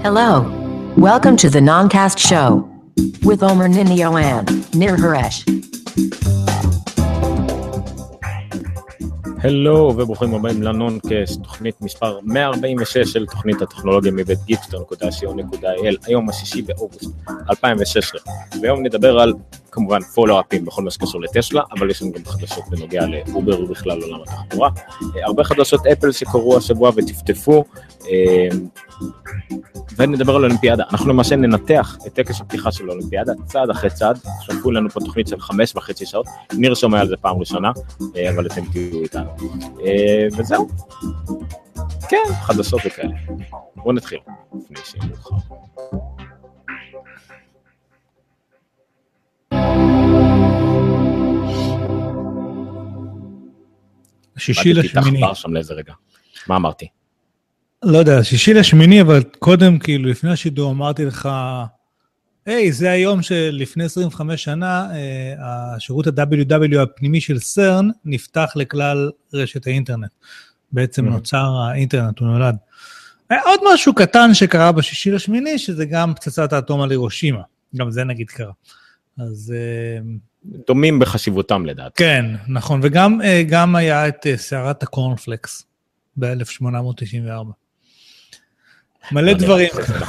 Hello. Welcome to the Noncast Show with Omer Ninio and Nir Haresh. הלו וברוכים הבאים לנונקאסט, תוכנית מספר 146 של תוכנית הטכנולוגיה מבית גיפסטון.co.il. היום ה-6 באוגוסט 2016, והיום נדבר על כמובן פולו-אפים בכל מה שקשור לטסלה, אבל יש לנו גם חדשות בנוגע לאובר ובכלל עולם התחבורה, הרבה חדשות אפל שקורו השבוע וטפטפו, ונדבר על אולימפיאדה. אנחנו למעשה ננתח את טקס הפתיחה של האולימפיאדה צעד אחרי צעד. שלחו לנו פה תוכנית של 5.5 שעות, ניר שומע על זה פעם ראשונה, אבל אתם תהיו איתנו, וזהו. כן, חדשות וכאלה. בואו נתחיל לפני שיהיה מאוחר. שישי לשמיני. שם לאיזה רגע. מה אמרתי? לא יודע, שישי לשמיני, אבל קודם, כאילו, לפני השידור אמרתי לך, היי, זה היום שלפני 25 שנה, השירות ה-WW הפנימי של סרן נפתח לכלל רשת האינטרנט. בעצם נוצר האינטרנט, הוא נולד. עוד משהו קטן שקרה בשישי לשמיני, שזה גם פצצת האטום על הירושימה. גם זה נגיד קרה. אז דומים בחשיבותם לדעת. כן, נכון, וגם היה את סערת הקורנפלקס ב-1894. מלא דברים.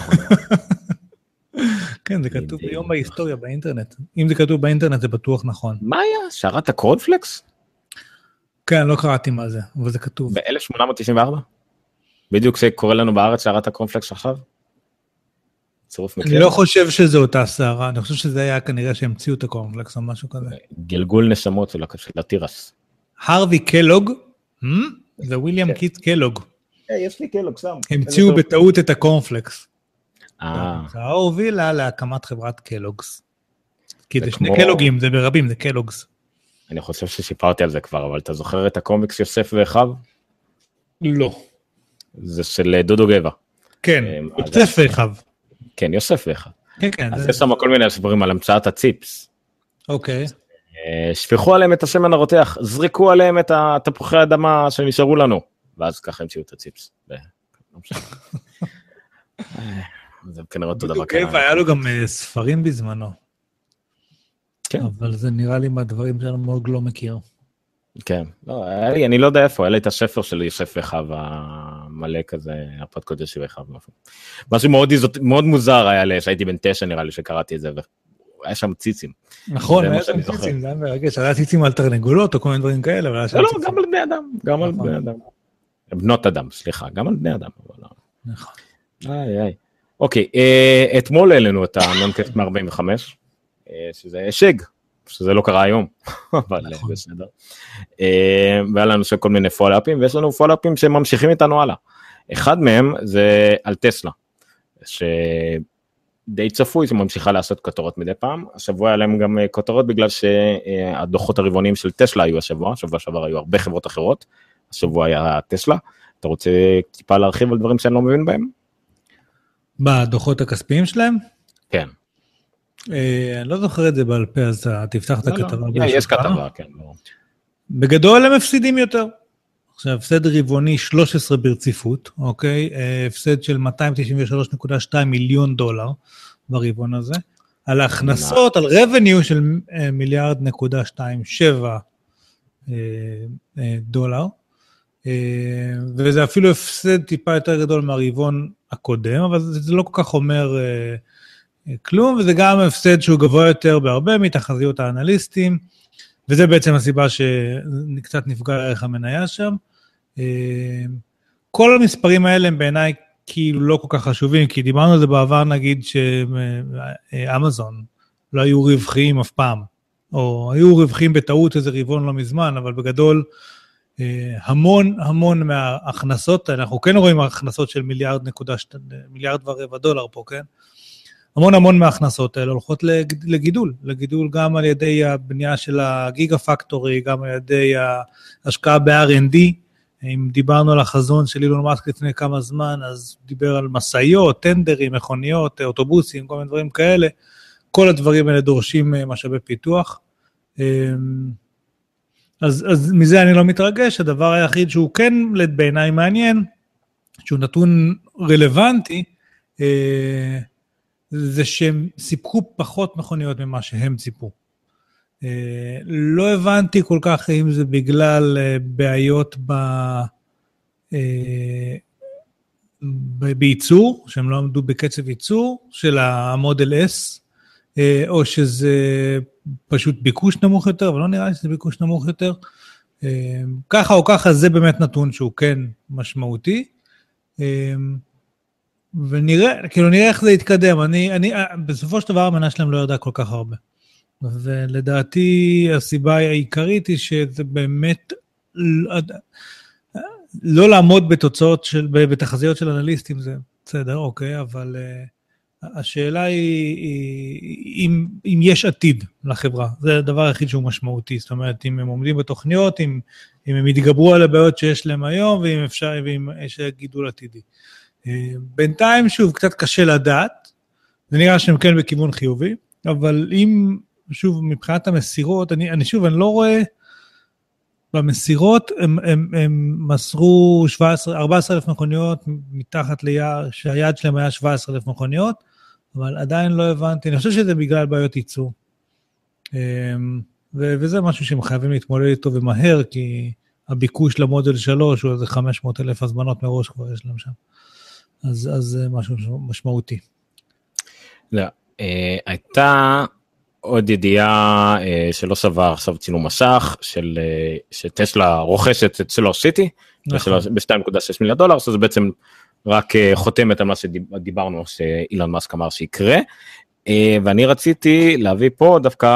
כן, זה כתוב ביום בהיסטוריה באינטרנט. אם זה כתוב באינטרנט זה בטוח נכון. מה היה? סערת הקורנפלקס? כן, לא קראתי מה זה, אבל זה כתוב. ב-1894? בדיוק שקורא לנו בארץ סערת הקורנפלקס עכשיו? אני לא חושב שזה אותה סערה, אני חושב שזה היה כנראה שהמציאו את הקורנפלקס או משהו כזה. גלגול נשמות של התירס. הרווי קלוג, זה וויליאם קיט קלוג. יש לי קלוג שם. המציאו בטעות את הקורנפלקס. זה הובילה להקמת חברת קלוגס. כי זה שני קלוגים, זה ברבים, זה קלוגס. אני חושב ששיפרתי על זה כבר, אבל אתה זוכר את הקומיקס יוסף ואחיו? לא. זה של דודו גבע. כן, יוסף ואחיו. כן, יוסף ואחיו. כן, כן. אז יש שם כל מיני סיפורים על המצאת הציפס. אוקיי. שפכו עליהם את השמן הרותח, זרקו עליהם את תפוחי האדמה שנשארו לנו, ואז ככה המציאו את הציפס. זה כנראה אותו דבר. גבע, היה לו גם ספרים בזמנו. כן. אבל זה נראה לי מהדברים שאני מאוד לא מכיר. כן, אני לא יודע איפה, היה לי את הספר של יוסף ואחיו המלא כזה, הפודקאסט של אחיו. משהו מאוד מוזר היה לי, שהייתי בן 9 נראה לי שקראתי את זה, והיה שם ציצים. נכון, היה שם ציצים, זה היה מרגש, היה ציצים על תרנגולות או כל מיני דברים כאלה. לא, גם על בני אדם, גם על בני אדם. בנות אדם, סליחה, גם על בני אדם. נכון. אוקיי, אתמול העלינו את הנונקאסט 145, שזה שג. שזה לא קרה היום, אבל בסדר. והיה לנו כל מיני פולאפים, ויש לנו פולאפים שממשיכים איתנו הלאה. אחד מהם זה על טסלה, שדי צפוי שממשיכה לעשות כותרות מדי פעם. השבוע היה להם גם כותרות בגלל שהדוחות הרבעוניים של טסלה היו השבוע שעבר היו הרבה חברות אחרות, השבוע היה טסלה. אתה רוצה טיפה להרחיב על דברים שאני לא מבין בהם? בדוחות הכספיים שלהם? כן. אני לא זוכר את זה בעל פה, אז תפתח את הכתבה. יש כתבה, כן. בגדול הם מפסידים יותר. עכשיו, הפסד רבעוני 13 ברציפות, אוקיי? הפסד של $293.2 מיליון ברבעון הזה. על ההכנסות, על revenue של $1.27 מיליארד. וזה אפילו הפסד טיפה יותר גדול מהרבעון הקודם, אבל זה לא כל כך אומר כלום, וזה גם הפסד שהוא גבוה יותר בהרבה מתחזיות האנליסטים, וזה בעצם הסיבה שקצת נפגע ערך המניה שם. כל המספרים האלה הם בעיניי כאילו לא כל כך חשובים, כי דיברנו על זה בעבר, נגיד שאמזון לא היו רווחיים אף פעם, או היו רווחיים בטעות איזה רבעון לא מזמן, אבל בגדול המון מההכנסות, אנחנו כן רואים הכנסות של מיליארד ורבע דולר פה, כן? המון מההכנסות האלה הולכות לגידול גם על ידי הבנייה של הגיגה פקטורי, גם על ידי ההשקעה ב-R&D. אם דיברנו על החזון של אילון מאסק לפני כמה זמן, אז דיבר על מסעיות, טנדרים, מכוניות, אוטובוסים, כל מיני דברים כאלה. כל הדברים האלה דורשים משאבי פיתוח. אז מזה אני לא מתרגש. הדבר היחיד שהוא כן בעיניי מעניין, שהוא נתון רלוונטי, זה שהם סיפקו פחות מכוניות ממה שהם ציפו. לא הבנתי כל כך אם זה בגלל בעיות בייצור, שהם לא עמדו בקצב ייצור של המודל S, או שזה פשוט ביקוש נמוך יותר, אבל לא נראה לי שזה ביקוש נמוך יותר. ככה או ככה זה באמת נתון שהוא כן משמעותי. ונראה, כאילו נראה איך זה יתקדם. בסופו של דבר המנה שלהם לא ירדה כל כך הרבה. ולדעתי הסיבה העיקרית היא שזה באמת לא לעמוד בתוצאות בתחזיות של אנליסטים, זה בסדר, אוקיי, אבל השאלה היא אם יש עתיד לחברה, זה הדבר היחיד שהוא משמעותי, זאת אומרת, אם הם עומדים בתוכניות, אם הם יתגברו על הבעיות שיש להם היום, ואם יש גידול עתידי. בינתיים, שוב, קצת קשה לדעת, זה נראה שהם כן בכיוון חיובי, אבל אם, שוב, מבחינת המסירות, אני לא רואה, במסירות הם מסרו 14,000 מכוניות מתחת ליעד, שהיעד שלהם היה 17,000 מכוניות, אבל עדיין לא הבנתי, אני חושב שזה בגלל בעיות ייצור. וזה משהו שהם חייבים להתמודד איתו ומהר, כי הביקוש למודל 3 הוא איזה 500,000 הזמנות מראש כבר יש להם שם. אז זה משהו משמעותי. לא, הייתה עוד ידיעה שלא שווה עכשיו צילום מסך, שטסלה רוכשת את סולר סיטי, ב$2.6 מיליארד, שזה בעצם רק חותמת על מה שדיברנו, שאילון מאסק אמר שיקרה, ואני רציתי להביא פה דווקא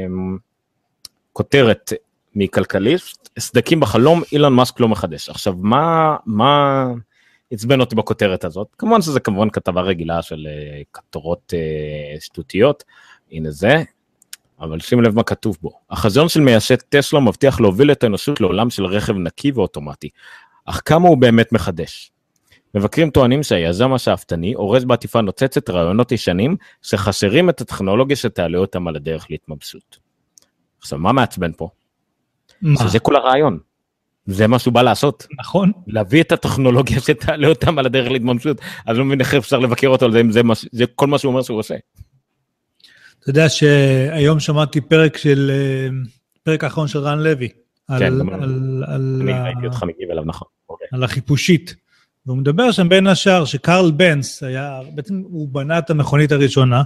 כותרת מכלכליסט, סדקים בחלום, אילון מאסק לא מחדש. עכשיו, מה עצבן אותי בכותרת הזאת? כמובן שזה כמובן כתבה רגילה של כתורות שטותיות, הנה זה, אבל שים לב מה כתוב בו. החזון של מייסד טסלה מבטיח להוביל את האנושות לעולם של רכב נקי ואוטומטי, אך כמה הוא באמת מחדש? מבקרים טוענים שהיזם השאפתני אורז בעטיפה נוצצת רעיונות ישנים שחסרים את הטכנולוגיה שתעלה אותם על הדרך להתמבסות. עכשיו, מה מעצבן פה? שזה כל הרעיון. זה מה שהוא בא לעשות. נכון. להביא את הטכנולוגיה שתעלה אותם על הדרך להתממשות, אז לא מבין איך אפשר לבקר אותו על זה, אם זה כל מה שהוא אומר שהוא עושה. אתה יודע שהיום שמעתי פרק האחרון של רן לוי, אני ראיתי אותך מגיב אליו, נכון. על החיפושית, והוא מדבר שם בין השאר שקרל בנץ בעצם הוא בנה את המכונית הראשונה,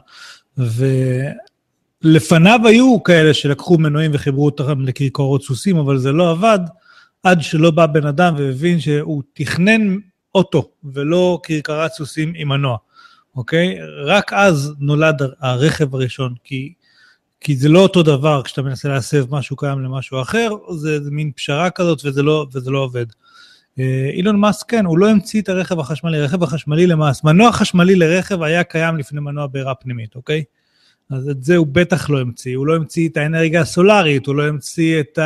ולפניו היו כאלה שלקחו מנועים וחיברו אותם לקרקורות סוסים, אבל זה לא עבד, עד שלא בא בן אדם והבין שהוא תכנן אוטו, ולא קרקרת סוסים עם מנוע. אוקיי? רק אז נולד הרכב הראשון, כי זה לא אותו דבר, כשאתה מנסה להסב משהו קיים למשהו אחר, זה מין פשרה כזאת, וזה לא עובד. אילון מאסק, כן, הוא לא המציא את הרכב החשמלי, הרכב החשמלי למעש, מנוע חשמלי לרכב היה קיים לפני מנוע בעירה פנימית, אוקיי? אז את זה הוא בטח לא המציא, הוא לא המציא את האנרגיה הסולרית, הוא לא המציא את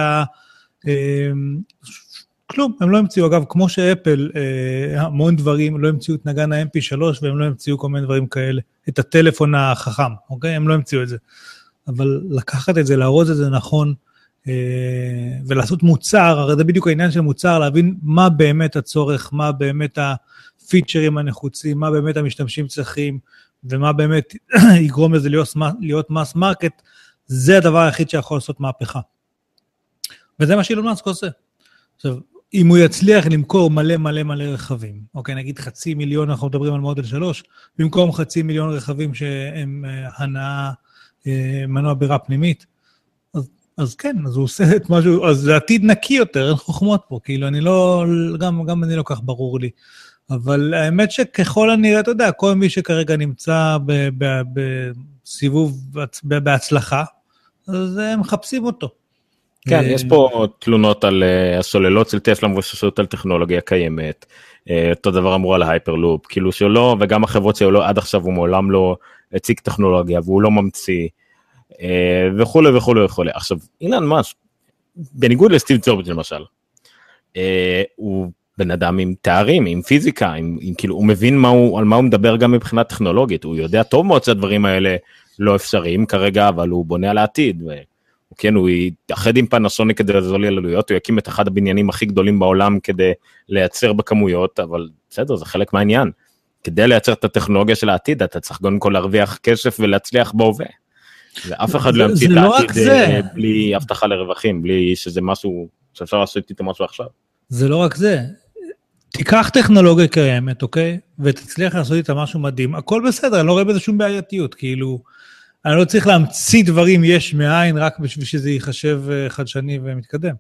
כלום, הם לא המציאו, אגב, כמו שאפל, המון דברים, לא המציאו את נגן ה-MP3, והם לא המציאו כל מיני דברים כאלה, את הטלפון החכם, אוקיי? הם לא המציאו את זה. אבל לקחת את זה, להרוז את זה נכון, ולעשות מוצר, הרי זה בדיוק העניין של מוצר, להבין מה באמת הצורך, מה באמת הפיצ'רים הנחוצים, מה באמת המשתמשים צריכים, ומה באמת יגרום לזה להיות מס מרקט, זה הדבר היחיד שיכול לעשות מהפכה. וזה מה שאילון מאסק עושה. עכשיו, אם הוא יצליח למכור מלא רכבים, אוקיי, נגיד 500,000, אנחנו מדברים על מודל 3, במקום 500,000 רכבים שהם הנעה מנוע בירה פנימית, אז כן, אז הוא עושה את משהו, אז זה עתיד נקי יותר, אין חוכמות פה, כאילו אני לא, גם אני לא כך ברור לי, אבל האמת שככל הנראה, אתה יודע, כל מי שכרגע נמצא בסיבוב בהצלחה, אז הם מחפשים אותו. כן, יש פה תלונות על הסוללות של טסלה מבוססות על טכנולוגיה קיימת, אותו דבר אמרו על ההייפרלופ, כאילו שלא, וגם החברות שלו עד עכשיו הוא מעולם לא הציג טכנולוגיה, והוא לא ממציא, וכולי וכולי וכולי. עכשיו, אילון מאסק, בניגוד לסטיב ג'ובס למשל, הוא בן אדם עם תארים, עם פיזיקה, כאילו הוא מבין על מה הוא מדבר גם מבחינה טכנולוגית, הוא יודע טוב מאוד שהדברים האלה לא אפשריים כרגע, אבל הוא בונה על העתיד, כן, הוא יתאחד עם פנסוניק כדי לעזור לי על עלויות, הוא יקים את אחד הבניינים הכי גדולים בעולם כדי לייצר בכמויות, אבל בסדר, זה חלק מהעניין. כדי לייצר את הטכנולוגיה של העתיד, אתה צריך קודם כל להרוויח כסף ולהצליח בהווה. ואף אחד לא ימציא את העתיד בלי הבטחה לרווחים, בלי שזה משהו שאפשר לעשות איתו משהו עכשיו. זה לא רק זה. תיקח טכנולוגיה קיימת, אוקיי? ותצליח לעשות איתה משהו מדהים. הכל בסדר, אני לא רואה בזה שום בעייתיות. כאילו, אני לא צריך להמציא דברים יש מאין, רק בשביל שזה ייחשב חדשני ומתקדם.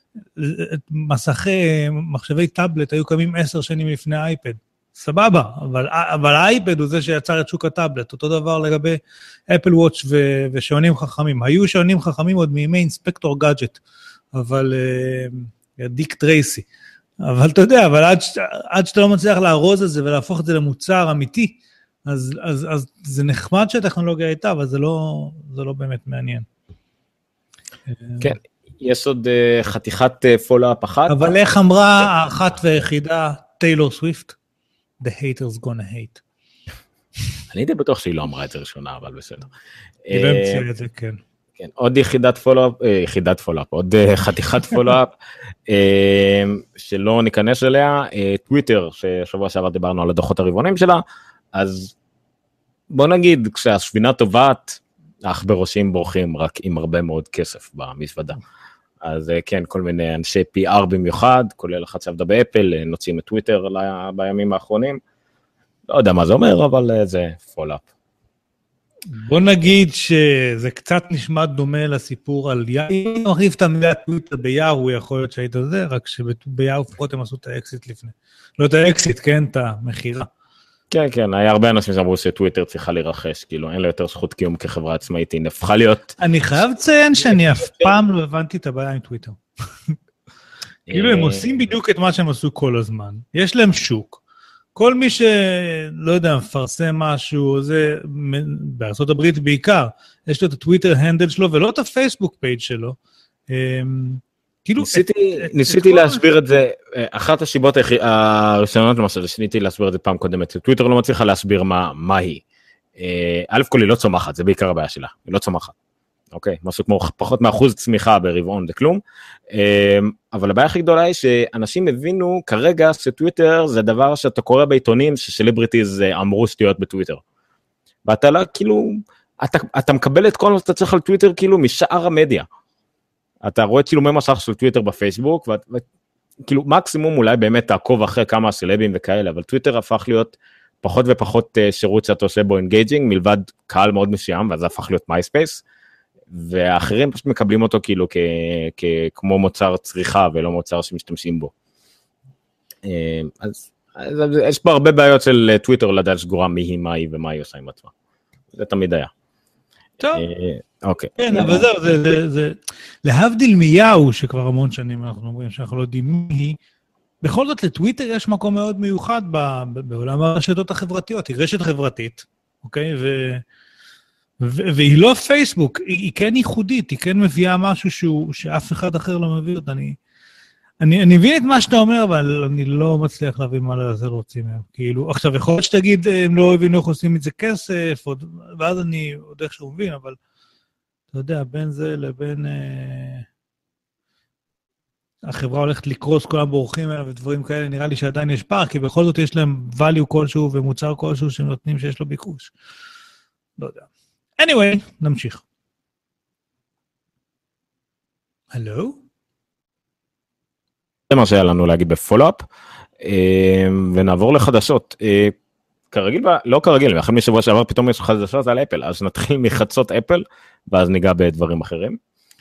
מחשבי טאבלט היו קמים 10 שנים לפני האייפד. סבבה, אבל האייפד הוא זה שיצר את שוק הטאבלט. אותו דבר לגבי אפל וואץ' ושעונים חכמים. היו שעונים חכמים עוד מימי אינספקטור גאדג'ט, אבל דיק טרייסי. אבל אתה יודע, אבל עד שאתה לא מצליח לארוז את זה ולהפוך את זה למוצר אמיתי, אז זה נחמד שהטכנולוגיה הייתה, אבל זה לא באמת מעניין. כן, יש עוד חתיכת פולו-אפ אחת. אבל איך אמרה האחת והיחידה, טיילור סוויפט? The haters gonna hate. אני די בטוח שהיא לא אמרה את זה ראשונה, אבל בסדר. היא לא המציאה את זה, כן. כן, עוד יחידת פולו-אפ, עוד חתיכת פולו-אפ, שלא ניכנס אליה, טוויטר, ששבוע שעבר דיברנו על הדוחות הרבעוניים שלה, אז בוא נגיד, כשהספינה טובעת, העכברושים בורחים רק עם הרבה מאוד כסף במזוודה. אז כן, כל מיני אנשי PR במיוחד, כולל אחת שעבדה באפל, נוצאים את טוויטר בימים האחרונים, לא יודע מה זה אומר, אבל זה פולו-אפ. בוא נגיד שזה קצת נשמע דומה לסיפור על יאו, אם מחליף את המילה טוויטר ביאו, הוא יכול להיות שהיית זה, רק שביאו לפחות הם עשו את האקסיט לפני. לא את האקסיט, כן, את המחירה. כן, כן, היה הרבה אנשים שאמרו שטוויטר צריכה להירחש, כאילו אין לה יותר זכות קיום כחברה עצמאית, היא נפחה להיות... אני חייב לציין שאני אף פעם לא הבנתי את הבעיה עם טוויטר. כאילו הם עושים בדיוק את מה שהם עשו כל הזמן. יש להם שוק. כל מי שלא יודע, מפרסם משהו, זה בארצות הברית בעיקר, יש לו את הטוויטר הנדל שלו, ולא את הפייסבוק פייג' שלו. ניסיתי להסביר את זה, אחת השיבות הראשונות למשל, שניתי להסביר את זה פעם קודמת, טוויטר לא מצליחה להסביר מה היא. א' כל היא לא צומחת, זה בעיקר הבעיה שלה, היא לא צומחת. אוקיי, משהו כמו פחות מ1% צמיחה ברבעון, זה כלום. אבל הבעיה הכי גדולה היא שאנשים הבינו כרגע שטוויטר זה דבר שאתה קורא בעיתונים שסלבריטיז אמרו שטויות בטוויטר. ואתה לא, כאילו, אתה מקבל את כל מה שאתה צריך על טוויטר כאילו משאר המדיה. אתה רואה צילומי מסך של טוויטר בפייסבוק, וכאילו מקסימום אולי באמת תעקוב אחרי כמה סלבים וכאלה, אבל טוויטר הפך להיות פחות ופחות שירות שאתה עושה בו אינגייג'ינג, מלבד קהל מאוד מסוים, ואז זה הפך להיות מייספייס, והאחרים פשוט מקבלים אותו כאילו כמו מוצר צריכה, ולא מוצר שמשתמשים בו. אז יש פה הרבה בעיות של טוויטר לדעת שגורה מי היא, מה היא ומה היא עושה עם עצמה. זה תמיד היה. טוב. אוקיי. כן, אבל זה להבדיל מיהו, שכבר המון שנים אנחנו אומרים שאנחנו לא יודעים מי היא, בכל זאת לטוויטר יש מקום מאוד מיוחד בעולם הרשתות החברתיות, היא רשת חברתית, אוקיי? והיא לא פייסבוק, היא כן ייחודית, היא כן מביאה משהו שאף אחד אחר לא מביא אותה. אני מבין את מה שאתה אומר, אבל אני לא מצליח להבין מה לזה רוצים מהם. כאילו, עכשיו, יכול להיות שתגיד, הם לא הבינו איך עושים את זה כסף, ואז אני עוד איכשהו מבין, אבל אתה יודע, בין זה לבין החברה הולכת לקרוס, כולם בורחים ממנה ודברים כאלה, נראה לי שעדיין יש פער, כי בכל זאת יש להם value כלשהו ומוצר כלשהו שהם נותנים שיש לו ביקוש. לא יודע. anyway, נמשיך. הלו? זה מה שהיה לנו להגיד בפולו-אפ, ונעבור לחדשות. כרגיל, לא כרגיל, ואחרי משבוע שעבר פתאום יש חדשות על אפל, אז נתחיל מחדשות אפל, ואז ניגע בדברים אחרים.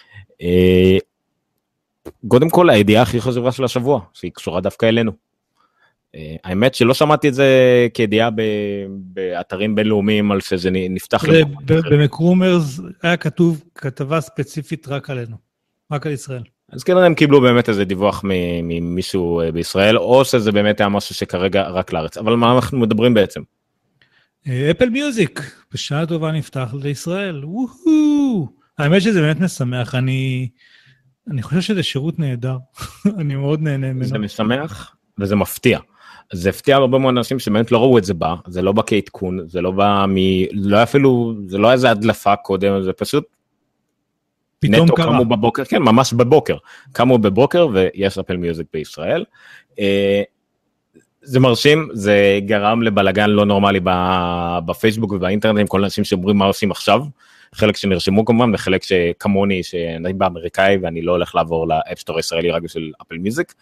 קודם כל, הידיעה הכי חשובה של השבוע, שהיא קשורה דווקא אלינו. האמת שלא שמעתי את זה כידיעה באתרים בינלאומיים, על שזה נפתח במקרומרס היה כתוב כתבה ספציפית רק עלינו, רק על ישראל. אז כנראה הם קיבלו באמת איזה דיווח ממישהו בישראל, או שזה באמת היה משהו שכרגע רק לארץ. אבל מה אנחנו מדברים בעצם? אפל מיוזיק, בשעה טובה נפתח לישראל. האמת שזה באמת משמח, אני חושב שזה שירות נהדר, אני מאוד נהנה ממנו. זה משמח וזה מפתיע. זה הפתיע הרבה מאוד אנשים שבאמת לא ראו את זה בה, זה לא בא כעדכון, זה לא בא לא אפילו, זה לא איזה הדלפה קודם, זה פשוט נטו קמו בבוקר, כן, ממש בבוקר, קמו בבוקר ויש אפל מיוזיק בישראל. זה מרשים, זה גרם לבלגן לא נורמלי בפייסבוק ובאינטרנט, עם כל אנשים שאומרים מה עושים עכשיו, חלק שנרשמו כמובן, וחלק שכמוני, שאני באמריקאי, ואני לא הולך לעבור לאפסטור הישראלי רק בשביל אפל מיוזיק.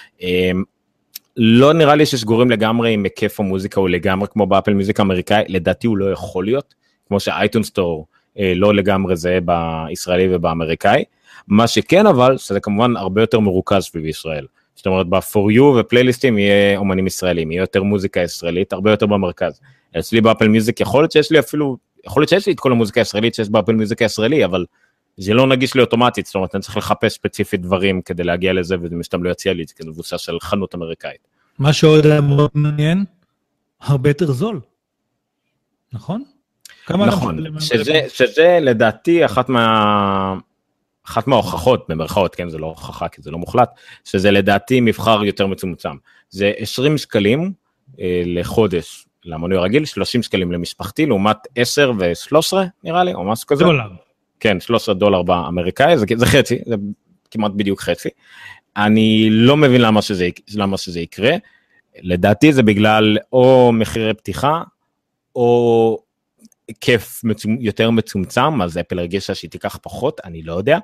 לא נראה לי שסגורים לגמרי עם היקף המוזיקה, הוא לגמרי כמו באפל מיוזיק האמריקאי, לדעתי הוא לא יכול להיות, כמו שהאייטון סטור לא לגמרי זה בישראלי ובאמריקאי, מה שכן אבל, שזה כמובן הרבה יותר מרוכז סביב ישראל. זאת אומרת, ב-For You ופלייליסטים יהיה אומנים ישראלים, יהיה יותר מוזיקה ישראלית, הרבה יותר במרכז. אצלי באפל מיוזיק, יכול להיות שיש לי את כל המוזיקה הישראלית שיש באפל מיוזיק הישראלי, אבל זה לא נגיש לי אוטומטית, זאת אומרת, אני צריך לחפש ספציפית דברים כדי להגיע לזה, וזה משתם לא יציע לי את זה, כי זה מבוסס של חנות אמריקאית. מה שעוד היה מאוד מעניין, הרבה יותר זול. נכון? נכון, שזה לדעתי אחת מההוכחות, במרכאות, כן, זה לא הוכחה, כי זה לא מוחלט, שזה לדעתי מבחר יותר מצומצם. זה 20 שקלים לחודש למנוי הרגיל, 30 שקלים למשפחתי, לעומת 10 ו-13 נראה לי, או משהו כזה. דולר. כן, $13 באמריקאי, זה חצי, זה כמעט בדיוק חצי. אני לא מבין למה שזה יקרה, לדעתי זה בגלל או מחירי פתיחה, או כיף יותר מצומצם, אז אפל הרגישה שהיא תיקח פחות, אני לא יודע.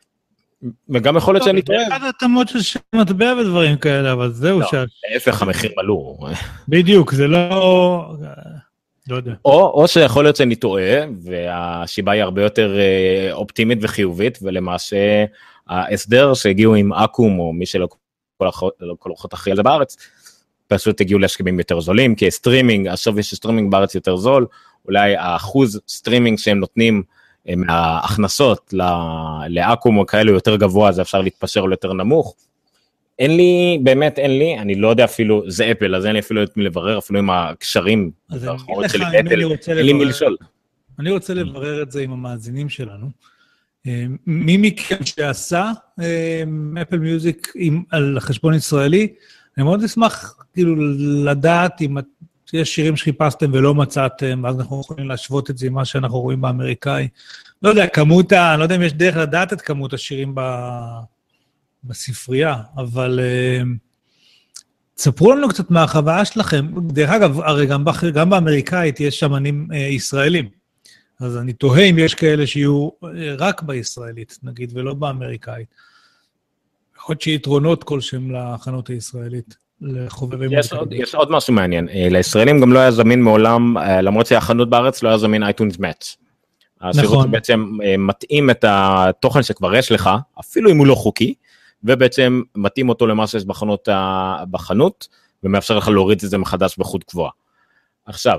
וגם יכול להיות שאני טועה. זה אחד התאמות של שם מטבע ודברים כאלה, אבל זהו ש... להפך, המחיר עלו. בדיוק, זה לא... לא יודע. או שיכול להיות שאני טועה, והשיבה היא הרבה יותר אופטימית וחיובית, ולמעשה ההסדר שהגיעו עם אקום, או מי שלא כל אורחות אחרי זה בארץ, פשוט הגיעו להשכמים יותר זולים, כי סטרימינג, השווי של סטרימינג בארץ יותר זול, אולי האחוז סטרימינג שהם נותנים מההכנסות לאקום או כאלו יותר גבוה, זה אפשר להתפשר לו יותר נמוך. באמת אין לי, אני לא יודע אפילו, זה אפל, אז אין לי אפילו את מי לברר, אפילו עם הקשרים, אז אני אגיד לך, אין לי מי לשאול. אני רוצה לברר את זה עם המאזינים שלנו. מי מכם שעשה אפל מיוזיק על חשבון ישראלי, אני מאוד אשמח כאילו לדעת אם יש שירים שחיפשתם ולא מצאתם, אז אנחנו יכולים להשוות את זה עם מה שאנחנו רואים באמריקאי. לא יודע, אני לא יודע אם יש דרך לדעת את כמות השירים בספרייה, אבל תספרו לנו קצת מהחוויה שלכם. דרך אגב, הרי גם באמריקאית יש שמנים ישראלים, אז אני תוהה אם יש כאלה שיהיו רק בישראלית, נגיד, ולא באמריקאית. יכול להיות שיתרונות כלשהם לחנות הישראלית, לחובבי מוזיקה. יש עוד משהו מעניין, לישראלים גם לא היה זמין מעולם, למרות שהחנות בארץ לא היה זמין iTunes Match. השירות בעצם מתאים את התוכן שכבר יש לך, אפילו אם הוא לא חוקי, ובעצם מתאים אותו למה שיש בחנות, ומאפשר לך להוריד את זה מחדש בחוד קבועה. עכשיו,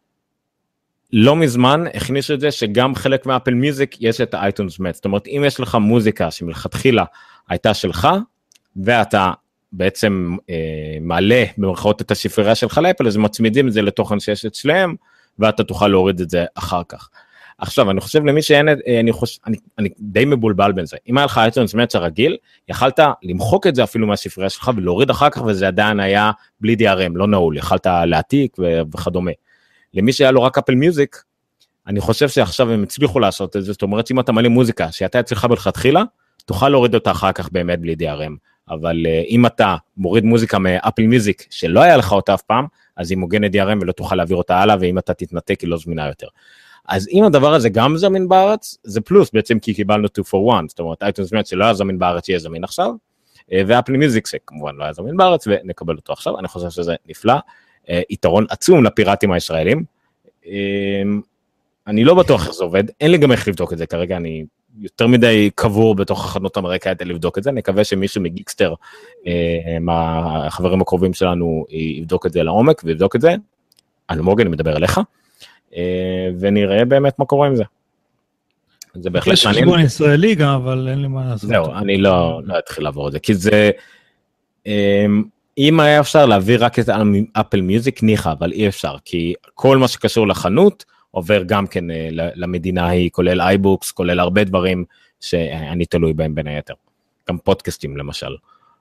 לא מזמן הכניסו את זה שגם חלק מהאפל מיוזיק יש את ה-iTunes Match, זאת אומרת, אם יש לך מוזיקה שמלכתחילה הייתה שלך, ואתה בעצם מעלה במרכאות את הספרייה שלך לאפל, אז מצמידים את זה לתוכן שיש אצלם, ואתה תוכל להוריד את זה אחר כך. עכשיו, אני חושב למי שאין, אני די מבולבל בין זה. אם היה לך iTunes Match הרגיל, יכלת למחוק את זה אפילו מהספרייה שלך, ולהוריד אחר כך, וזה עדיין היה בלי DRM, לא נעול, יכלת להעתיק וכדומה. למי שהיה לו רק אפל מיוזיק, אני חושב שעכשיו הם הצליחו לעשות את זה, זאת אומרת, אם אתה מלא מוזיקה, שאתה אצלך בלכתחילה, תוכל להוריד אותה אחר כך באמת בלי DRM, אבל אם אתה מוריד מוזיקה מאפל מיוזיק, שלא היה לך אותה אף פעם, אז היא מוגנת DRM ולא תוכל להעביר אותה הלאה, ואם אתה תתנתק, היא לא זמינה יותר. אז אם הדבר הזה גם זמין בארץ, זה פלוס בעצם כי קיבלנו 2 for 1, זאת אומרת, iTunes Match שלא היה זמין בארץ, יהיה זמין עכשיו, ואפל מיוזיק שכמובן לא היה זמין בארץ, ונקבל אותו עכשיו, אני חושב שזה נפלא, יתרון עצום לפיראטים הישראלים, אני לא בטוח איך זה עובד, אין לי גם איך לבדוק את זה, כרגע אני יותר מדי קבור בתוך החנות האמריקאית לבדוק את זה, נקווה שמישהו מגיקסטר, מהחברים הקרובים שלנו, יבדוק את זה לעומק, ויבדוק את זה, אלמוג, אני מדבר אליך, ונראה באמת מה קורה עם זה. זה בהחלט מעניין. יש חשבון ישראלי גם, אבל אין לי מה לעשות. זהו, אני לא אתחיל לעבור את זה, כי זה, אם היה אפשר להעביר רק את אפל מיוזיק, ניחה, אבל אי אפשר, כי כל מה שקשור לחנות, עובר גם כן למדינה היא, כולל iBooks, כולל הרבה דברים שאני תלוי בהם בין היתר. גם פודקאסטים למשל.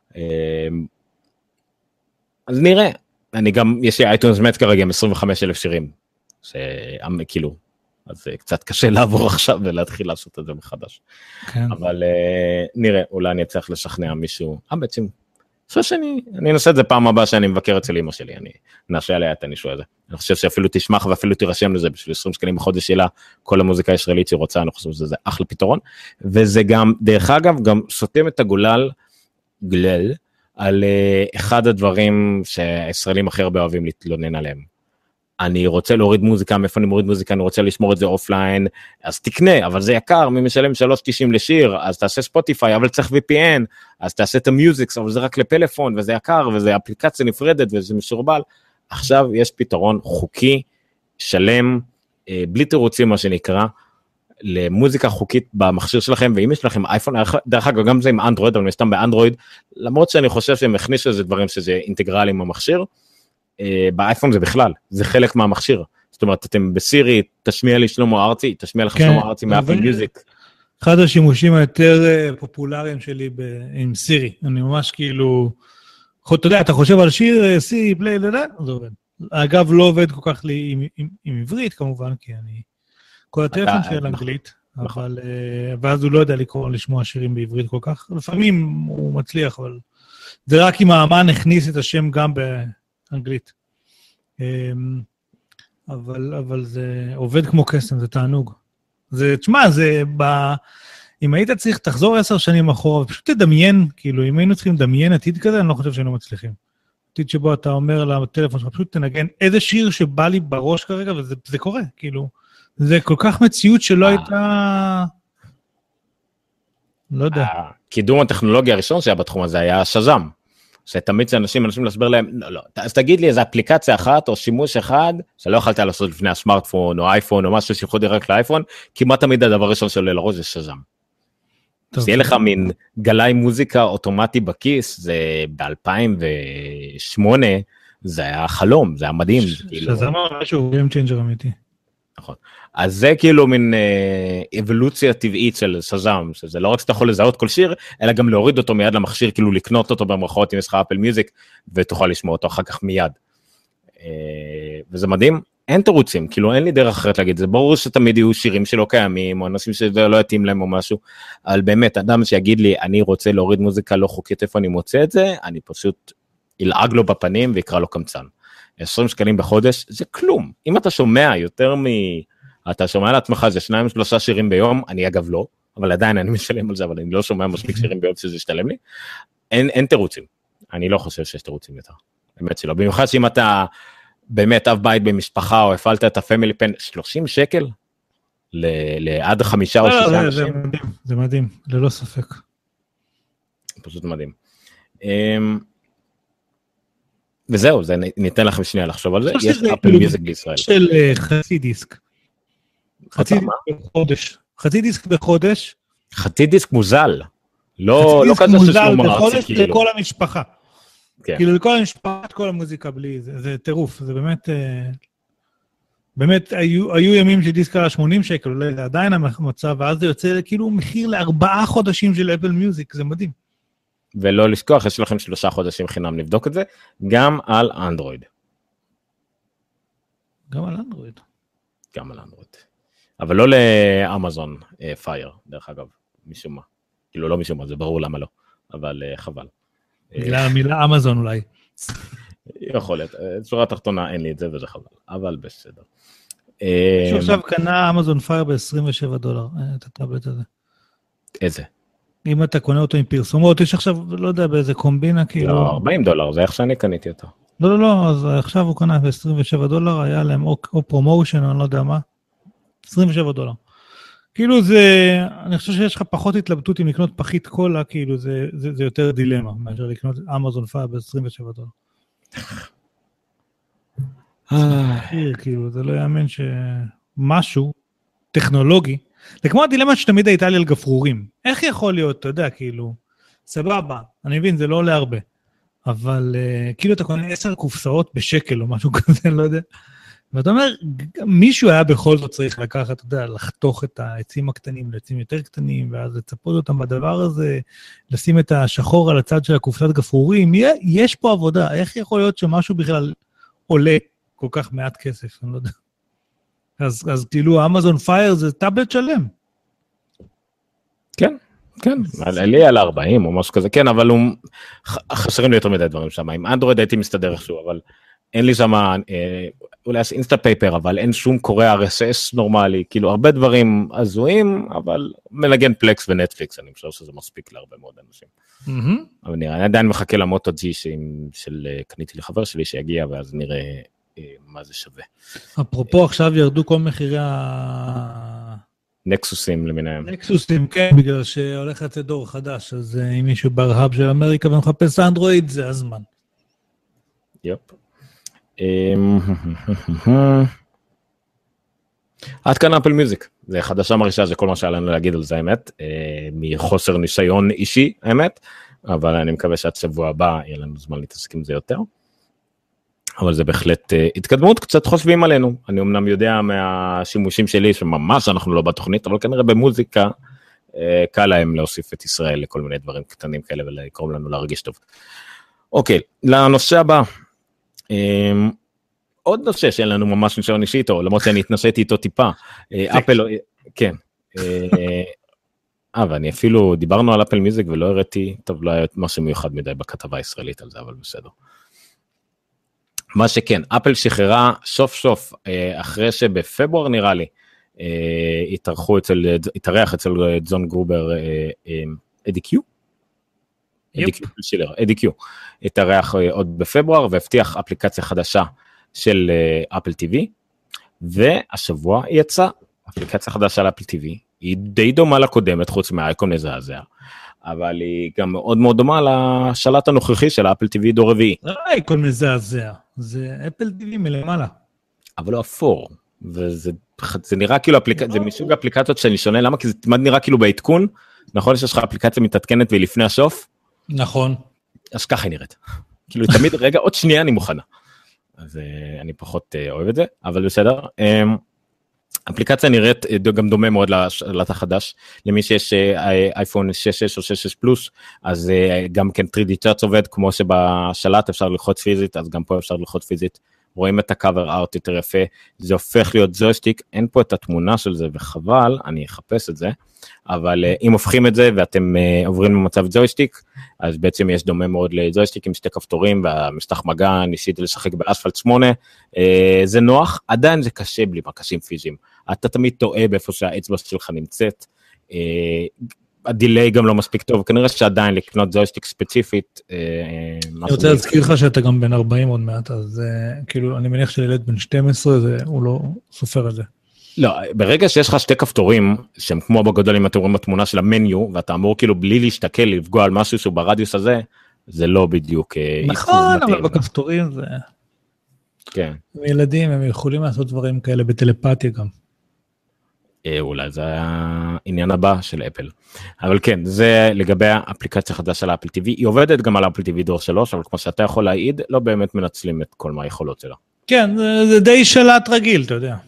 אז נראה, אני גם, יש לי iTunes Match כרגע עם 25,000 שירים, כאילו, אז קצת קשה לעבור עכשיו ולהתחיל לעשות את זה מחדש. כן. אבל נראה, אולי אני אצליח לשכנע מישהו, בעצם חושב אני אנסה את זה פעם הבאה שאני מבקר אצל אמא שלי, אני נעשה עליה את הניסוי הזה. אני חושב שאפילו תשמח ואפילו תירשם לזה, בשביל 20 שקלים בחודש שלה, כל המוזיקה הישראלית שהיא רוצה, אני חושב שזה אחלה פתרון, וזה גם, דרך אגב, גם סותם את הגולל, על אחד הדברים שהישראלים הכי הרבה אוהבים להתלונן עליהם. אני רוצה להוריד מוזיקה, מאיפה אני מוריד מוזיקה, אני רוצה לשמור את זה אופליין, אז תקנה, אבל זה יקר, מי משלם 3.90 לשיר, אז תעשה ספוטיפיי, אבל צריך VPN, אז תעשה את המיוזיקס, אבל זה רק לפלאפון, וזה יקר, וזה אפליקציה נפרדת, וזה משורבל. עכשיו יש פתרון חוקי, שלם, בלי תירוצים מה שנקרא, למוזיקה חוקית במכשיר שלכם, ואם יש לכם אייפון, דרך אגב, גם זה עם אנדרואיד, אבל מסתם באנדרואיד, למרות שאני חושב שהם הכניסו איזה דברים שזה אינטגרלי עם המכשיר, באייפון זה בכלל, זה חלק מהמכשיר. זאת אומרת, אתם בסירי, תשמיע לי שלמה ארצי, תשמיע לך שלמה ארצי מאפל מיוזיק. אחד השימושים היותר פופולריים שלי עם סירי, אני ממש כאילו, אתה יודע, אתה חושב על שיר, סירי, פליי, זה עובד. אגב, לא עובד כל כך לי עם עברית, כמובן, כי אני, כל הטלפון שלי על אנגלית, אבל, ואז הוא לא יודע לשמוע שירים בעברית כל כך, לפעמים הוא מצליח, אבל זה רק אם האמן הכניס את השם גם באנגלית. אבל זה עובד כמו קסם, זה תענוג. זה, תשמע, אם היית צריך, תחזור 10 שנים אחורה, ופשוט תדמיין, כאילו, אם היינו צריכים לדמיין עתיד כזה, אני לא חושב שהיינו מצליחים. עתיד שבו אתה אומר לטלפון שלך, פשוט תנגן איזה שיר שבא לי בראש כרגע, וזה קורה, כאילו. זה כל כך מציאות שלא הייתה... לא יודע. קידום הטכנולוגיה הראשון שהיה בתחום הזה היה שזם. שתמיד שאנשים להסבר להם, לא, אז תגיד לי איזו אפליקציה אחת או שימוש אחד, שלא יכולת לעשות לפני הסמארטפון או אייפון או משהו שיכול רק לאייפון, כמעט תמיד הדבר הראשון שעולה לראש זה שזם. אז יהיה לך מין גלאי מוזיקה אוטומטי בכיס, זה ב-2008, זה היה חלום, זה היה מדהים. שזם משהו, game changer אמיתי. נכון. אז זה כאילו מין אבולוציה טבעית של שזם, שזה לא רק שאתה יכול לזהות כל שיר, אלא גם להוריד אותו מיד למכשיר, כאילו לקנות אותו במרכאות אם יש לך אפל מיוזיק, ותוכל לשמוע אותו אחר כך מיד. וזה מדהים, אין תירוצים, כאילו אין לי דרך אחרת להגיד, זה ברור שתמיד יהיו שירים שלא קיימים, או אנשים שזה לא יתאים להם או משהו, אבל באמת, אדם שיגיד לי, אני רוצה להוריד מוזיקה לא חוקית, איפה אני מוצא את זה, אני פשוט ילעג לו בפנים ויקרא לו קמצן. 20 שקלים בחודש, זה כלום. אם אתה שומע יותר אתה שומע לעצמך, זה 2-3 שירים ביום, אני אגב לא, אבל עדיין אני משלם על זה, אבל אני לא שומע מספיק שירים ביום שזה ישתלם לי, אין תירוצים. אני לא חושב שיש תירוצים יותר. באמת שלא. במיוחד שאם אתה באמת אב בית במשפחה, או הפעלת את הפמילי פן, 30 שקל? לעד 5 או 6 אנשים? זה מדהים, ללא ספק. פשוט מדהים. וזהו, ניתן לכם שנייה לחשוב על זה, יש אפל מיוזיק בישראל. של חצי דיסק. חצי דיסק בחודש. חצי דיסק מוזל. לא כזה ששלמה ארצי, כאילו. לכל המשפחה. כאילו לכל המשפחה, כל המוזיקה בלי, זה טירוף, זה באמת היו ימים שדיסק עלה 80 שקל, זה עדיין המצב, ואז זה יוצא כאילו מחיר ל4 חודשים של אפל מיוזיק, זה מדהים. ולא לשכוח, יש לכם 3 חודשים חינם לבדוק את זה, גם על אנדרואיד. גם על אנדרואיד. גם על אנדרואיד. אבל לא לאמזון פייר, דרך אגב, משום מה. כאילו לא משום מה, זה ברור למה לא, אבל חבל. בגלל המילה אמזון אולי. יכול להיות, צורה תחתונה אין לי את זה וזה חבל, אבל בסדר. מישהו עכשיו קנה אמזון פייר ב$27, את הטאבלט הזה. איזה? אם אתה קונה אותו עם פרסומות, יש עכשיו, לא יודע, באיזה קומבינה כאילו... לא, $40, זה איך שאני קניתי אותו. לא, אז עכשיו הוא קנה ב$27, היה להם או פרומושן, או אני לא יודע מה. $27. כאילו זה, אני חושב שיש לך פחות התלבטות אם לקנות פחית קולה, כאילו זה יותר דילמה, מאשר לקנות אמזון פייר ב$27. כאילו, זה לא יאמן שמשהו טכנולוגי, זה כמו הדילמה שתמיד הייתה לי על גפרורים. איך יכול להיות, אתה יודע, כאילו, סבבה, אני מבין, זה לא עולה הרבה, אבל כאילו אתה קונה 10 קופסאות בשקל או משהו כזה, אני לא יודע. ואתה אומר, מישהו היה בכל זאת צריך לקחת, אתה יודע, לחתוך את העצים הקטנים לעצים יותר קטנים, ואז לצפות אותם בדבר הזה, לשים את השחור על הצד של הקופסת גפרורים, יש פה עבודה, איך יכול להיות שמשהו בכלל עולה כל כך מעט כסף, אני לא יודע. אז כאילו, אמזון פייר זה טאבלט שלם. כן, כן, לי על 40 או משהו כזה, כן, אבל חסרים לי יותר מדי דברים שם, עם אנדרואיד הייתי מסתדר איכשהו, אבל אין לי שם, אולי אינסטה פייפר, אבל אין שום קורא RSS נורמלי, כאילו הרבה דברים הזויים, אבל מנגן פלקס ונטפליקס, אני חושב שזה מספיק להרבה מאוד אנשים. אבל נראה, אני עדיין מחכה למוטו G של קניתי לחבר שלי שיגיע, ואז נראה מה זה שווה. אפרופו עכשיו ירדו כל מחירי נקסוסים למיניהם. נקסוסים, כן, בגלל שהולך לצאת דור חדש, אז אם מישהו ברהב של אמריקה ומחפש אנדרואיד, זה הזמן. יופ. עד כאן אפל מיוזיק, זה חדשה מרעישה, זה כל מה שהיה לנו להגיד על זה האמת, מחוסר ניסיון אישי האמת, אבל אני מקווה שעד שבוע הבא יהיה לנו זמן להתעסק עם זה יותר. אבל זה בהחלט התקדמות, קצת חושבים עלינו, אני אמנם יודע מהשימושים שלי שממש אנחנו לא בתוכנית, אבל כנראה במוזיקה קל להם להוסיף את ישראל לכל מיני דברים קטנים כאלה ולקרום לנו להרגיש טוב. אוקיי, לנושא הבא, עוד נושא שאין לנו ממש ניסיון אישי איתו, למרות שאני התנסיתי איתו טיפה, אפל, כן, ואני אפילו דיברנו על אפל מיוזיק ולא הראיתי, טוב לא היה משהו מיוחד מדי בכתבה הישראלית על זה, אבל בסדר. מה שכן, אפל שחררה סוף סוף, אחרי שבפברואר נראה לי, התארח אצל ג'ון גרובר, אדי קיו? אדי קיו, התארח עוד בפברואר, והבטיח אפליקציה חדשה של אפל TV, והשבוע יצא אפליקציה חדשה לאפל TV, היא די דומה לקודמת, חוץ מהאייקון מזעזע, אבל היא גם מאוד מאוד דומה לשלט הנוכחי של האפל TV דור רביעי. זה לא אייקון מזעזע, זה אפל TV מלמעלה. אבל לא אפור, וזה נראה כאילו זה מסוג האפליקציות שאני שונה, למה? כי זה תמיד נראה כאילו בעדכון, נכון שיש לך אפליקציה מתעדכנת והיא לפני הסוף? נכון. אז ככה היא נראית. כאילו תמיד רגע, עוד שנייה אני מוכנה. אז אני פחות אוהב את זה, אבל בסדר. אפליקציה נראית גם דומה מאוד לשלט החדש, למי שיש אייפון 6.6 או 6.6 פלוס, אז גם כן 3D צ'ארט עובד, כמו שבשלט אפשר ללחוץ פיזית, אז גם פה אפשר ללחוץ פיזית, רואים את הקאבר ארט יותר יפה, זה הופך להיות ג'ויסטיק, אין פה את התמונה של זה וחבל, אני אחפש את זה, אבל אם הופכים את זה ואתם עוברים במצב ג'ויסטיק, אז בעצם יש דומה מאוד לג'ויסטיק עם שתי כפתורים, והמשטח מגע, ניסיתי לשחק באספלט 8, זה נוח, עדיין זה קשה בלי מקשים פיזיים, אתה תמיד טועה באיפה שהאצבע שלך נמצאת, הדיליי גם לא מספיק טוב, כנראה שעדיין לקנות ג'ויסטיק ספציפית. אני רוצה להזכיר לך שאתה גם בן 40 עוד מעט, אז כאילו אני מניח שלילד בן 12, הוא לא סופר את זה. לא, ברגע שיש לך שתי כפתורים, שהם כמו בגודל אם אתם רואים בתמונה של המניו, ואתה אמור כאילו בלי להשתכל, לפגוע על משהו שהוא ברדיוס הזה, זה לא בדיוק. נכון, אבל בכפתורים זה... כן. ילדים, הם יכולים לעשות דברים כאלה בטלפתיה גם. אולי זה העניין הבא של אפל. אבל כן, זה לגבי האפליקציה חדשה של אפל TV, היא עובדת גם על אפל TV דור 3, אבל כמו שאתה יכול להעיד, לא באמת מנצלים את כל מהיכולות שלה. כן, זה די שלט רגיל, אתה יודע.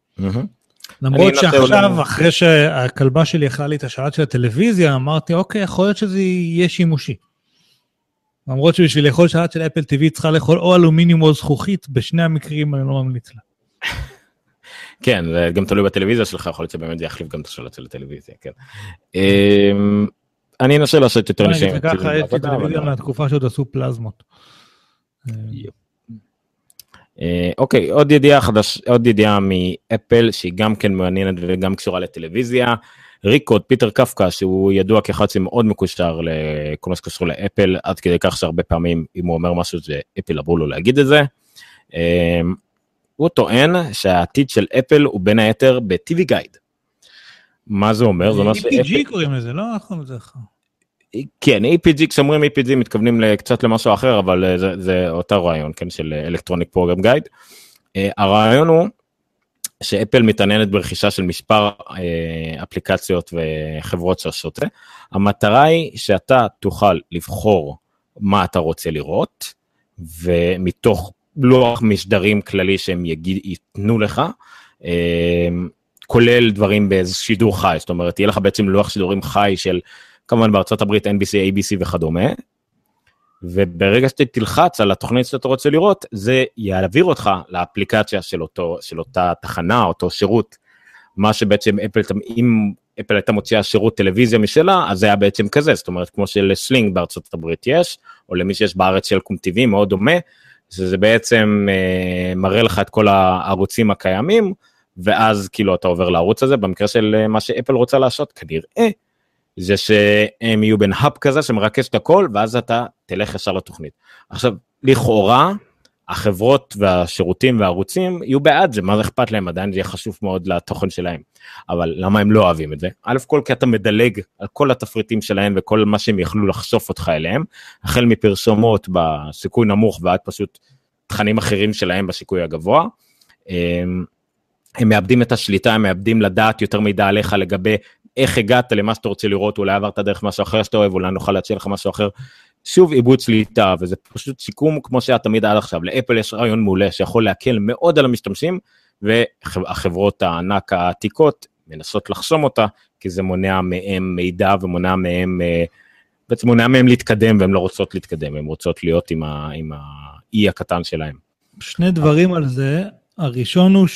למרות שעכשיו, אחרי שהכלבה שלי יכלה לי את השלט של הטלוויזיה, אמרתי, אוקיי, יכול להיות שזה יהיה שימושי. למרות שבשביל לאכול שלט של אפל TV, צריכה לאכול או אלומיניום או זכוכית, בשני המקרים אני לא ממליץ לה. כן, זה גם תלוי בטלוויזיה שלך, יכול להיות שבאמת זה יחליף גם את השלט של הטלוויזיה, כן. אני אנסה לעשות יותר נשאים. זה ככה, יש לי טלוויזיה מהתקופה שעוד עשו פלזמות. אוקיי, עוד ידיעה מאפל, שהיא גם כן מעניינת וגם קשורה לטלוויזיה, ריקוד, פיטר קפקה, שהוא ידוע כחצי מאוד מקושר לכל מה שקשור לאפל, עד כדי כך שהרבה פעמים, אם הוא אומר משהו, זה אפל אמרו לו להגיד את זה. הוא טוען שהעתיד של אפל הוא בין היתר ב-TV גייד. מה זה אומר? EPG קוראים לזה, לא נכון זה לך. כן, EPG, כשאומרים EPG מתכוונים קצת למשהו אחר, אבל זה אותו רעיון, כן, של אלקטרוניק פרוגרם גייד. הרעיון הוא שאפל מתעניינת ברכישה של מספר אפליקציות וחברות שונות. המטרה היא שאתה תוכל לבחור מה אתה רוצה לראות, ומתוך לוח משדרים כללי שהם ייתנו לך, כולל דברים באיזה שידור חי, זאת אומרת, יהיה לך בעצם לוח שידורים חי של, כמובן בארצות הברית, NBC, ABC וכדומה, וברגע שתלחץ על התוכנית שאתה רוצה לראות, זה יעביר אותך לאפליקציה של אותה תחנה, אותו שירות, מה שבעצם אפל, אם אפל הייתה מוציאה שירות טלוויזיה משלה, אז זה היה בעצם כזה, זאת אומרת, כמו שלסלינג בארצות הברית יש, או למי שיש בארץ של קום טבעי, מאוד דומה, שזה בעצם מראה לך את כל הערוצים הקיימים, ואז כאילו אתה עובר לערוץ הזה, במקרה של מה שאפל רוצה לעשות, כנראה, זה שהם יהיו בין האב כזה, שמרכז את הכל, ואז אתה תלך ישר לתוכנית. עכשיו, לכאורה, החברות והשירותים והערוצים יהיו בעד זה, מה זה אכפת להם, עדיין זה יהיה חשוב מאוד לתוכן שלהם, אבל למה הם לא אוהבים את זה? א' כל כי אתה מדלג על כל התפריטים שלהם, וכל מה שהם יכלו לחשוף אותך אליהם, החל מפרסומות בסיכוי נמוך, ועד פשוט תכנים אחרים שלהם בסיכוי הגבוה, הם מאבדים את השליטה, הם מאבדים לדעת יותר מידע עליך לגבי איך הגעת למה שאתה רוצה לראות, אולי עברת דרך משהו אחר שאתה אוהב, אולי נוכל להציע לך משהו אחר, שוב איבוד שליטה, וזה פשוט סיכום כמו שהיה תמיד עד עכשיו, לאפל יש רעיון מעולה שיכול להקל מאוד על המשתמשים, והחברות הענק העתיקות מנסות לחסום אותה, כי זה מונע מהם מידע, ומונע מהם, בעצם מונע מהם להתקדם, והן לא רוצות להתקדם, הן רוצות להיות עם האי הקטן שלהם. שני דברים על זה, הראשון הוא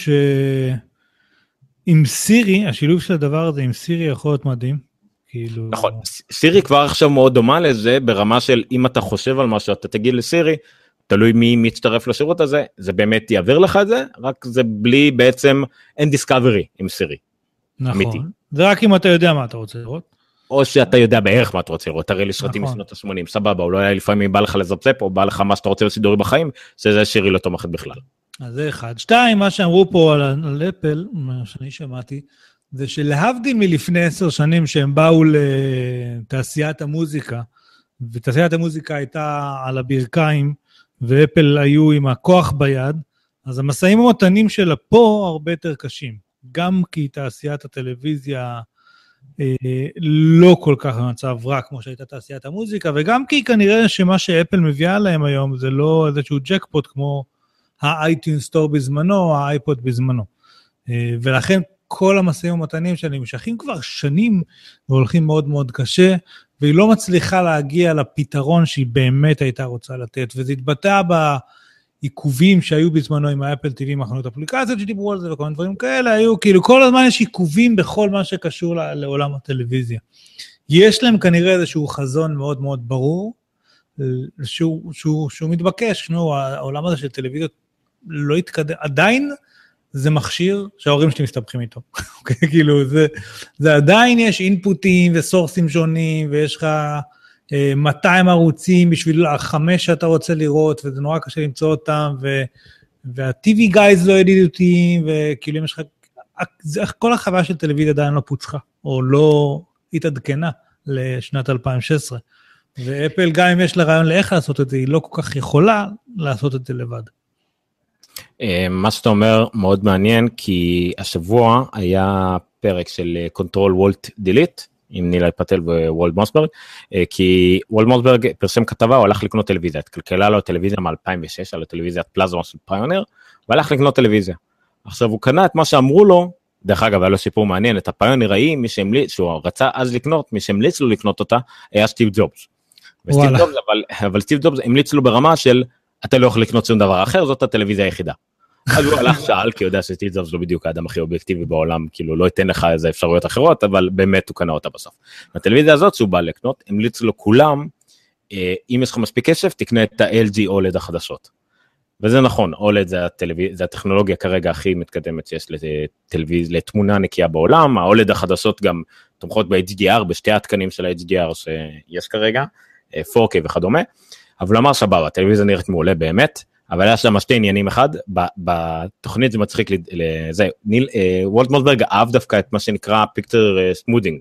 עם סירי, השילוב של הדבר הזה עם סירי יכול להיות מדהים. כאילו... נכון, סירי כבר עכשיו מאוד דומה לזה, ברמה של אם אתה חושב על משהו, אתה תגיד לסירי, תלוי מי מצטרף לשירות הזה, זה באמת יעביר לך את זה, רק זה בלי בעצם, אין דיסקאברי עם סירי. נכון, אמיתי. זה רק אם אתה יודע מה אתה רוצה לראות. או שאתה יודע בערך מה אתה רוצה לראות, תראה לי סרטים משנות ה-80, סבבה, או לא היה לפעמים בא לך לזפזפ, או בא לך מה שאתה רוצה לסידורי בחיים, שזה שירי לא תומכת בכלל. אז זה אחד. שתיים, מה שאמרו פה על אפל, מה שאני שמעתי, זה שלהבדיל מלפני 10 שנים שהם באו לתעשיית המוזיקה, ותעשיית המוזיקה הייתה על הברכיים, ואפל היו עם הכוח ביד, אז המסעים המתנים שלה פה הרבה יותר קשים. גם כי תעשיית הטלוויזיה לא כל כך במצב רע כמו שהייתה תעשיית המוזיקה, וגם כי כנראה שמה שאפל מביאה להם היום, זה לא איזשהו ג'קפוט כמו ה-iTunes Store בזמנו, האייפוד בזמנו. ולכן כל המסעים המתנים שלה נמשכים כבר שנים, והולכים מאוד מאוד קשה, והיא לא מצליחה להגיע לפתרון שהיא באמת הייתה רוצה לתת, וזה התבטא בעיכובים שהיו בזמנו עם האפל TV, מחנות אפליקציות שדיברו על זה, וכל מיני דברים כאלה, היו כאילו כל הזמן יש עיכובים בכל מה שקשור לעולם הטלוויזיה. יש להם כנראה איזשהו חזון מאוד מאוד ברור, שהוא מתבקש, העולם הזה של טלוויזיות לא יתקדם, עדיין זה מכשיר שההורים שלי מסתבכים איתו, כאילו זה עדיין יש אינפוטים וסורסים שונים, ויש לך 200 ערוצים בשביל 5 שאתה רוצה לראות, וזה נורא קשה למצוא אותם, וה-TV guys לא ידידותיים, וכאילו אם יש לך, כל החוויה של טלוויזיה עדיין לא פוצחה, או לא התעדכנה לשנת 2016, ואפל גם אם יש לה רעיון לאיך לעשות את זה, היא לא כל כך יכולה לעשות את זה לבד. מה שאתה אומר מאוד מעניין, כי השבוע היה פרק של Control Alt Delete, עם נילי פטל ווולד מוסברג, כי וולד מוסברג פרסם כתבה, הוא הלך לקנות טלוויזיה, התקלקלה לו טלוויזיה מ-2006, על הטלוויזיית פלזמה של פיונר, והלך לקנות טלוויזיה. עכשיו הוא קנה את מה שאמרו לו, דרך אגב, היה לו סיפור מעניין, את הפיונר ההיא, שהוא רצה אז לקנות, מי שהמליץ לו לקנות אותה, היה סטיב ג'ובס. אבל סטיב ג'ובס המליץ לו ברמה של, אתה לא יכול לקנות שום דבר אחר, זאת הטלוויזיה היחידה. אז הוא הלך שאל, כי הוא יודע שסטיב ג'ובס לא בדיוק האדם הכי אובייקטיבי בעולם, כאילו לא ייתן לך איזה אפשרויות אחרות, אבל באמת הוא קנה אותה בסוף. הטלוויזיה הזאת שהוא בא לקנות, המליץ לו כולם, אם יש לך מספיק כסף, תקנה את ה-LG OLED החדשות. וזה נכון, OLED זה הטכנולוגיה כרגע הכי מתקדמת שיש לתמונה נקייה בעולם, ה-OLED החדשות גם תומכות ב-HDR, בשתי התקנים של ה-HDR שיש כרגע, 4K וכדומה, אבל אמר סבבה, הטלוויזיה נראית מעולה באמת, אבל היה שם שתי עניינים, אחד, בתוכנית זה מצחיק לזה, וולט מוסברג אהב דווקא את מה שנקרא פיקצ'ר סמודינג,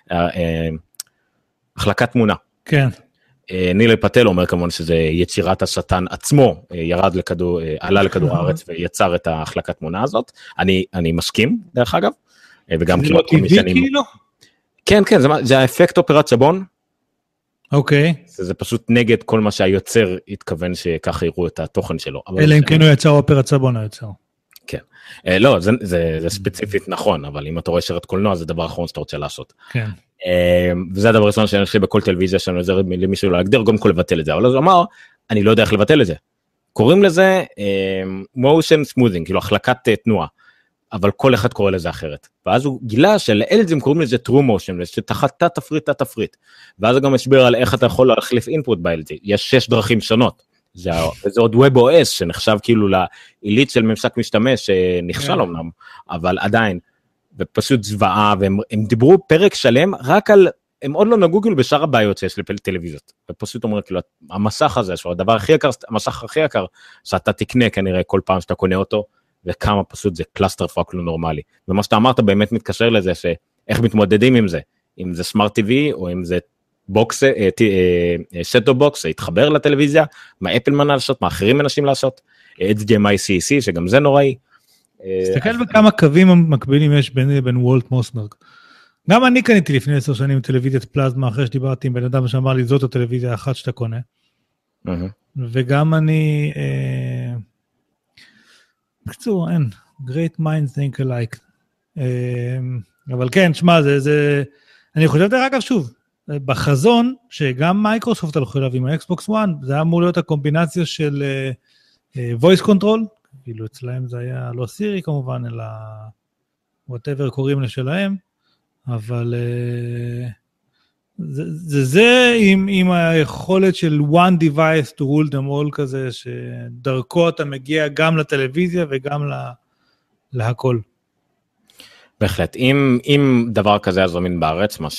החלקת תמונה. כן. נילי פטל אומר כמובן שזה יצירת השטן עצמו, עלה לכדור הארץ ויצר את ההחלקת תמונה הזאת, אני מסכים דרך אגב, וגם זה לא טבעי כאילו? כן, זה האפקט אופרת סבון, אוקיי. זה פשוט נגד כל מה שהיוצר התכוון שככה יראו את התוכן שלו. אלא אם כן הוא יצר אופרת סבון היוצר. כן. לא, זה ספציפית נכון, אבל אם אתה רואה שרת קולנוע, זה דבר אחרון שאתה רוצה לעשות. כן. וזה הדבר ראשון שאני חושב בכל טלוויזיה שאני עוזר למישהו להגדיר, גם כל לבטל את זה. אבל הוא אמר, אני לא יודע איך לבטל את זה. קוראים לזה motion smoothing, כאילו החלקת תנועה. אבל כל אחד קורא לזה אחרת. ואז הוא גילה של-LG הם קוראים לזה true motion, שתחת תפריט, ואז הוא גם הסביר על איך אתה יכול להחליף input ב-LG, יש 6 דרכים שונות, זה עוד WebOS שנחשב כאילו לעילית של ממשק משתמש, שנכשל אמנם, אבל עדיין, ופשוט זוועה, והם דיברו פרק שלם רק על, הם עוד לא נגעו כאילו בשאר הבעיות שיש לטלוויזיות, ופשוט אומרים כאילו, המסך הזה, שהוא הדבר הכי יקר, המסך הכי יקר, שאתה תקנה כנראה כל פעם שאתה קונה אותו, וכמה פשוט זה קלאסטר פאק לא נורמלי. ומה שאתה אמרת באמת מתקשר לזה, שאיך מתמודדים עם זה, אם זה סמארט TV, או אם זה בוקס, סטו בוקס, להתחבר לטלוויזיה, מה אפל מנה לעשות, מה אחרים מנסים לעשות, HDMI CEC, שגם זה נוראי. תסתכל בכמה קווים מקבילים יש בין וולט מוסברג. גם אני קניתי לפני 10 שנים טלוויזיית פלזמה, אחרי שדיברתי עם בן אדם שאמר לי, זאת הטלוויזיה האחת שאתה קונה. וגם אני, בקצור, אין, great minds think alike. אבל כן, שמה, אני חושב דרך אגב שוב, בחזון, שגם מייקרוסופט הלכו אליו עם האקסבוקס 1, זה אמור להיות הקומבינציה של voice control, כאילו אצלהם זה היה לא סירי כמובן, אלא whatever קוראים לשלהם, אבל זה עם היכולת של one device to rule them all כזה, שדרכו אתה מגיע גם לטלוויזיה וגם להכל. בהחלט, אם דבר כזה היה זמין בארץ, מה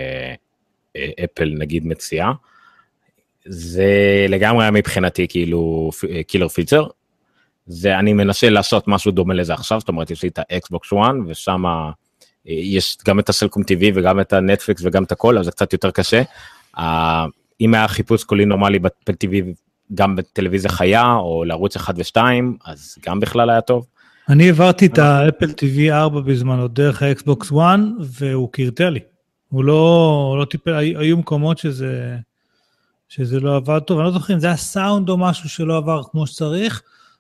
שאפל נגיד מציעה, זה לגמרי היה מבחינתי כאילו קילר פיצ'ר, זה אני מנסה לעשות משהו דומה לזה עכשיו, זאת אומרת יש לי את האקסבוקס 1, ושם יש גם את הסלקום TV וגם את הנטפליקס וגם את הכל, אז זה קצת יותר קשה, אם היה חיפוש קולי נורמלי באפל TV, גם בטלוויזיה חיה, או לערוץ 1 ו-2, אז גם בכלל היה טוב. אני עברתי את האפל TV 4 בזמנו, דרך האקסבוקס 1, והוא קרטע לי. הוא לא טיפל, היו מקומות שזה לא עבד טוב, אני לא זוכר אם זה היה סאונד או משהו שלא עבר כמו שצריך,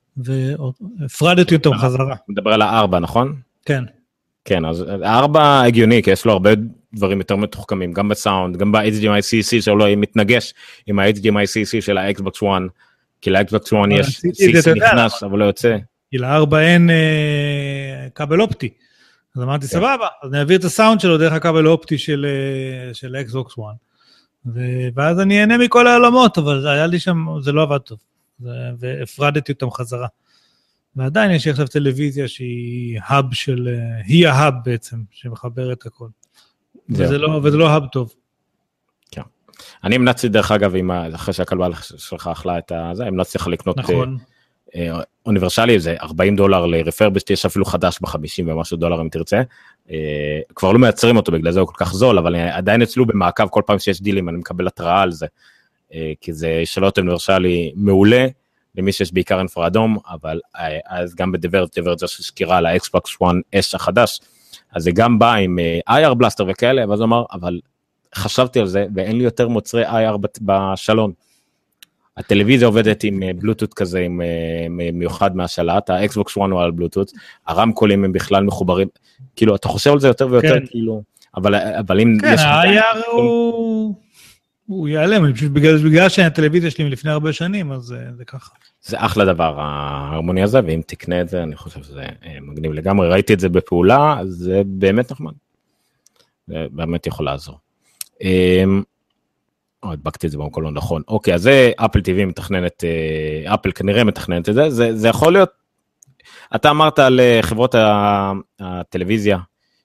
והפרדתי אותו בחזרה. מדבר על ה-4, נכון? כן. כן, אז ה-4 הגיוני, כי יש לו הרבה דברים יותר מתוחכמים, גם בסאונד, גם ב-HDMI CEC שלו מתנגש עם ה-HDMI CEC של האקסבוקס 1, כי לאקסבוקס 1 יש CEC נכנס, אבל לא יוצא. כי ל-4 אין כבל אופטי. אז אמרתי, סבבה, אז נעביר את הסאונד שלו דרך הכבל האופטי של האקסבוקס 1. ואז אני אהנה מכל העולמות, אבל היה לי שם, זה לא עבד טוב. והפרדתי אותם חזרה. ועדיין יש עכשיו טלוויזיה שהיא האב היא ההאב בעצם, שמחבר את הכל. וזה לא האב טוב. כן. אני המלצתי דרך אגב, אחרי שהכלבה שלך אכלה את זה, המלצתי לך לקנות אוניברסלי, זה $40 לרפרבשט, יש אפילו חדש ב$50 ומשהו אם תרצה. כבר לא מייצרים אותו, בגלל זה הוא כל כך זול, אבל עדיין אצלו במעקב, כל פעם שיש דילים, אני מקבל התראה על זה, כי זה שאלות אוניברסלי מעולה, למי שיש בעיקר אינפרה אדום, אבל אז גם בדברת יש סקירה על האקסבוקס 1S החדש, אז זה גם בא עם IR בלאסטר וכאלה, ואז הוא אמר, אבל חשבתי על זה, ואין לי יותר מוצרי IR בשלון. הטלוויזיה עובדת עם בלוטות כזה, עם מיוחד מהשלט, האקסבוקס 1 הוא על בלוטות, הרמקולים הם בכלל מחוברים, כאילו, אתה חושב על זה יותר ויותר, כאילו, אבל אם יש... כן, ה-IR הוא ייעלם, בגלל שהטלוויזיה שלי מלפני הרבה שנים, אז זה ככה. זה אחלה דבר, ההרמוניה הזה, ואם תקנה את זה, אני חושב שזה מגניב לגמרי, ראיתי את זה בפעולה, אז זה באמת נחמד. זה באמת יכול לעזור. הדבקתי את זה במקום לא נכון. אוקיי, אז זה אפל TV מתכננת, אפל כנראה מתכננת את זה, זה יכול להיות, אתה אמרת על חברות הטלוויזיה,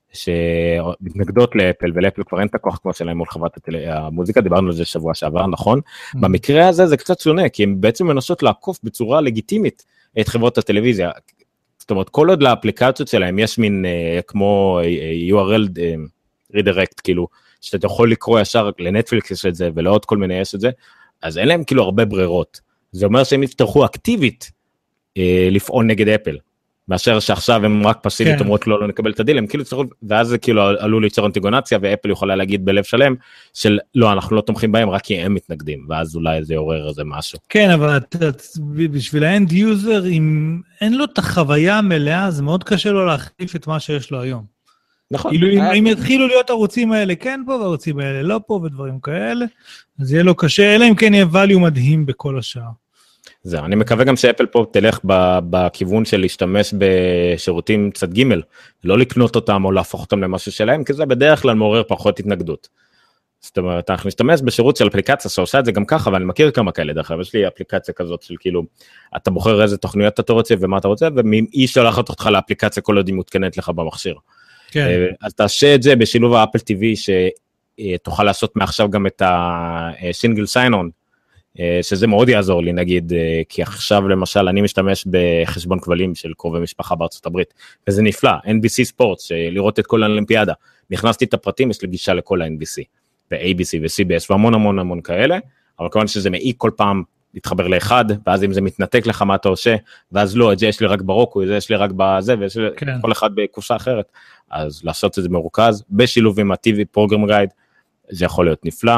שמתנגדות לאפל, ולאפל כבר אין את הכוח כמו שלהם מול חברת המוזיקה, דיברנו על זה שבוע שעבר, נכון? במקרה הזה זה קצת שונה, כי הם בעצם מנסות לעקוף בצורה לגיטימית את חברות הטלוויזיה, זאת אומרת, כל עוד לאפליקציות שלהם יש מין כמו URL redirect, כאילו, שאתה יכול לקרוא ישר לנטפליקס יש את זה, ולעוד כל מיני יש את זה, אז אין להם כאילו הרבה ברירות, זה אומר שהם יפתחו אקטיבית לפעול נגד אפל, מאשר שעכשיו הם רק פסיבית אומרות לא נקבל את הדיל, הם כאילו צריכו, ואז זה כאילו עלו ליצור אנטיגונציה, ואפל יכולה להגיד בלב שלם, של לא, אנחנו לא תומכים בהם, רק כי הם מתנגדים, ואז אולי זה יעורר איזה משהו. כן, אבל בשביל האנד יוזר, אם אין לו את החוויה המלאה, זה מאוד קשה לו להחליף את מה שיש לו היום. נכון. כאילו אם יתחילו להיות ערוצים האלה כן פה, והערוצים האלה לא פה, ודברים כאלה, אז יהיה לו קשה, אלא אם כן יהיה value מדהים בכל השאר. זהו, אני מקווה גם שאפל פה תלך בכיוון של להשתמש בשירותים צד ג', לא לקנות אותם או להפוך אותם למשהו שלהם, כי זה בדרך כלל מעורר פחות התנגדות. זאת אומרת, אנחנו נשתמש בשירות של אפליקציה שעושה את זה גם ככה, ואני מכיר כמה כאלה, דרך כלל, יש לי אפליקציה כזאת של כאילו, אתה בוחר איזה תוכניות אתה רוצה ומה אתה רוצה, והיא שולחת אותך לאפליקציה כל עוד היא מותקנת לך במכשיר. כן. אז תעשה את זה בשילוב האפל TV, שתוכל לעשות מעכשיו גם את הסינגל סיין-און, שזה מאוד יעזור לי, נגיד, כי עכשיו למשל אני משתמש בחשבון כבלים של קרובי משפחה בארצות הברית, וזה נפלא, NBC ספורט, לראות את כל האולימפיאדה, נכנסתי את הפרטים, יש לי גישה לכל ה-NBC, ו-ABC ו-CBS, והמון המון המון כאלה, אבל כמובן שזה מעיק כל פעם להתחבר לאחד, ואז אם זה מתנתק לך מה אתה עושה, ואז לא, את זה יש לי רק ברוקו, את זה יש לי רק בזה, ויש לי כל אחד בקופסה אחרת, אז לעשות את זה מרוכז, בשילוב עם ה-TV פרוגרם גייד, זה יכול להיות נפלא,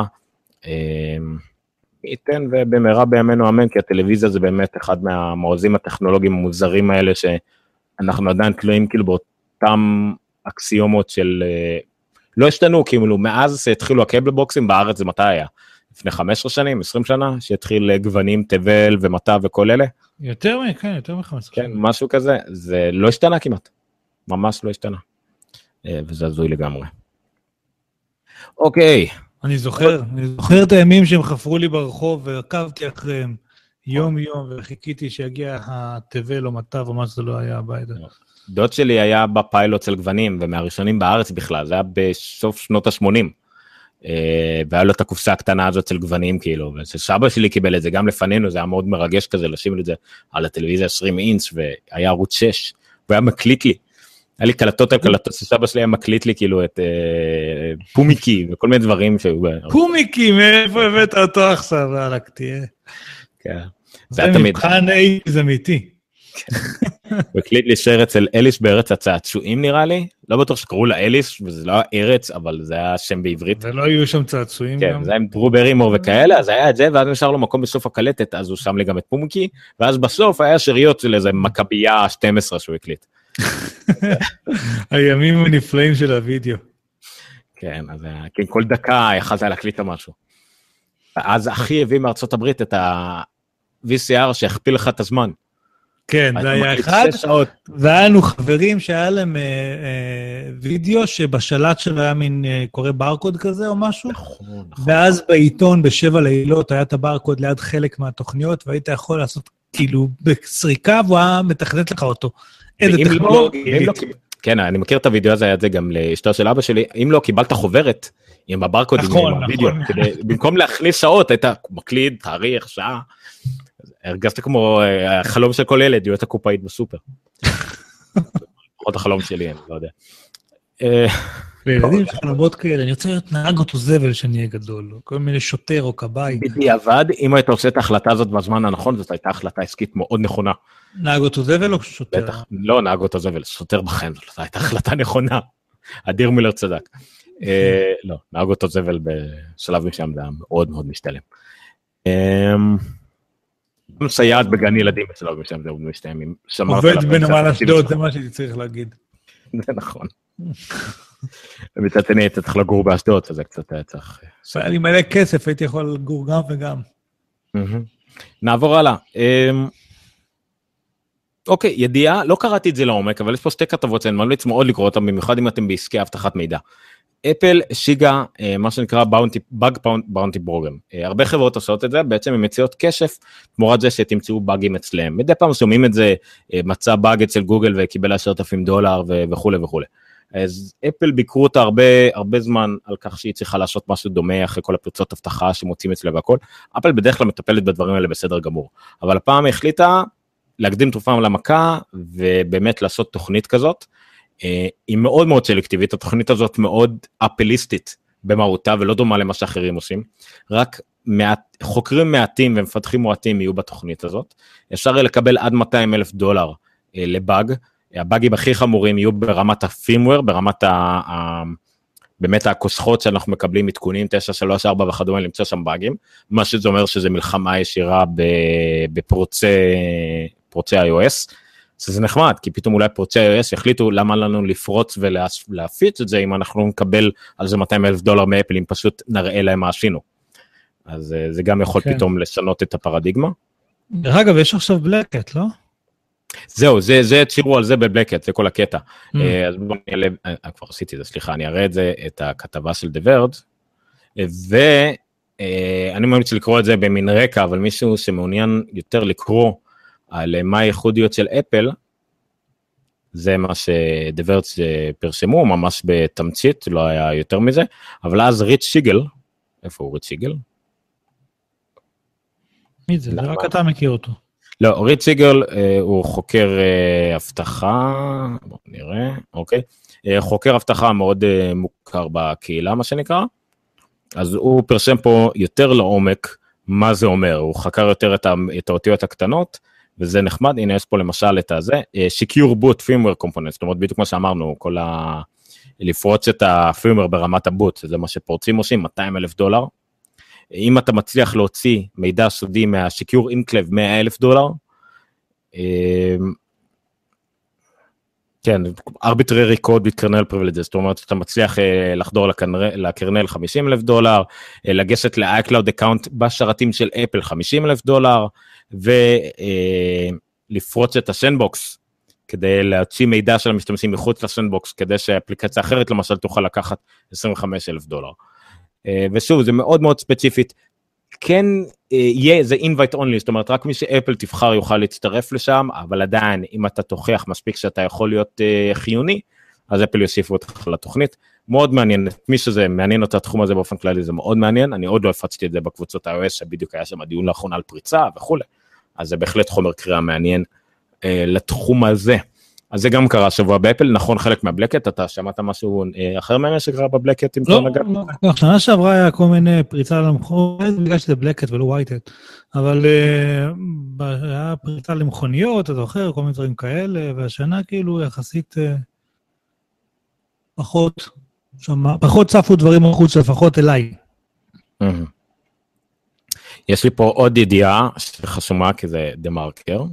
ייתן ובמהרה בימינו אמן, כי הטלוויזיה זה באמת אחד מהמעוזים הטכנולוגיים המוזרים האלה, שאנחנו עדיין תלויים כאילו באותם אקסיומות של, לא השתנו, כאילו מאז שהתחילו הקבל בוקסים בארץ, זה מתי היה? לפני 15 שנים, 20 שנה, שהתחיל גוונים, תבל ומטה וכל אלה? יותר מ-15 כן, משהו כזה, זה לא השתנה כמעט, ממש לא השתנה, וזה הזוי לגמרי. אוקיי, אני זוכר את הימים שהם חפרו לי ברחוב, ועקבתי אחריהם יום וחיכיתי שיגיע התבל או מטב או מה שזה לא היה הביתה. דוד שלי היה בפיילוט של גוונים, ומהראשונים בארץ בכלל, זה היה בסוף שנות ה-80, והיה לו את הקופסה הקטנה הזאת של גוונים, כאילו, ושסבא שלי קיבל את זה גם לפנינו, זה היה מאוד מרגש כזה, לשים את זה על הטלוויזיה 20 אינץ', והיה ערוץ 6, והיה מקליט לי, היה לי קלטות על קלטות, שסבא שלי היה מקליט לי כאילו את פומיקי, וכל מיני דברים פומיקי, מאיפה הבאת אותו עכשיו, ועלק תהיה. כן. זה מבחן זה אמיתי. הוא הקליט לי שיר אצל אליש בארץ הצעצועים נראה לי, לא בטוח שקראו לה אליש, וזה לא היה ארץ, אבל זה היה שם בעברית. ולא היו שם צעצועים גם. כן, זה היה עם דרו ברימור וכאלה, אז היה את זה, ואז נשאר לו מקום בסוף הקלטת, אז הוא שם לי גם את פומיקי, ואז בסוף היה שיריות של איזה מכבייה 12 שהוא הקליט. הימים הנפלאים של הוידאו. כן, אז כל דקה יכלת להקליט משהו. אז אחי הביא מארצות הברית את ה-VCR שהכפיל לך את הזמן. כן, זה היה אחד, והיה לנו חברים שהיה להם וידאו שבשלט שלו היה מין קורא ברקוד כזה או משהו, ואז בעיתון ב7 לילות היה את הברקוד ליד חלק מהתוכניות, והיית יכול לעשות כאילו בסריקה, והוא היה מתכנת לך אותו. איזה טכנולוגיה. כן, אני מכיר את הוידאו הזה, היה את זה גם לאשתו של אבא שלי, אם לא קיבלת חוברת עם הברקודים, עם הוידאו, במקום להכניס שעות, היית מקליד, תאריך, שעה, הרגשת כמו החלום של כל ילד, להיות הקופאית בסופר. עוד החלום שלי, אני לא יודע. לילדים שחלומות כאלה, אני רוצה להיות נהג אותו זבל שאני אהיה גדול, כל מיני שוטר או קבאי. בדיעבד, אם היית עושה את ההחלטה הזאת בזמן הנכון, זאת הייתה החלטה עסקית מאוד נכונה. נהג אותו זבל או שוטר? לא נהג אותו זבל, שוטר בחיים, זאת הייתה החלטה נכונה. אדיר מילר צדק. לא, נהג אותו זבל בשלב משם, זה היה מאוד מאוד משתלם. גם סייעת בגן ילדים בשלב משם, זה מאוד משתלם. עובד בנמל אשדוד, זה מה שאני צריך להגיד. זה נכון. ומצד שני, אתה צריך לגור באשדוד, אז זה קצת היה צריך... היה לי מלא כסף, הייתי יכול לגור גם וגם. נעבור הלאה. אוקיי, ידיעה, לא קראתי את זה לעומק, אבל יש פה שתי כתבות שאני ממליץ מאוד לקרוא אותם, במיוחד אם אתם בעסקי אבטחת מידע. אפל השיגה מה שנקרא Bug Bounty Program. הרבה חברות עושות את זה, בעצם הן מציעות כסף, תמורת זה שתמצאו באגים אצלם. מדי פעם שומעים את זה, מצא באג אצל גוגל וקיבל $10,000 וכו' וכו'. אז אפל ביקרו אותה הרבה זמן על כך שהיא צריכה לעשות משהו דומה אחרי כל הפרצות הבטחה שמוצאים אצלה והכל. אפל בדרך כלל מטפלת בדברים האלה בסדר גמור. אבל הפעם החליטה להקדים תרופה למכה ובאמת לעשות תוכנית כזאת. היא מאוד מאוד סלקטיבית, התוכנית הזאת מאוד אפליסטית במהותה ולא דומה למה שאחרים עושים. רק חוקרים מעטים ומפתחים מועטים יהיו בתוכנית הזאת. אפשר לקבל עד $200,000 לבאג. הבאגים הכי חמורים יהיו ברמת הפירמוור, ברמת באמת הכוסחות שאנחנו מקבלים עדכונים 934 וכדומה, למצוא שם באגים, מה שזה אומר שזה מלחמה ישירה בפרוצי iOS, זה נחמד, כי פתאום אולי פרוצי iOS יחליטו למה לנו לפרוץ ולהפיץ את זה, אם אנחנו נקבל על זה $200,000 מאפל, אם פשוט נראה להם מה עשינו. אז זה גם יכול פתאום לשנות את הפרדיגמה. דרך אגב, יש עכשיו בלקט, לא? זהו, זה תשירו על זה בבלקט, זה כל הקטע. אז בואו נעלה, כבר עשיתי את זה, סליחה, אני אראה את הכתבה של The Verge, ואני ממליץ לקרוא את זה במין רקע, אבל מישהו שמעוניין יותר לקרוא על מה הייחודיות של אפל, זה מה ש-The Verge פרשמו, ממש בתמצית, לא היה יותר מזה, אבל אז ריץ' שיגל, איפה הוא ריץ' שיגל? מי זה? זה רק אתה מכיר אותו. לא, ריץ' שיגל הוא חוקר הבטחה, בואו נראה, אוקיי, חוקר הבטחה מאוד מוכר בקהילה, מה שנקרא, אז הוא פרשם פה יותר לעומק מה זה אומר, הוא חקר יותר את האותיות הקטנות, וזה נחמד, הנה יש פה למשל את הזה, Secure Boot Firmware Components, זאת אומרת בדיוק כמו שאמרנו, לפרוץ את הפירמוור ברמת הבוט, זה מה שפורצים עושים, $200,000, אם אתה מצליח להוציא מידע סודי מה-Secure Enclave $100,000, כן, arbitrary code with kernel privileges, זאת אומרת, אתה מצליח לחדור לקרנל $50,000, לגשת ל-iCloud account בשרתים של אפל $50,000, ולפרוץ את השנבוקס, כדי להוציא מידע של המשתמשים מחוץ לשנבוקס, כדי שהאפליקציה אחרת למשל תוכל לקחת $25,000. ושוב, זה מאוד מאוד ספציפית, כן יהיה, זה invite only, זאת אומרת, רק מי שאפל תבחר יוכל להצטרף לשם, אבל עדיין, אם אתה תוכיח מספיק שאתה יכול להיות חיוני, אז אפל יוסיפו אותך לתוכנית, מאוד מעניין, מי שזה מעניין אותה התחום הזה באופן כללי, זה מאוד מעניין, אני עוד לא הפצתי את זה בקבוצות iOS, שבדיוק היה שם הדיון לאחרונה על פריצה וכו', אז זה בהחלט חומר קריאה מעניין לתחום הזה. אז זה גם קרה שבוע באפל, נכון חלק מהבלקט, אתה שמעת משהו אחר ממנו שקרה בבלקט? לא, שנה שעברה היה כל מיני פריצה למכוניות, בגלל שזה בלקט ולא ווייטט, אבל היה פריצה למכוניות, אתה זוכר, כל מיני דברים כאלה, והשנה כאילו יחסית פחות צפו דברים החוץ, לפחות אליי. יש לי פה עוד ידיעה שחשומה, כי זה דה מרקר.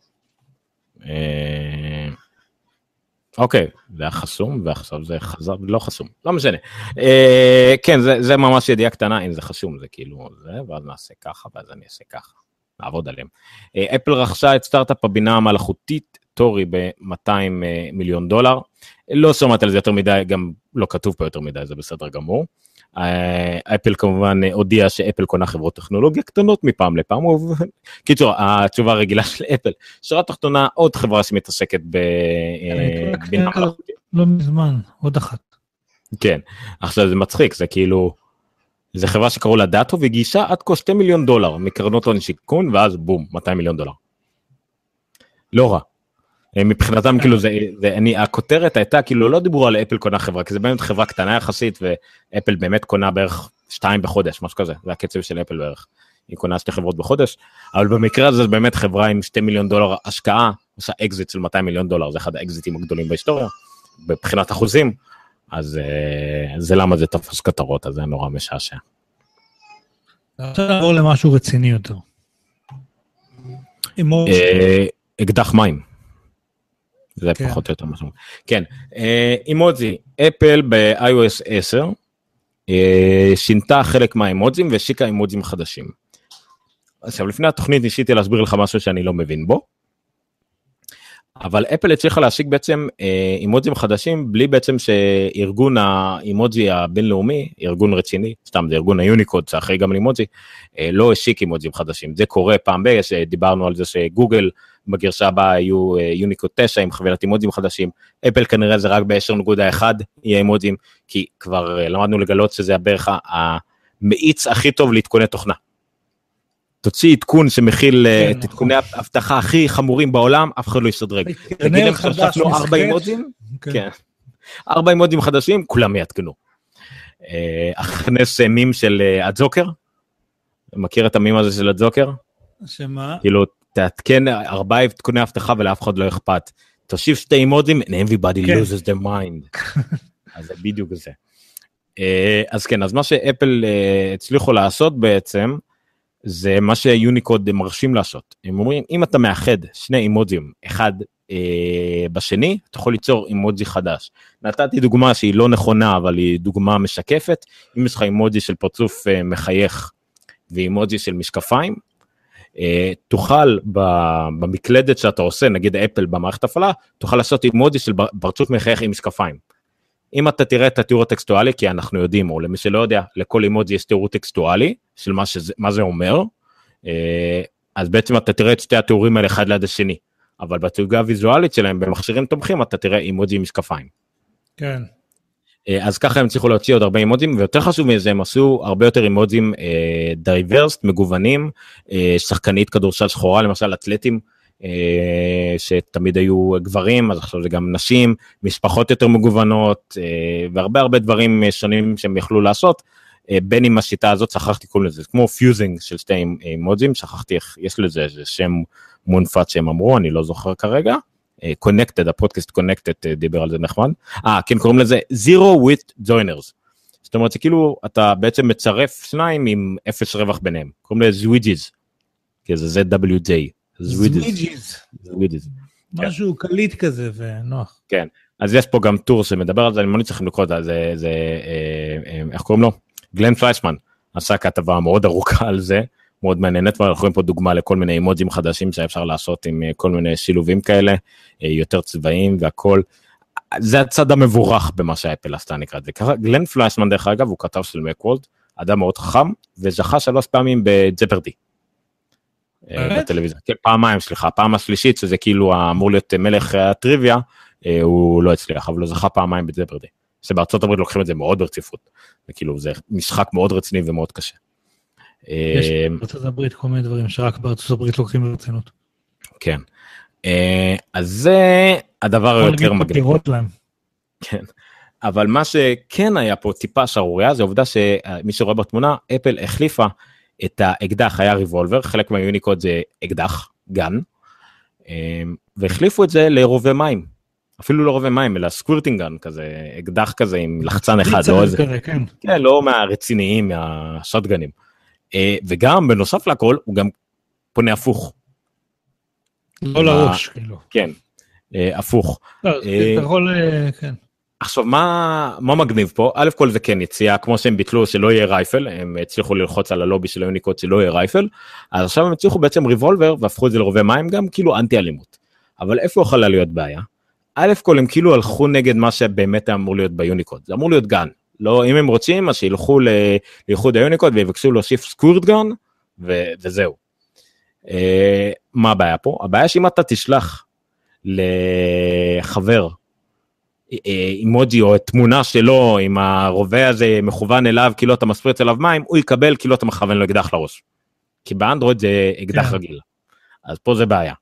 אוקיי, זה היה חסום, ועכשיו זה חזר, לא חסום, לא משנה. כן, זה ממש ידיעה קטנה, אם זה חשום, זה כאילו זה, ואז נעשה ככה, ואז אני אעשה ככה, נעבוד עליהם. אפל רכשה את סטארט-אפ הבינה המלאכותית, טורי, ב$200 מיליון. לא שמעת על זה יותר מדי, גם לא כתוב פה יותר מדי, זה בסדר גמור. אפל כמובן הודיע שאפל קונה חברות טכנולוגיה קטנות מפעם לפעם, קיצור, התשובה הרגילה של אפל, שורה תחתונה עוד חברה שמתעסקת בבינה מלאכותית. לא מזמן, עוד אחת. כן, עכשיו זה מצחיק, זה כאילו, זה חברה שקראו לה דאטו, והגישה עד כה $2 מיליון מקרנות הון סיכון, ואז בום, $200 מיליון. לא רע. מבחינתם כאילו הכותרת הייתה כאילו לא דיברו על אפל קונה חברה, כי זה באמת חברה קטנה יחסית, ואפל באמת קונה בערך 2 בחודש, משהו כזה, זה הקצב של אפל בערך, היא קונה 2 חברות בחודש, אבל במקרה הזה זה באמת חברה עם $2 מיליון השקעה, עושה אקזיט של $200 מיליון, זה אחד האקזיטים הגדולים בהיסטוריה, בבחינת אחוזים, אז זה למה זה תפס כותרות, אז זה נורא משעשע. אני רוצה לעבור למשהו רציני יותר. אקדח מים. זה פחות או יותר משהו. כן, אימוג'י, אפל ב-iOS 10, שינתה חלק מהאימוג'ים והשיקה אימוג'ים חדשים. עכשיו, לפני התוכנית ניסיתי להסביר לך משהו שאני לא מבין בו, אבל אפל הצליחה להשיק בעצם אימוג'ים חדשים, בלי בעצם שארגון האימוג'י הבינלאומי, ארגון רציני, סתם זה ארגון היוניקוד, שאחרי גם לאימוג'י, לא השיק אימוג'ים חדשים. זה קורה פעם דיברנו על זה שגוגל, בגרשה הבאה היו יוניקוד 9 עם חבילת אימוג'ים חדשים, אפל כנראה זה רק ב-10.1 יהיה אימוג'ים, כי כבר למדנו לגלות שזה בערך המאיץ הכי טוב להתקוני תוכנה. תוציא עדכון שמכיל את עדכוני ההבטחה הכי חמורים בעולם, אף אחד לא ישדרג. תגיד להם שחשפנו 4 אימוג'ים, כן, 4 אימוג'ים חדשים, כולם יעדכנו. הכנס מים של הג'וקר, מכיר את המים הזה של הג'וקר? שמה? כאילו, תעדכן 4 עדכוני הבטחה ולאף אחד לא אכפת. תושיב 2 אימוג'ים, and everybody loses their mind. אז זה בדיוק זה. אז כן, אז מה שאפל הצליחו לעשות בעצם, זה מה שיוניקוד מרשים לעשות. הם אומרים, אם אתה מאחד 2 אימוג'ים, אחד בשני, אתה יכול ליצור אימוג'י חדש. נתתי דוגמה שהיא לא נכונה, אבל היא דוגמה משקפת. אם יש לך אימוג'י של פרצוף מחייך, ואימוג'י של משקפיים, תוכל במקלדת שאתה עושה, נגיד אפל במערכת הפעלה, תוכל לעשות אימוג'י של פרצוף מחייך עם משקפיים. אם אתה תראה את התיאור הטקסטואלי, כי אנחנו יודעים, או למי שלא יודע, לכל אימוג'י יש תיאור טקסטואלי, של מה זה אומר, אז בעצם אתה תראה את שתי התיאורים האלה אחד ליד השני, אבל בתיוגה הוויזואלית שלהם, במכשירים תומכים, אתה תראה אימוג'י עם משקפיים. כן. אז ככה הם צריכו להוציא עוד הרבה אימוג'ים, ויותר חשוב מזה, הם עשו הרבה יותר אימוג'ים דייברסט, מגוונים, שחקנית כדורסל שחורה, למשל אתלטים, שתמיד היו גברים, אז עכשיו זה גם נשים, משפחות יותר מגוונות, והרבה הרבה דברים שונים שהם יכלו לעשות, בין עם השיטה הזאת, שכחתי קוראים לזה, כמו פיוזינג של שתי אימוג'ים, שכחתי איך יש לזה, איזה שם מונפת שהם אמרו, אני לא זוכר כרגע, Connected, הפודקאסט Connected דיבר על זה נחמד, כן קוראים לזה Zero with Joiners, זאת אומרת שכאילו אתה בעצם מצרף שניים עם אפס רווח ביניהם, קוראים לזה זוויג'יז, כי זה ZWJ, זוויג'יז, משהו קליט כזה ונוח. כן, אז יש פה גם טור שמדבר על זה, אני לא צריכים לקרוא את זה, איך קוראים לו? גלן פליישמן, עשה כתבה מאוד ארוכה על זה, מאוד מעניינת, ואנחנו רואים פה דוגמה לכל מיני אימוג'ים חדשים שאפשר לעשות עם כל מיני שילובים כאלה, יותר צבעים והכל. זה הצד המבורך במה שהאפל עשתה נקרא את זה. גלן פליישמן דרך אגב, הוא כתב של מקוולד, אדם מאוד חכם, וזכה 3 פעמים בג'פרדי. בטלוויזיה. כן, פעמיים, סליחה, הפעם השלישית, שזה כאילו אמור להיות מלך הטריוויה, הוא לא הצליח, אבל הוא זכה פעמיים בג'פרדי. שבארצות הברית לוקחים את זה מאוד ברציפות. וכאילו זה משחק מאוד רציני ומאוד קשה. יש בארצות הברית כל מיני דברים שרק בארצות הברית לוקחים ברצינות. כן. אז זה הדבר היותר מגניב. כן. אבל מה שכן היה פה טיפה שערוריה, זה עובדה שמי שרואה בתמונה, אפל החליפה את האקדח, היה ריבולבר, חלק מהיוניקוד זה אקדח, גן, והחליפו את זה לרובה מים. אפילו לא רובה מים, אלא סקווירטינג גן כזה, אקדח כזה עם לחצן אחד, לא איזה, כן, לא מהרציניים, מהשוטגנים. וגם בנוסף לכל, הוא גם פונה הפוך. לא לראש, כאילו. כן, הפוך. לא, אתה יכול, כן. עכשיו, מה מגניב פה? א' כל זה כן יציאה, כמו שהם ביטלו שלא יהיה רייפל, הם הצליחו ללחוץ על הלובי של היוניקוד שלא יהיה רייפל, אז עכשיו הם הצליחו בעצם ריבולבר, והפכו את זה לרובה מים גם, כאילו אנטי אלימות. אבל איפה יכולה להיות בעיה? א' כל הם כאילו הלכו נגד מה שבאמת אמור להיות ביוניקוד, זה אמור להיות גן. לא, אם הם רוצים, אז שילכו לאיחוד היוניקוד ויבקשו להוסיף סקווירט גן, וזהו. מה הבעיה פה? הבעיה שאם אתה תשלח לחבר אימוג'י או תמונה שלו עם הרובה הזה מכוון אליו, כאילו אתה מספריץ אליו מים, הוא יקבל כאילו אתה מכוון לו אקדח לראש. כי באנדרואיד זה אקדח רגיל. אז פה זה בעיה.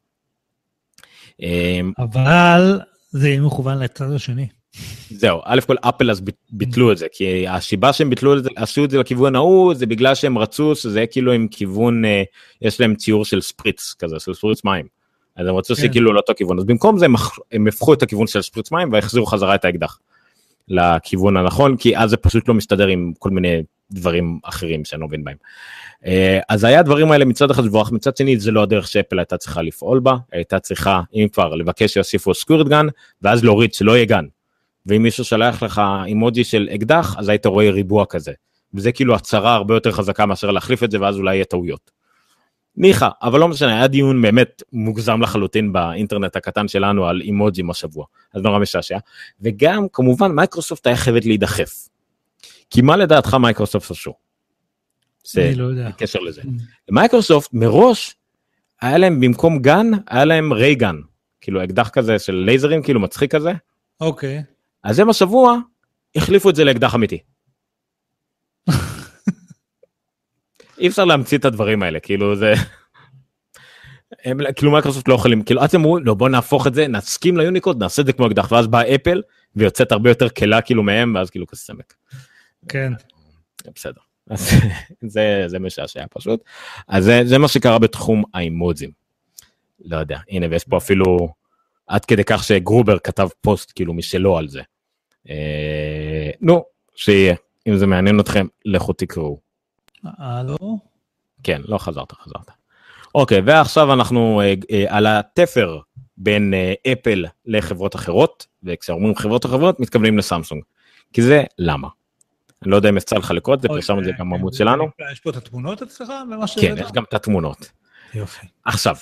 אבל זה יהיה מכוון לצד השני. זהו, א' כל אפל אז ביטלו את זה, כי השיבה שהם ביטלו את זה, עשו את זה לכיוון ההוא, זה בגלל שהם רצו שזה כאילו עם כיוון, יש להם ציור של ספריץ כזה, של ספריץ מים. אז הם רצו שכאילו לאותו כיוון, אז במקום זה הם הפכו את הכיוון של ספריץ מים, והחזירו חזרה את האקדח לכיוון הנכון, כי אז זה פשוט לא מסתדר עם כל מיני דברים אחרים שאני לא מבין בהם. אז היה הדברים האלה מצד אחד מבורך, מצד שני זה לא הדרך שאפל הייתה צריכה לפעול בה, הייתה צריכה, אם כבר, לבקש שיוסיפו סקווירט גן, ואז להוריד שלא יהיה גן. ואם מישהו שלח לך אימוג'י של אקדח, אז היית רואה ריבוע כזה. וזה כאילו הצהרה הרבה יותר חזקה מאשר להחליף את זה, ואז אולי יהיה טעויות. ניחא, אבל לא משנה, היה דיון באמת מוגזם לחלוטין באינטרנט הקטן שלנו על אימוג'ים השבוע. אז נורא משעשע. וגם, כמובן, מייקרוסופט היה חייבת להידחף. כי מה לדעתך מייקרוסופט עשו? אני לא יודע. בקשר לזה. מייקרוסופט מראש, היה להם במקום גן, היה להם רייגן. כאילו אקדח כזה של לייזרים, כאילו מצחיק כזה. אוקיי. אז הם השבוע החליפו את זה לאקדח אמיתי. אי אפשר להמציא את הדברים האלה, כאילו זה... כאילו מייקרוסופט לא יכולים, כאילו אז אמרו, לא בוא נהפוך את זה, נסכים ליוניקוד, נעשה את זה כמו אקדח, ואז בא אפל, ויוצאת הרבה יותר קלה כאילו מהם, ואז כאילו כזה סמק. כן. בסדר. אז זה משעשע פשוט. אז זה מה שקרה בתחום האימוג'ים. לא יודע, הנה ויש פה אפילו... עד כדי כך שגרובר כתב פוסט כאילו משלו על זה. נו, שיהיה. אם זה מעניין אתכם, לכו תקראו. לא? כן, לא חזרת. אוקיי, ועכשיו אנחנו על התפר בין אפל לחברות אחרות, וכשאומרים חברות אחרות, מתכוונים לסמסונג. כי זה למה? אני לא יודע אם יצא לך לקרוא את זה, פרסם את זה גם בעמוד שלנו. יש פה את התמונות אצלך? כן, יש גם את התמונות. יופי. עכשיו,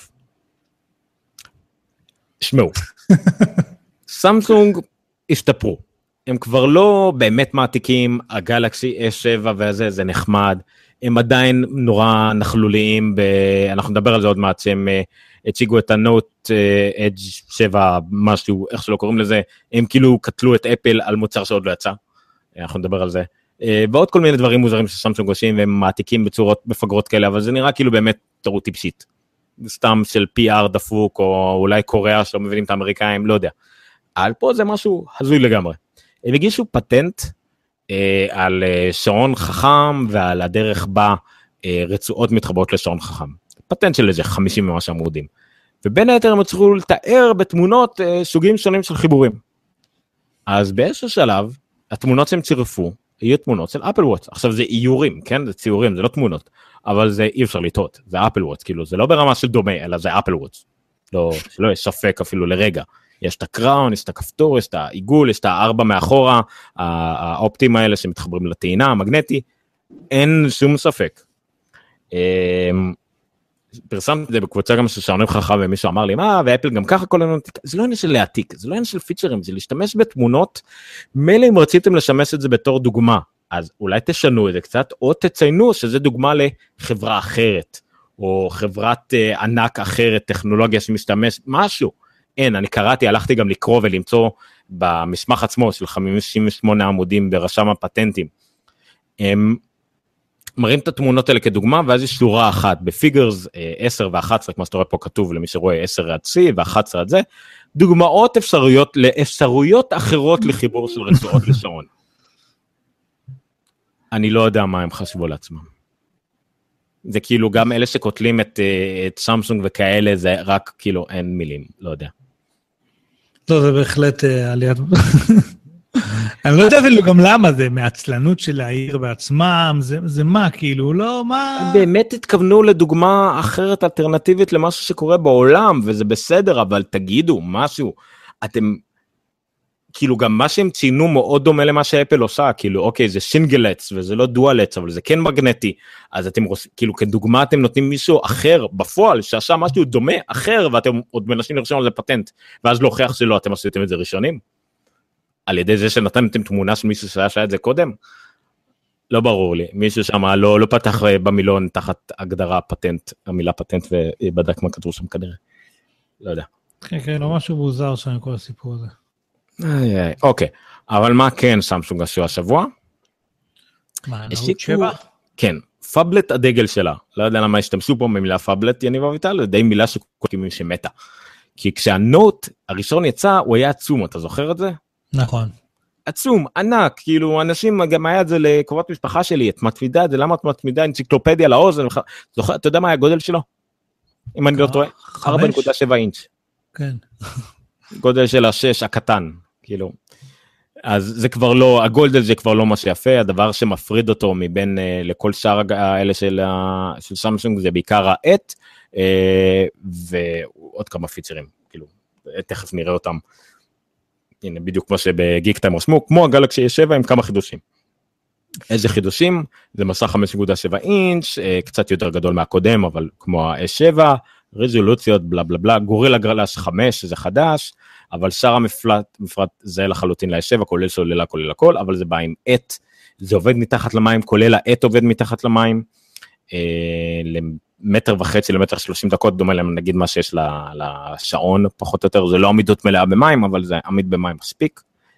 שמעו, סמסונג השתפרו, הם כבר לא באמת מעתיקים, הגלקסי S7 וזה, זה נחמד, הם עדיין נורא נכלוליים, אנחנו נדבר על זה עוד מעט, שהם הציגו את הנוט אדג' 7, משהו, איך שלא קוראים לזה, הם כאילו קטלו את אפל על מוצר שעוד לא יצא, אנחנו נדבר על זה, ועוד כל מיני דברים מוזרים שסמסונג עושים, והם מעתיקים בצורות מפגרות כאלה, אבל זה נראה כאילו באמת טעות טיפשית, סתם של PR דפוק, או אולי קוריאה שלא מבינים את האמריקאים, לא יודע, על פה זה משהו הזוי לגמרי, הם הגישו פטנט, על שעון חכם ועל הדרך בה רצועות מתחברות לשעון חכם. פטנט של איזה 50 ממש עמודים. ובין היתר הם הצליחו לתאר בתמונות סוגים שונים של חיבורים. אז באיזשהו שלב, התמונות שהם צירפו, יהיו תמונות של אפל וואץ'. עכשיו זה איורים, כן? זה ציורים, זה לא תמונות. אבל זה אי אפשר לטעות, זה אפל וואץ', כאילו זה לא ברמה של דומה, אלא זה אפל וואץ'. שלא יש ספק אפילו לרגע. יש את הקראון, יש את הכפתור, יש את העיגול, יש את הארבע מאחורה, האופטים האלה שמתחברים לטעינה, המגנטי, אין שום ספק. פרסמתי את זה בקבוצה גם של שעונים חכם, ומישהו אמר לי, ואפל גם ככה כל הזמן, זה לא עניין של להעתיק, זה לא עניין של פיצ'רים, זה להשתמש בתמונות, מילא אם רציתם לשמש את זה בתור דוגמה, אז אולי תשנו את זה קצת, או תציינו שזה דוגמה לחברה אחרת, או חברת ענק אחרת, טכנולוגיה שמשתמש, משהו. אין, אני קראתי, הלכתי גם לקרוא ולמצוא במסמך עצמו של 58 עמודים ברשם הפטנטים. הם מראים את התמונות האלה כדוגמה, ואז יש שורה אחת, בפיגרס 10 ו-11, כמו שאתה רואה פה כתוב למי שרואה 10 עד C ו-11 עד זה, דוגמאות לאפשרויות אחרות לחיבור של רצועות לשעון. אני לא יודע מה הם חשבו לעצמם. זה כאילו גם אלה שקוטלים את סמסונג וכאלה, זה רק כאילו אין מילים, לא יודע. לא, זה בהחלט עליית... אני לא יודע אפילו גם למה, זה מעצלנות של העיר בעצמם, זה מה, כאילו, לא, מה... באמת התכוונו לדוגמה אחרת, אלטרנטיבית למשהו שקורה בעולם, וזה בסדר, אבל תגידו משהו, אתם... כאילו גם מה שהם ציינו מאוד דומה למה שאפל עושה, כאילו אוקיי זה סינגלץ וזה לא דואלץ, אבל זה כן מגנטי, אז אתם כאילו כדוגמה אתם נותנים מישהו אחר בפועל, שעשה משהו דומה אחר, ואתם עוד מנסים לרשום על זה פטנט, ואז להוכיח שלא, אתם עשיתם את זה ראשונים, על ידי זה שנתנתם תמונה של מישהו שעשה את זה קודם, לא ברור לי, מישהו שם לא פתח במילון תחת הגדרה פטנט, המילה פטנט ובדק מה כתוב שם כנראה, לא יודע. כן, לא משהו מוזר שם כל הסיפור הזה. אוקיי, אבל מה כן סמסונג עשו השבוע? מה, נוט 7? כן, פאבלט הדגל שלה, לא יודע למה השתמשו פה במילה פאבלט, יניב אביטל, זה די מילה שכותבים שמתה, כי כשהנוט הראשון יצא, הוא היה עצום, אתה זוכר את זה? נכון. עצום, ענק, כאילו אנשים, גם היה את זה לקרובת משפחה שלי, את מתמידה את זה, למה את מתמידה אנציקלופדיה לאוזן, זוכר, אתה יודע מה היה הגודל שלו? אם אני לא טועה, 4.7 אינץ'. כן. גודל של ה6 הקטן, כאילו, אז זה כבר לא, הגולדל זה כבר לא מה שיפה, הדבר שמפריד אותו מבין לכל שאר האלה של סמסונג, זה בעיקר העט, ועוד כמה פיצ'רים, כאילו, תכף נראה אותם, הנה בדיוק כמו שבגיק טיים רשמו, כמו הגלקסי S7 עם כמה חידושים. איזה חידושים? זה מסך 5.7 אינץ', קצת יותר גדול מהקודם, אבל כמו ה-S7, רזולוציות, בלה בלה בלה, גורילה גלאס 5, זה חדש, אבל שאר המפרט זה לחלוטין ל-7, כולל סוללה, כולל הכל, אבל זה בא עם עט, זה עובד מתחת למים, כולל העט עובד מתחת למים, למטר וחצי, למטר 30 דקות, דומה להם נגיד מה שיש לשעון, פחות או יותר, זה לא עמידות מלאה במים, אבל זה עמיד במים מספיק,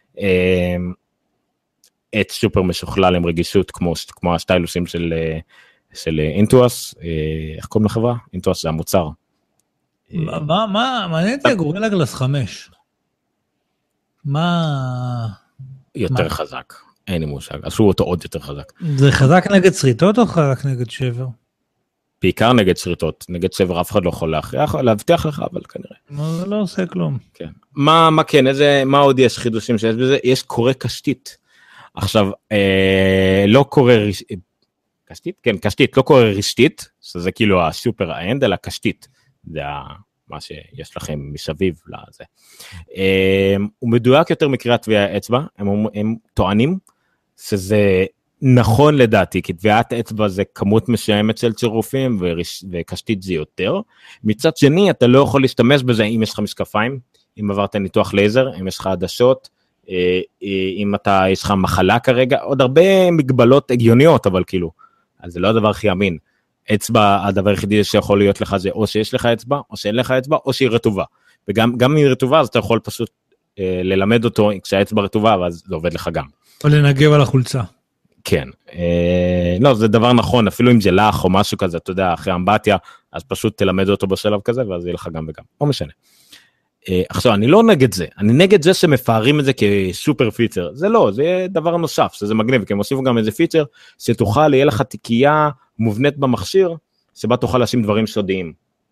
עט סופר משוכלל עם רגישות, כמו השטיילוסים של אינטואס, איך קוראים לחברה? אינטואס זה המוצר. מה, מעניין אותי הגורילה גלאס 5. מה... יותר חזק, אין לי מושג, עשו אותו עוד יותר חזק. זה חזק נגד שריטות או חזק נגד שבר? בעיקר נגד שריטות, נגד שבר אף אחד לא יכול להבטיח לך, אבל כנראה. זה לא עושה כלום. כן. מה כן, מה עוד יש חידושים שיש בזה? יש קורא קשתית. עכשיו, לא קורא קשתית? כן, קשתית, לא קורא רשתית, שזה כאילו הסופר האנד, אלא קשתית. זה מה שיש לכם מסביב לזה. הוא מדויק יותר מקריאת טביעת האצבע, הם טוענים שזה נכון לדעתי, כי טביעת אצבע זה כמות משיימת של צירופים, וקשתית זה יותר. מצד שני, אתה לא יכול להשתמש בזה אם יש לך משקפיים, אם עברת ניתוח לייזר, אם יש לך עדשות, אם יש לך מחלה כרגע, עוד הרבה מגבלות הגיוניות, אבל כאילו, אז זה לא הדבר הכי אמין. אצבע, הדבר היחידי שיכול להיות לך זה או שיש לך אצבע, או שאין לך אצבע, או שהיא רטובה. וגם אם היא רטובה, אז אתה יכול פשוט ללמד אותו כשהאצבע רטובה, ואז זה עובד לך גם. או לנגב על החולצה. כן. לא, זה דבר נכון, אפילו אם זה לך או משהו כזה, אתה יודע, אחרי אמבטיה, אז פשוט תלמד אותו בשלב כזה, ואז יהיה לך גם וגם. לא משנה. עכשיו, אני לא נגד זה, אני נגד זה שמפארים את זה כסופר פיצ'ר, זה לא, זה דבר נוסף, שזה מגניב, כי הם הוסיפו גם איזה פיצ'ר, שתוכל, יהיה לך תיקייה מובנית במכשיר, שבה תוכל לשים דברים סודיים.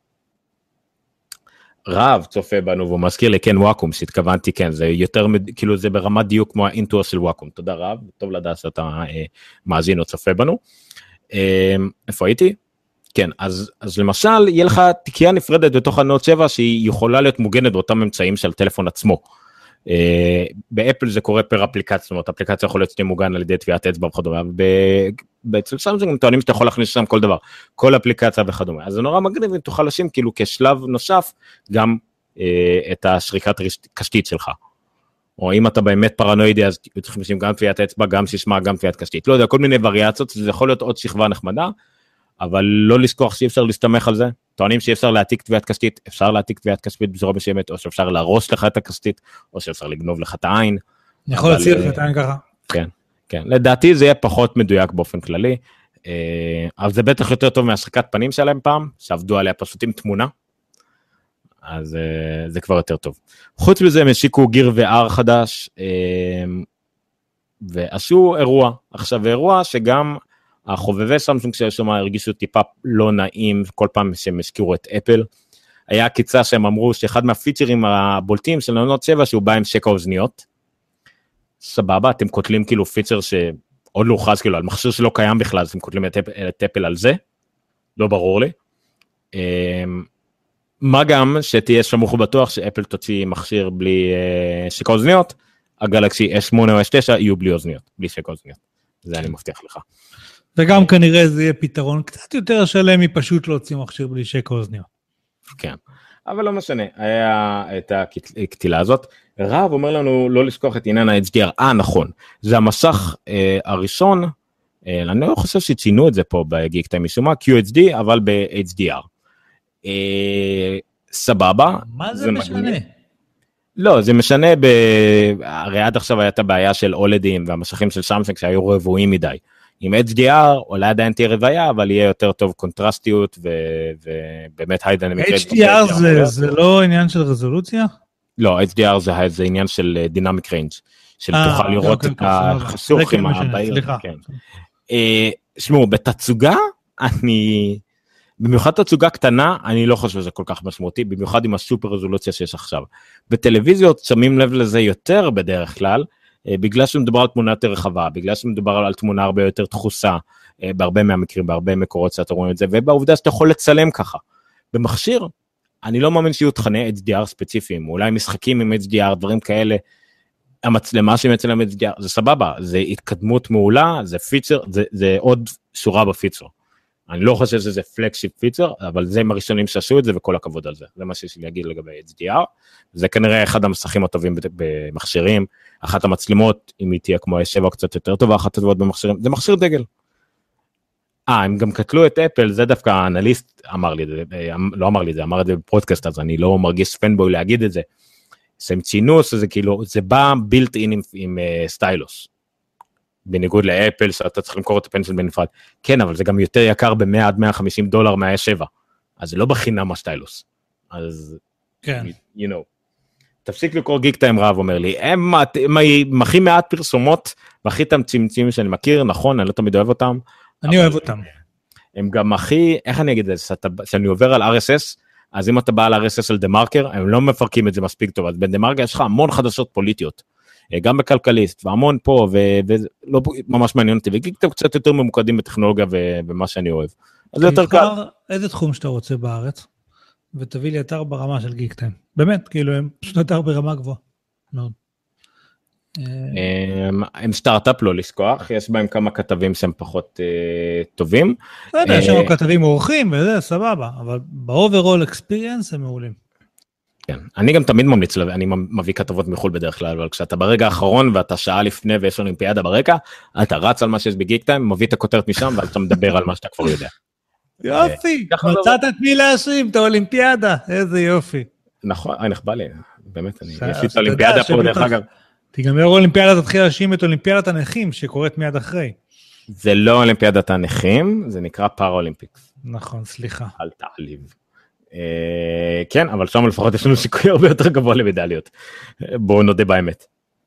רב צופה בנו, והוא מזכיר לי, כן, וואקום, שהתכוונתי, כן, זה יותר, כאילו זה ברמת דיוק כמו האינטואר של וואקום, תודה רב, טוב לדעת שאתה מאזין או צופה בנו. איפה הייתי? כן, אז למשל, יהיה לך תיקייה נפרדת בתוך הנוט 7, שהיא יכולה להיות מוגנת באותם אמצעים של הטלפון עצמו. באפל זה קורה פר אפליקציה, זאת אומרת, אפליקציה יכול להיות שתהיה מוגן על ידי טביעת אצבע וכדומה, ואצל סמסונג הם טוענים שאתה יכול להכניס שם כל דבר, כל אפליקציה וכדומה, אז זה נורא מגניב, תוכל לשים כאילו כשלב נוסף, גם את השריקת קשתית שלך. או אם אתה באמת פרנואידי, אז צריך לשים גם טביעת אצבע, גם שישמע, גם טביעת קשתית. לא יודע, כל מיני וריאציות, זה יכול להיות עוד שכבה נחמדה, אבל לא לשכוח שאי אפשר להסתמך על זה, טוענים שאי אפשר להעתיק טביעת קשתית, אפשר להעתיק טביעת קשתית בצורה מסוימת, או שאפשר להרוס לך את הקשתית, או שאפשר לגנוב לך את העין. אני יכול להציע לך את העין ככה. כן, כן, לדעתי זה יהיה פחות מדויק באופן כללי, אבל זה בטח יותר טוב מהשחיקת פנים שלהם פעם, שעבדו עליה פשוט עם תמונה, אז זה כבר יותר טוב. חוץ מזה הם השיקו גיר VR חדש, ועשו אירוע, עכשיו אירוע שגם החובבי סמסונג ששם הרגישו טיפה לא נעים כל פעם שהם הזכירו את אפל, היה קיצה שהם אמרו שאחד מהפיצ'רים הבולטים של הנוט 7 שהוא בא עם שקע אוזניות, סבבה, אתם כותלים כאילו פיצ'ר שעוד לא הוכרז כאילו על מכשיר שלא קיים בכלל, אתם כותלים את אפל על זה, לא ברור לי, מה גם שתהיה שמוך ובטוח שאפל תוציא מכשיר בלי שקע אוזניות, הגלקסי S8 או S9 יהיו בלי אוזניות, בלי שקע אוזניות, זה אני מבטיח לך. וגם כנראה זה יהיה פתרון קצת יותר שלם מפשוט להוציא מכשיר בלי שקע אוזניות. כן, אבל לא משנה, היה את הקטילה הזאת. רב אומר לנו לא לשכוח את עניין ה-HDR, נכון, זה המסך הראשון, אני לא חושב שציינו את זה פה בגיקטיים משום מה, QHD, אבל ב-HDR. סבבה. מה זה משנה? לא, זה משנה, הרי עד עכשיו הייתה בעיה של אולדים והמשכים של סמסונג שהיו רבועים מדי. עם HDR, אולי עדיין תהיה רוויה, אבל יהיה יותר טוב קונטרסטיות, ובאמת high dynamic range. HDR זה לא עניין של רזולוציה? לא, HDR זה עניין של dynamic range, של תוכל לראות את החסוך עם הבעיר. שמעו, בתצוגה, במיוחד תצוגה קטנה, אני לא חושב שזה כל כך משמעותי, במיוחד עם הסופר רזולוציה שיש עכשיו. בטלוויזיות שמים לב לזה יותר בדרך כלל, בגלל שמדובר על תמונה יותר רחבה, בגלל שמדובר על תמונה הרבה יותר דחוסה, בהרבה מהמקרים, בהרבה מקורות שאתה רואים את זה, ובעובדה שאתה יכול לצלם ככה. במכשיר, אני לא מאמין שיהיו תכני HDR ספציפיים, אולי משחקים עם HDR, דברים כאלה, המצלמה שמצלם HDR, זה סבבה, זה התקדמות מעולה, זה פיצ'ר, זה עוד שורה בפיצ'ר. אני לא חושב שזה פלגשיפ פיצ'ר, אבל זה הם הראשונים שעשו את זה, וכל הכבוד על זה. זה מה שיש לי להגיד לגבי HDR. זה כנראה אחד המסכים הטובים במכשירים, אחת המצלמות, אם היא תהיה כמו ה7 קצת יותר טובה, אחת הטובות במכשירים, זה מכשיר דגל. הם גם קטלו את אפל, זה דווקא האנליסט אמר לי, לא אמר לי זה, אמר את זה בפודקאסט, אז אני לא מרגיש פנבוי להגיד את זה. שהם ציינו שזה כאילו, זה בא בילט אין עם סטיילוס. בניגוד לאפל, שאתה צריך למכור את הפנסל בנפרד. כן, אבל זה גם יותר יקר ב$100 עד $150 מה-7. אז זה לא בחינם הסטיילוס. אז, כן. you know. תפסיק לקרוא גיקטיים רב, אומר לי, הם הכי מעט פרסומות, והכי תמצים שאני מכיר, נכון, אני לא תמיד אוהב אותם. אני אוהב אותם. הם גם הכי, איך אני אגיד את זה, שאני עובר על RSS, אז אם אתה בא על RSS על דה-מרקר, הם לא מפרקים את זה מספיק טוב, אז בין דה-מרקר יש לך המון חדשות פוליטיות. גם בכלכליסט, והמון פה, ולא ממש מעניין אותי, וגיקטיים קצת יותר ממוקדים בטכנולוגיה ומה שאני אוהב. אז זה יותר קל. איזה תחום שאתה רוצה בארץ, ותביא לי אתר ברמה של גיקטיים. באמת, כאילו, הם פשוט אתר ברמה גבוהה. מאוד. הם סטארט-אפ לא לשכוח, יש בהם כמה כתבים שהם פחות טובים. יש שם כתבים אורחים וזה סבבה, אבל ב-overall experience הם מעולים. כן, אני גם תמיד ממליץ, אני מביא כתבות מחול בדרך כלל, אבל כשאתה ברגע האחרון ואתה שעה לפני ויש אולימפיאדה ברקע, אתה רץ על מה שיש בגיק טיים, מביא את הכותרת משם ואז אתה מדבר על מה שאתה כבר יודע. יופי, מצאת את מי להאשים, את האולימפיאדה, איזה יופי. נכון, נחבא לי, באמת, יש לי את האולימפיאדה פה דרך אגב. תיגמר אולימפיאדה, תתחיל להאשים את אולימפיאדת הנכים שקורית מיד אחרי. זה לא אולימפיאדת הנכים, זה נקרא פאראולימפיקס. נכון, סליחה. אל תעליב. כן, אבל שם לפחות יש לנו סיכוי הרבה יותר גבוה למדליות. בואו נודה באמת.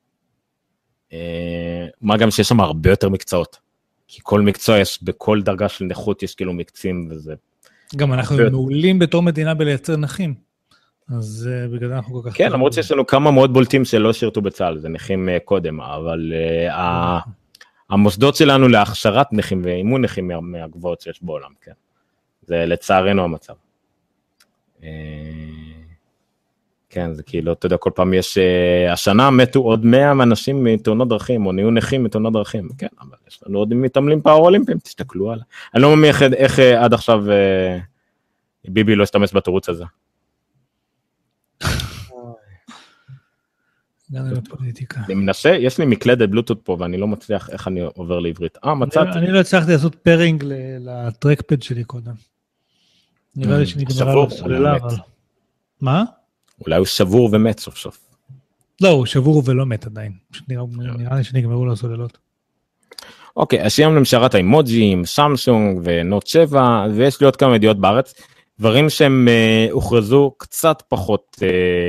מה גם שיש שם הרבה יותר מקצועות. כי כל מקצוע יש, בכל דרגה של נכות יש כאילו מקצים וזה... גם אנחנו מעולים בתור מדינה בלייצר נכים. אז בגלל זה אנחנו כל כך... כן, למרות שיש לנו כמה מאוד בולטים שלא שירתו בצה"ל, זה נכים קודם, אבל המוסדות שלנו להכשרת נכים ואימון נכים מהגבוהות שיש בעולם, כן. זה לצערנו המצב. כן, זה כאילו, אתה יודע, כל פעם יש, השנה מתו עוד 100 אנשים מתאונות דרכים, או נהיו נכים מתאונות דרכים, כן, אבל יש לנו עוד מתעמלים פאראולימפיים, תסתכלו עליו. אני לא מבין איך עד עכשיו ביבי לא השתמש בתירוץ הזה. אני מנסה, יש לי מקלדת בלוטות פה, ואני לא מצליח איך אני עובר לעברית. מצאתי. אני לא הצלחתי לעשות פארינג לטרקפד שלי קודם. נראה לי שנגמרה לו סוללה, אבל... מה? אולי הוא שבור ומת סוף סוף. לא, הוא שבור ולא מת עדיין. נראה לי שנגמרו לו סוללות. אוקיי, אז סיימנו עם שרת האימוג'ים, סמסונג ונוט 7, ויש לי עוד כמה ידיעות בארץ, דברים שהם הוכרזו קצת פחות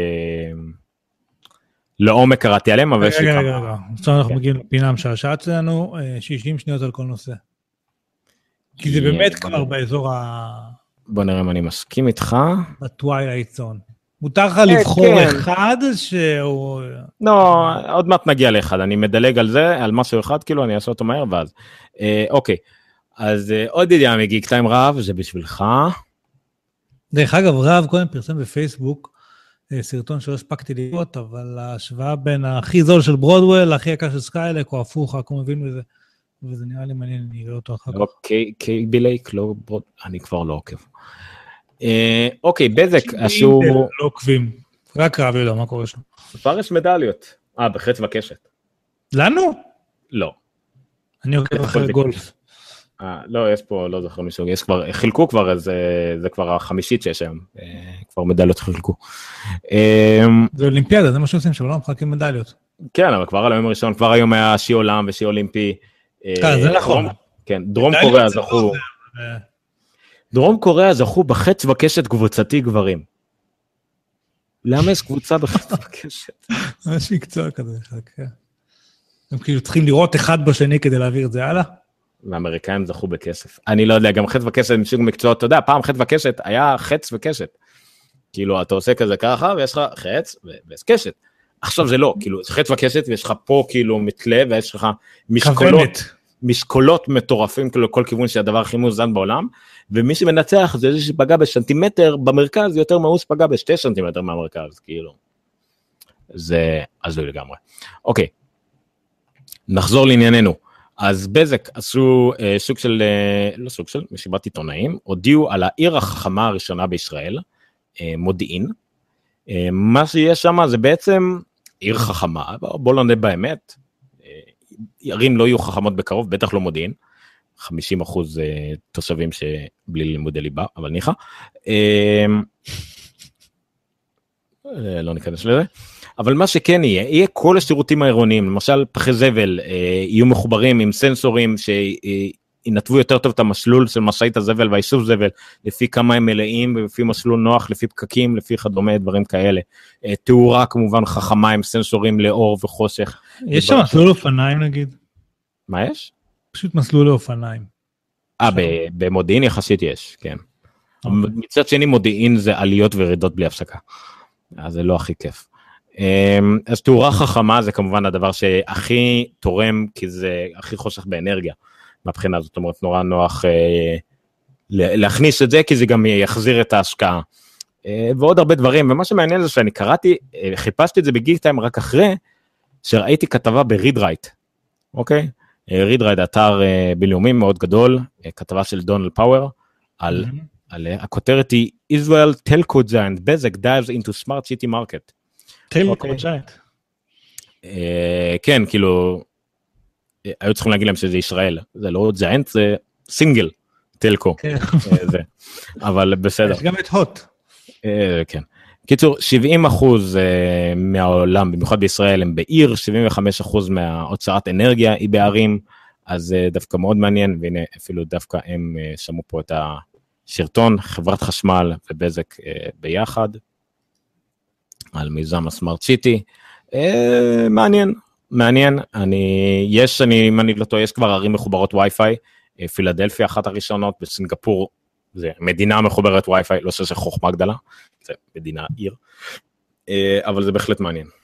לעומק קראתי עליהם, אבל יש לי כמה. רגע. עכשיו אנחנו מגיעים לפינה המשעשעת שלנו, 60 שניות על כל נושא. כי זה באמת כבר באזור ה... בוא נראה אם אני מסכים איתך. בטווילייט זון. מותר לך לבחור אחד שהוא... לא, עוד מעט נגיע לאחד, אני מדלג על זה, על משהו אחד, כאילו אני אעשה אותו מהר ואז. אוקיי, אז עוד ידיעה מגיק טיים רב, זה בשבילך. דרך אגב, רב קודם פרסם בפייסבוק, סרטון שלא הספקתי לראות, אבל ההשוואה בין הכי זול של ברודוול, הכי יקר של סקיילק, או הפוך, רק הוא מבין בזה. וזה נראה לי מעניין, אני אראה אותו אחר כך. אוקיי, קייבילייק, לא, אני כבר לא עוקב. אוקיי, בזק, אשור... לא עוקבים, רק רב יודע מה קורה שם. כבר יש מדליות. בחץ וקשת. לנו? לא. אני עוקב אחרי גולף. לא, יש פה, לא זוכר מישהו, יש כבר, חילקו כבר, זה כבר החמישית שיש היום, כבר מדליות חילקו. זה אולימפיאדה, זה מה שעושים, שבלום מחלקים מדליות. כן, אבל כבר על היום הראשון, כבר היום היה שי עולם ושי אולימפי. זה נכון. כן, דרום קוריאה זכו בחץ וקשת קבוצתי גברים. למה יש קבוצה בחץ וקשת? יש מקצוע כזה, כן. הם כאילו צריכים לראות אחד בשני כדי להעביר את זה הלאה. והאמריקאים זכו בכסף. אני לא יודע, גם חץ וקשת הם סוג מקצועות, אתה יודע, פעם חץ וקשת היה חץ וקשת. כאילו, אתה עושה כזה ככה, ויש לך חץ ויש קשת. עכשיו זה לא, כאילו, חץ וקשת, ויש לך פה כאילו מתלה, ויש לך משקולות מטורפים, כאילו, כל כיוון שהדבר הכי מוזן בעולם, ומי שמנצח זה איזה שפגע בסנטימטר במרכז, יותר מאוס פגע בשתי סנטימטר מהמרכז, כאילו. זה הזוי לגמרי. אוקיי, נחזור לענייננו. אז בזק עשו סוג של, לא סוג של, מסיבת עיתונאים, הודיעו על העיר החכמה הראשונה בישראל, מודיעין. מה שיש שם זה בעצם עיר חכמה, בוא לא נדע באמת, ערים לא יהיו חכמות בקרוב, בטח לא מודיעין, 50% תושבים שבלי לימודי ליבה, אבל ניחא. לא ניכנס לזה. אבל מה שכן יהיה כל השירותים העירוניים, למשל פחי זבל, יהיו מחוברים עם סנסורים שינתבו יותר טוב את המסלול של משאית הזבל והאיסוף זבל, לפי כמה הם מלאים, ולפי מסלול נוח, לפי פקקים, לפי חדומה, דברים כאלה. תאורה כמובן חכמה עם סנסורים לאור וחושך. יש שם מסלול אופניים נגיד? מה יש? פשוט מסלול לאופניים. במודיעין יחסית יש, כן. מצד שני מודיעין זה עליות וירידות בלי הפסקה. אז זה לא הכי כיף. אז תאורה חכמה זה כמובן הדבר שהכי תורם, כי זה הכי חוסך באנרגיה, מהבחינה זאת אומרת נורא נוח להכניס את זה, כי זה גם יחזיר את ההשקעה, ועוד הרבה דברים, ומה שמעניין זה שאני קראתי, חיפשתי את זה בגיק טיים רק אחרי, שראיתי כתבה ב-ReadWrite, אוקיי? ReadWrite, אתר בינלאומי מאוד גדול, כתבה של דונלד פאוור, על הכותרת היא Israel Telco Giant Bezeq dives into smart city market. Telco Giant. כן, כאילו, היו צריכים להגיד להם שזה ישראל, זה לא ג'יינט, זה סינגל, טלקו, אבל בסדר. יש גם את הוט. כן. קיצור, 70% מהעולם, במיוחד בישראל, הם בעיר, 75% מההוצאת אנרגיה היא בערים, אז זה דווקא מאוד מעניין, והנה אפילו דווקא הם שמו פה את השרטון, חברת חשמל ובזק ביחד, על מיזם הסמארט סיטי, מעניין, אם אני לא טועה, יש כבר ערים מחוברות וי-פיי, פילדלפיה אחת הראשונות, בסינגפור, זה מדינה מחוברת וי-פיי, לא שזה חוכמה גדולה, זה מדינה עיר, אבל זה בהחלט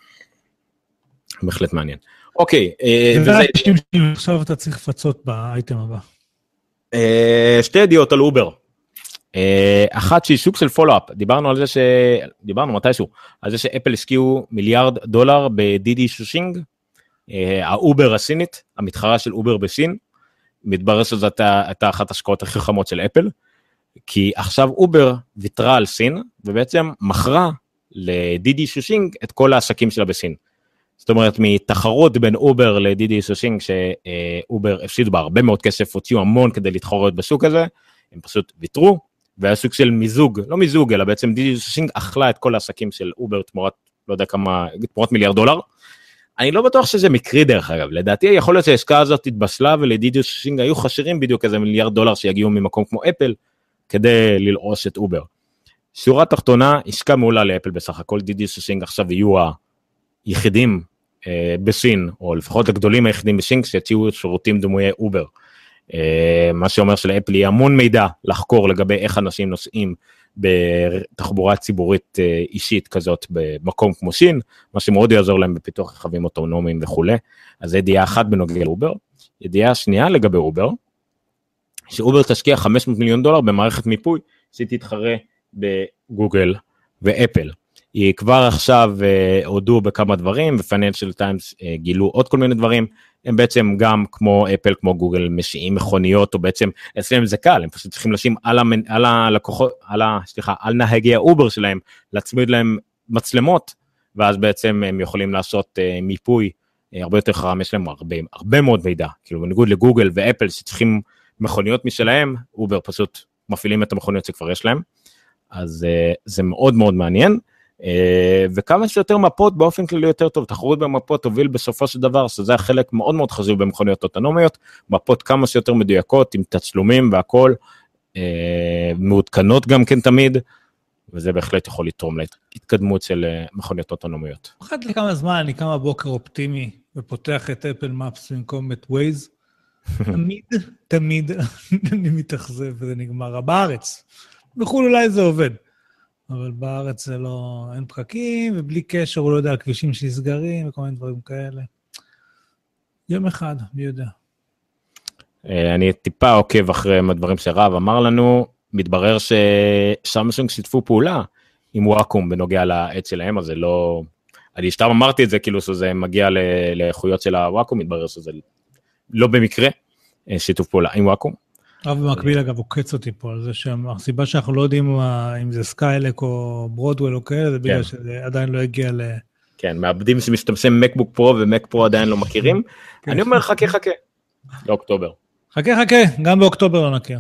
מעניין. אוקיי. עכשיו אתה צריך לפצות באייטם הבא. שתי ידיעות על אובר. אחת שהיא סוג של פולו-אפ, דיברנו מתישהו, על זה שאפל השקיעו $1 מיליארד בדידי שושינג, האובר הסינית, המתחרה של אובר בסין, מתברר שזו הייתה אחת השקעות הכי חכמות של אפל, כי עכשיו אובר ויתרה על סין, ובעצם מכרה לדידי שושינג את כל העסקים שלה בסין. זאת אומרת, מתחרות בין אובר לדידי שושינג, שאובר הפסידו בה הרבה מאוד כסף, הוציאו המון כדי להתחרות בשוק הזה, הם פשוט ויתרו, והיה סוג של מיזוג, לא מיזוג, אלא בעצם דידי שושינג אכלה את כל העסקים של אובר תמורת, לא יודע כמה, תמורת $1 מיליארד. אני לא בטוח שזה מקרי דרך אגב, לדעתי יכול להיות שהעסקה הזאת תתבשלה, ולדידי שושינג היו חשרים בדיוק איזה $1 מיליארד שיגיעו ממקום כמו אפל, כדי ללעוש את אובר. שורה תחתונה, עסקה מעולה לאפל בסך הכל, דידי שושינג עכשיו יהיו היחידים בסין, או לפחות הגדולים היחידים בסין, שיציעו שירותים דמויי אובר. מה שאומר שלאפל יהיה המון מידע לחקור לגבי איך אנשים נוסעים בתחבורה ציבורית אישית כזאת במקום כמו סין, מה שמאוד יעזור להם בפיתוח רכבים אוטונומיים וכו'. אז זה ידיעה אחת בנוגע לאובר. ידיעה שנייה לגבי אובר, שאובר תשקיע $500 מיליון במערכת מיפוי, שתתחרה בגוגל ואפל. היא כבר עכשיו הודו בכמה דברים, ו-Financial Times גילו עוד כל מיני דברים, הם בעצם גם כמו אפל, כמו גוגל, משיעים מכוניות, או בעצם, אצלם זה קל, הם פשוט צריכים לשים על נהגי האובר שלהם, להצמיד להם מצלמות, ואז בעצם הם יכולים לעשות מיפוי, הרבה יותר חרם, יש להם הרבה מאוד מידע, כאילו בניגוד לגוגל ואפל, שצריכים מכוניות משלהם, אובר פשוט מפעילים את המכוניות שכבר יש להם, אז זה מאוד מאוד מעניין, וכמה שיותר מפות באופן כללי יותר טוב, תחרות במפות תוביל בסופו של דבר, שזה החלק מאוד מאוד חשוב במכוניות אוטונומיות, מפות כמה שיותר מדויקות, עם תצלומים והכל, מעודכנות גם כן תמיד, וזה בהחלט יכול לתרום להתקדמות של מכוניות אוטונומיות. אחת לכמה זמן אני קם בבוקר אופטימי, ופותח את אפל מפס במקום את ווייז, תמיד אני מתאכזב וזה נגמר, בארץ, בחו"ל אולי זה עובד. אבל בארץ זה לא, אין פקקים, ובלי קשר הוא לא יודע על כבישים שנסגרים, וכל מיני דברים כאלה. יום אחד, מי יודע. אני טיפה עוקב אחרי הדברים שרב אמר לנו, מתברר שסמסונג שיתפו פעולה עם וואקום בנוגע לעץ שלהם, אז זה לא, אני סתם אמרתי את זה, כאילו שזה מגיע לאיכויות של הוואקום, מתברר שזה לא במקרה שיתוף פעולה עם וואקום. אבל במקביל אגב הוא קץ אותי פה, על זה שהסיבה שאנחנו לא יודעים אם זה סקיילק או ברודוול או כאלה, זה בגלל שזה עדיין לא הגיע ל... כן, מעבדים שמשתמשים מקבוק פרו ומק פרו עדיין לא מכירים, אני אומר חכה, לאוקטובר. חכה, גם באוקטובר לא נכיר.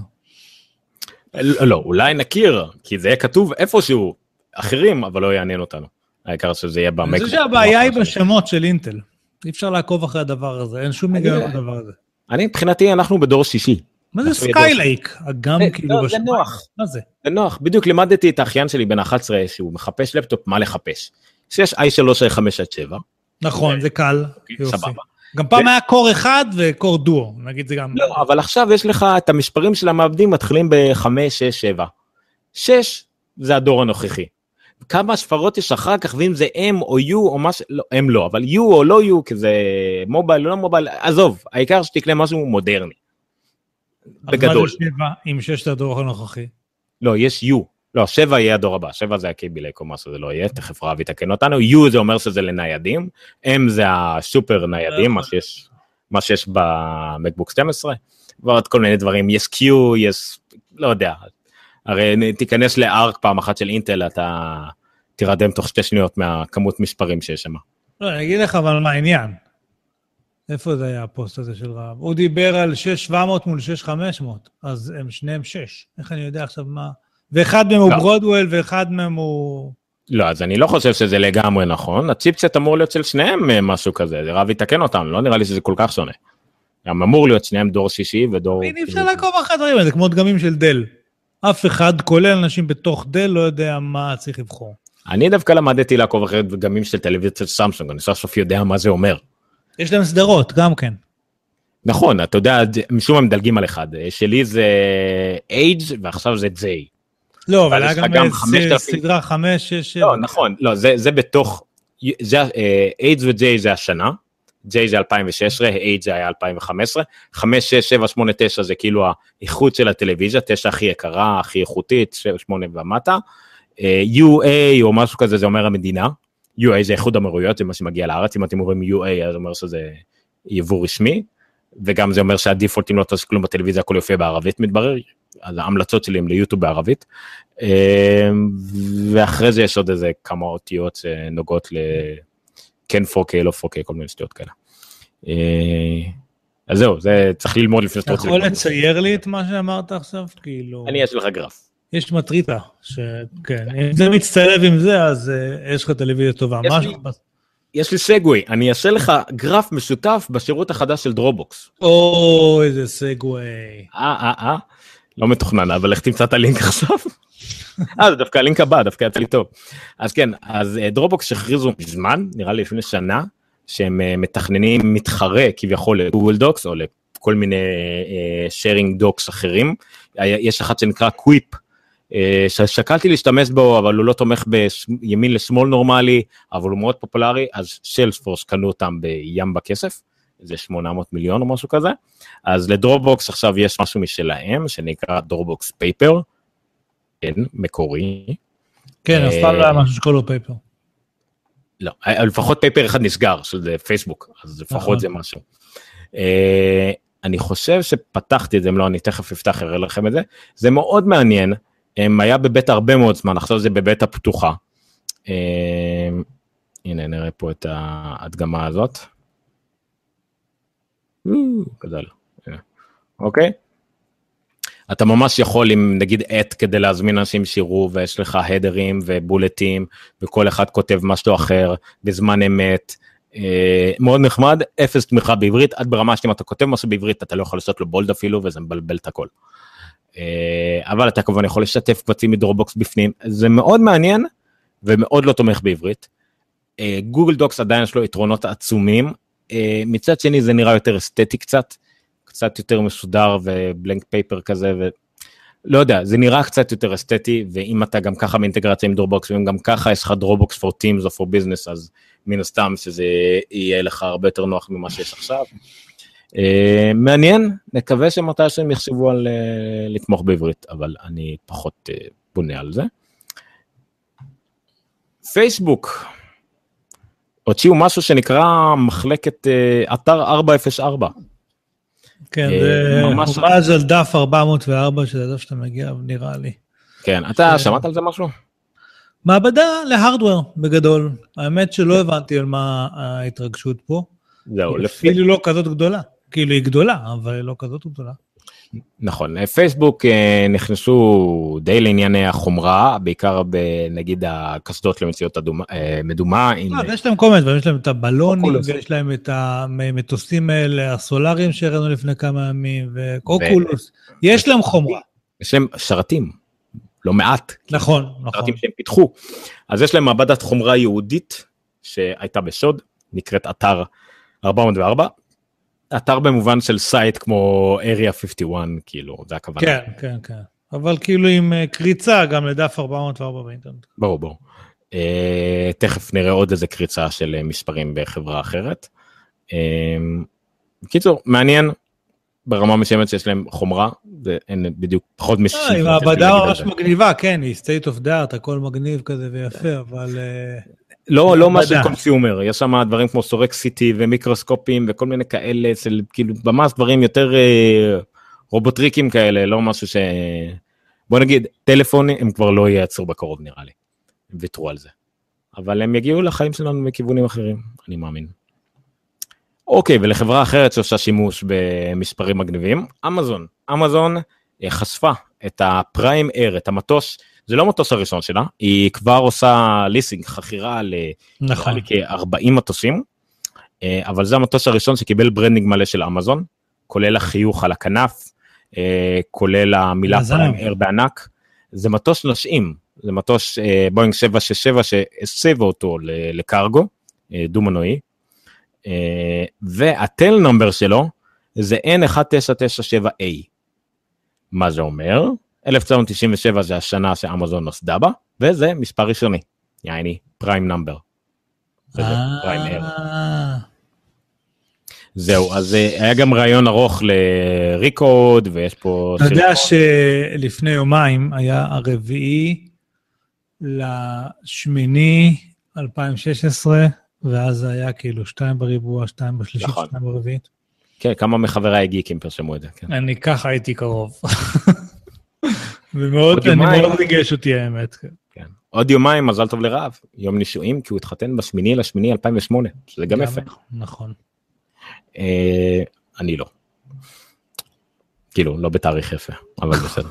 לא, אולי נכיר, כי זה יהיה כתוב איפשהו אחרים, אבל לא יעניין אותנו. העיקר שזה יהיה במקבוק. אני חושב שהבעיה היא בשמות של אינטל. אי אפשר לעקוב אחרי הדבר הזה, אין שום היגיון בדבר הזה. אני מבחינתי, אנחנו בדור שישי. מה זה סקיילייק? גם כאילו לא, זה נוח. מה זה? זה נוח, בדיוק לימדתי את האחיין שלי בן 11, שהוא מחפש לפטופ, מה לחפש? שיש i3, i5-7. נכון, זה קל. סבבה. גם פעם היה קור אחד וקור דואו, נגיד זה גם... לא, אבל עכשיו יש לך את המספרים של המעבדים, מתחילים ב-5, 6, 7. 6 זה הדור הנוכחי. כמה ספרות יש אחר כך, ואם זה M או U או משהו, לא, M לא, אבל U או לא U, כי זה מובייל או לא מובייל, עזוב, העיקר שתקלה משהו מודרני. בגדול. אז מה זה 7 עם 6 הדור הנוכחי? לא, יש U. לא, 7 יהיה הדור הבא, 7 זה הקיבילק או משהו, זה לא יהיה, תכף רב יתקן אותנו, U זה אומר שזה לניידים, M זה הסופר ניידים, מה שיש במקבוק 12, ועוד כל מיני דברים, יש Q, יש, לא יודע, הרי תיכנס לארק פעם אחת של אינטל, אתה תירדם תוך 2 שניות מהכמות מספרים שיש שם. לא, אני אגיד לך אבל מה העניין. איפה זה היה הפוסט הזה של רב? הוא דיבר על 6,700 מול 6,500, אז הם שניהם 6. איך אני יודע עכשיו מה? ואחד מהם הוא ברודוול, ואחד מהם הוא... לא, אז אני לא חושב שזה לגמרי נכון. הצ'יפסט אמור להיות של שניהם משהו כזה, רב יתקן אותם, לא נראה לי שזה כל כך שונה. גם אמור להיות שניהם דור שישי ודור... אי אפשר לעקוב אחרי דברים, זה כמו דגמים של דל. אף אחד, כולל אנשים בתוך דל, לא יודע מה צריך לבחור. אני דווקא למדתי לעקוב אחרי דגמים של טלוויזיה של סמסונג, אני סוף סוף יודע מה זה אומר. יש להם סדרות, גם כן. נכון, אתה יודע, משום הם מדלגים על אחד. שלי זה Age, ועכשיו זה J. לא, אבל היה גם סדרה 5, 6, 7. לא, נכון, לא, זה בתוך, Age ו-J זה השנה, J זה 2016, Age זה היה 2015, 5, 6, 7, 8, 9 זה כאילו האיכות של הטלוויזיה, 9 הכי יקרה, הכי איכותית, 8 ומטה, UA או משהו כזה זה אומר המדינה, UA זה איחוד האמירויות, זה מה שמגיע לארץ, אם אתם אומרים UA, אז זה אומר שזה יבוא רשמי, וגם זה אומר שהדיפולט, אם לא תעשה כלום בטלוויזיה, הכל יופיע בערבית מתברר, אז ההמלצות שלי הם ליוטיוב בערבית, ואחרי זה יש עוד איזה כמה אותיות שנוגעות כן 4K, לא 4K, כל מיני שטויות כאלה. אז זהו, זה צריך ללמוד לפני שאתה רוצה. אתה יכול לצייר לי את מה שאמרת עכשיו? כאילו... אני יש לך גרף. יש מטריטה, שכן, אם זה מצטלב עם זה, אז יש לך טלוויזיה טובה. יש לי סגווי, אני אעשה לך גרף משותף בשירות החדש של דרופבוקס. או, איזה סגווי. לא מתוכנן, אבל איך תמצא את הלינק עכשיו? זה דווקא הלינק הבא, דווקא יצא לי טוב. אז כן, אז דרופבוקס הכריזו מזמן, נראה לי לפני שנה, שהם מתכננים מתחרה כביכול לגוגל דוקס, או לכל מיני sharing דוקס אחרים. יש אחד שנקרא קוויפ, ששקלתי להשתמש בו, אבל הוא לא תומך בימין לשמאל נורמלי, אבל הוא מאוד פופולרי, אז שיילספורס קנו אותם בים בכסף, זה 800 מיליון או משהו כזה, אז לדרופבוקס עכשיו יש משהו משלהם, שנקרא דרופבוקס פייפר, כן, מקורי. כן, אף פעם לא היה משהו שקוראים לו פייפר. לא, לפחות פייפר אחד נסגר, של פייסבוק, אז לפחות זה משהו. אני חושב שפתחתי את זה, אם לא, אני תכף אפתח, אראה לכם את זה, זה מאוד מעניין, היה בבית הרבה מאוד זמן, עכשיו זה בבית הפתוחה. הנה, נראה פה את ההדגמה הזאת. גדל. אוקיי? אתה ממש יכול, אם נגיד את, כדי להזמין אנשים שירו, ויש לך הדרים ובולטים, וכל אחד כותב משהו אחר, בזמן אמת, מאוד נחמד, אפס תמיכה בעברית, עד ברמה שאם אתה כותב משהו בעברית, אתה לא יכול לעשות לו בולד אפילו, וזה מבלבל את הכל. אבל אתה כמובן יכול לשתף קבצים מדרופבוקס בפנים, זה מאוד מעניין, ומאוד לא תומך בעברית. גוגל דוקס עדיין יש לו יתרונות עצומים, מצד שני זה נראה יותר אסתטי קצת יותר מסודר, ובלנק פייפר כזה, לא יודע, זה נראה קצת יותר אסתטי, ואם אתה גם ככה מאינטגרציה עם דרופבוקס, ואם גם ככה יש לך דרופבוקס for teams או for business, אז מן הסתם שזה יהיה לך הרבה יותר נוח ממה שיש עכשיו. מעניין, נקווה שמתי שהם יחשבו על לתמוך בעברית, אבל אני פחות בונה על זה. פייסבוק, הוציאו משהו שנקרא מחלקת אתר 404. כן, זה ממש על דף 404, שזה דף שאתה מגיע, נראה לי. כן, אתה שמעת על זה משהו? מעבדה להרדוור, בגדול. האמת שלא הבנתי על מה ההתרגשות פה. זהו, אפילו לא כזאת גדולה. כאילו היא גדולה, אבל היא לא כזאת גדולה. נכון, פייסבוק נכנסו די לענייני החומרה, בעיקר בנגיד הקסדות למציאות מדומה. יש להם כל מיני דברים, יש להם את הבלונים, ויש להם את המטוסים האלה, הסולאריים שהראינו לפני כמה ימים, וקוקולוס, יש להם חומרה. יש להם שרתים, לא מעט. נכון. שרתים שהם פיתחו. אז יש להם מעבדת חומרה יהודית, שהייתה בשוד, נקראת אתר 404, אתר במובן של סייט כמו Area 51, כאילו, זה הכוונה. כן, כן, כן. אבל כאילו עם קריצה גם לדף 404 באינטרנט. ברור. תכף נראה עוד איזה קריצה של מספרים בחברה אחרת. בקיצור, מעניין, ברמה מסוימת שיש להם חומרה, ואין בדיוק פחות מ-60. היא מעבדה ממש מגניבה, כן, היא state of the art, הכל מגניב כזה ויפה, אבל... לא משהו קונסיומר, יש שם דברים כמו סורקסיטי ומיקרוסקופים וכל מיני כאלה, כאילו ממש דברים יותר רובוטריקים כאלה, לא משהו ש... בוא נגיד, טלפונים הם כבר לא ייצרו בקרוב נראה לי, הם ויתרו על זה. אבל הם יגיעו לחיים שלנו מכיוונים אחרים, אני מאמין. אוקיי, ולחברה אחרת שעושה שימוש במספרים מגניבים, אמזון חשפה את הפריים אייר, את המטוש, זה לא המטוש הראשון שלה, היא כבר עושה ליסינג, חכירה נכון. כ-40 מטושים, אבל זה המטוש הראשון שקיבל ברנדינג מלא של אמזון, כולל החיוך על הכנף, כולל המילה פריים אייר בענק, זה מטוש נושאים, זה מטוש בואינג 767 שהסבה אותו לקרגו, דו-מנועי, והטל נומבר שלו זה N1997A. מה זה אומר? 1997 זה השנה שאמזון נוסדה בה, וזה מספר ראשוני, יעני פריים נומבר. פריים אייר. זהו, אז היה גם רעיון ארוך לריקוד, ויש פה... אתה יודע שלפני יומיים היה הרביעי לשמיני 2016, ואז זה היה כאילו 2 בריבוע, 2 בשלישית, 2 ברביעית. כן, כמה מחברי הגיקים פרשמו את זה. אני ככה הייתי קרוב. ומאוד, אני מאוד ריגש אותי האמת. כן. עוד יומיים, מזל טוב לרעב, יום נישואים, כי הוא התחתן בשמיני לשמיני 2008, שזה גם יפה. נכון. אני לא. כאילו, לא בתאריך יפה, אבל בסדר.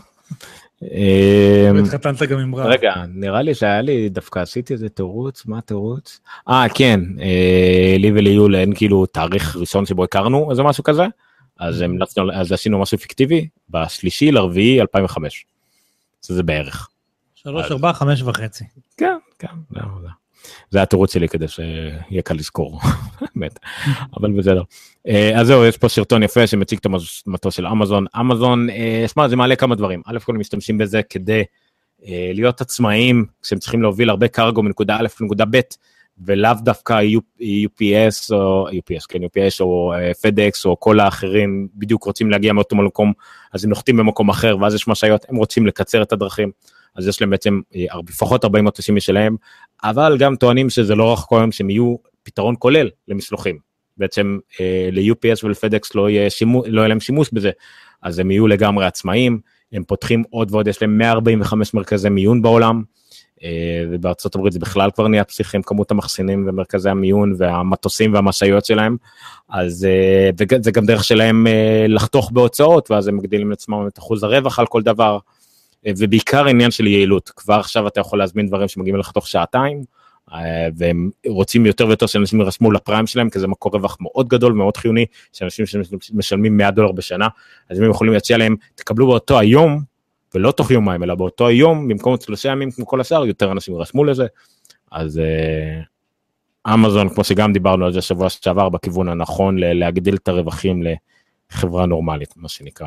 התחתנת גם עם רב. רגע, נראה לי שהיה לי, דווקא עשיתי איזה תירוץ, מה תירוץ? כן, לי וליול אין כאילו תאריך ראשון שבו הכרנו, איזה משהו כזה, אז עשינו משהו פיקטיבי, בשלישי לרביעי 2005. זה בערך. 3, 4, 5 וחצי. כן, כן, זה התירוץ שלי כדי שיהיה קל לזכור, באמת, אבל בסדר. אז זהו, יש פה שרטון יפה שמציג את המטוש של אמזון. אמזון, שמע, זה מעלה כמה דברים. א' כל משתמשים בזה כדי להיות עצמאיים, כשהם צריכים להוביל הרבה קרגו מנקודה א' לנקודה ב', ולאו דווקא UPS או FedEx או כל האחרים בדיוק רוצים להגיע מאותו מקום, אז הם נוחתים במקום אחר, ואז יש משאיות, הם רוצים לקצר את הדרכים, אז יש להם בעצם לפחות 40 מטושים משלהם, אבל גם טוענים שזה לא רק כל שהם יהיו פתרון כולל למשלוחים, בעצם ל-UPS ול-FedEx לא יהיה להם שימוש בזה, אז הם יהיו לגמרי עצמאיים, הם פותחים עוד ועוד, יש להם 145 מרכזי מיון בעולם, ובארצות הברית זה בכלל כבר נהיה פסיכי עם כמות המחסנים ומרכזי המיון והמטוסים והמשאיות שלהם, אז זה גם דרך שלהם לחתוך בהוצאות, ואז הם מגדילים לעצמם את אחוז הרווח על כל דבר, ובעיקר עניין של יעילות, כבר עכשיו אתה יכול להזמין דברים שמגיעים לך תוך שעתיים, והם רוצים יותר ויותר שאנשים ירשמו לפריים שלהם, כי זה מקור רווח מאוד גדול, מאוד חיוני, שאנשים שמשלמים $100 בשנה, אז הם יכולים להציע להם, תקבלו באותו היום, ולא תוך יומיים, אלא באותו היום, במקום 3 ימים כמו כל השאר, יותר אנשים ירשמו לזה, אז אמזון, כמו שגם דיברנו על זה שבוע שעבר, בכיוון הנכון להגדיל את הרווחים לחברה נורמלית, מה שנקרא.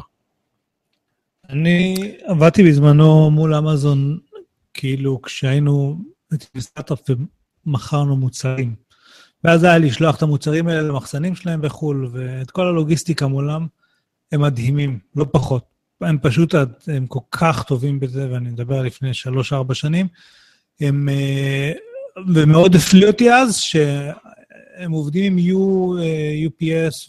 אני עבדתי בזמנו מול אמזון, כאילו כשהיינו בסטארט-אפ ומכרנו מוצרים, ואז היה לשלוח את המוצרים האלה למחסנים שלהם בחול, ואת כל הלוגיסטיקה מולם, הם מדהימים, לא פחות. הם פשוט, הם כל כך טובים בזה, ואני מדבר לפני 3-4 שנים, ומאוד הפליא אותי אז, שהם עובדים עם UPS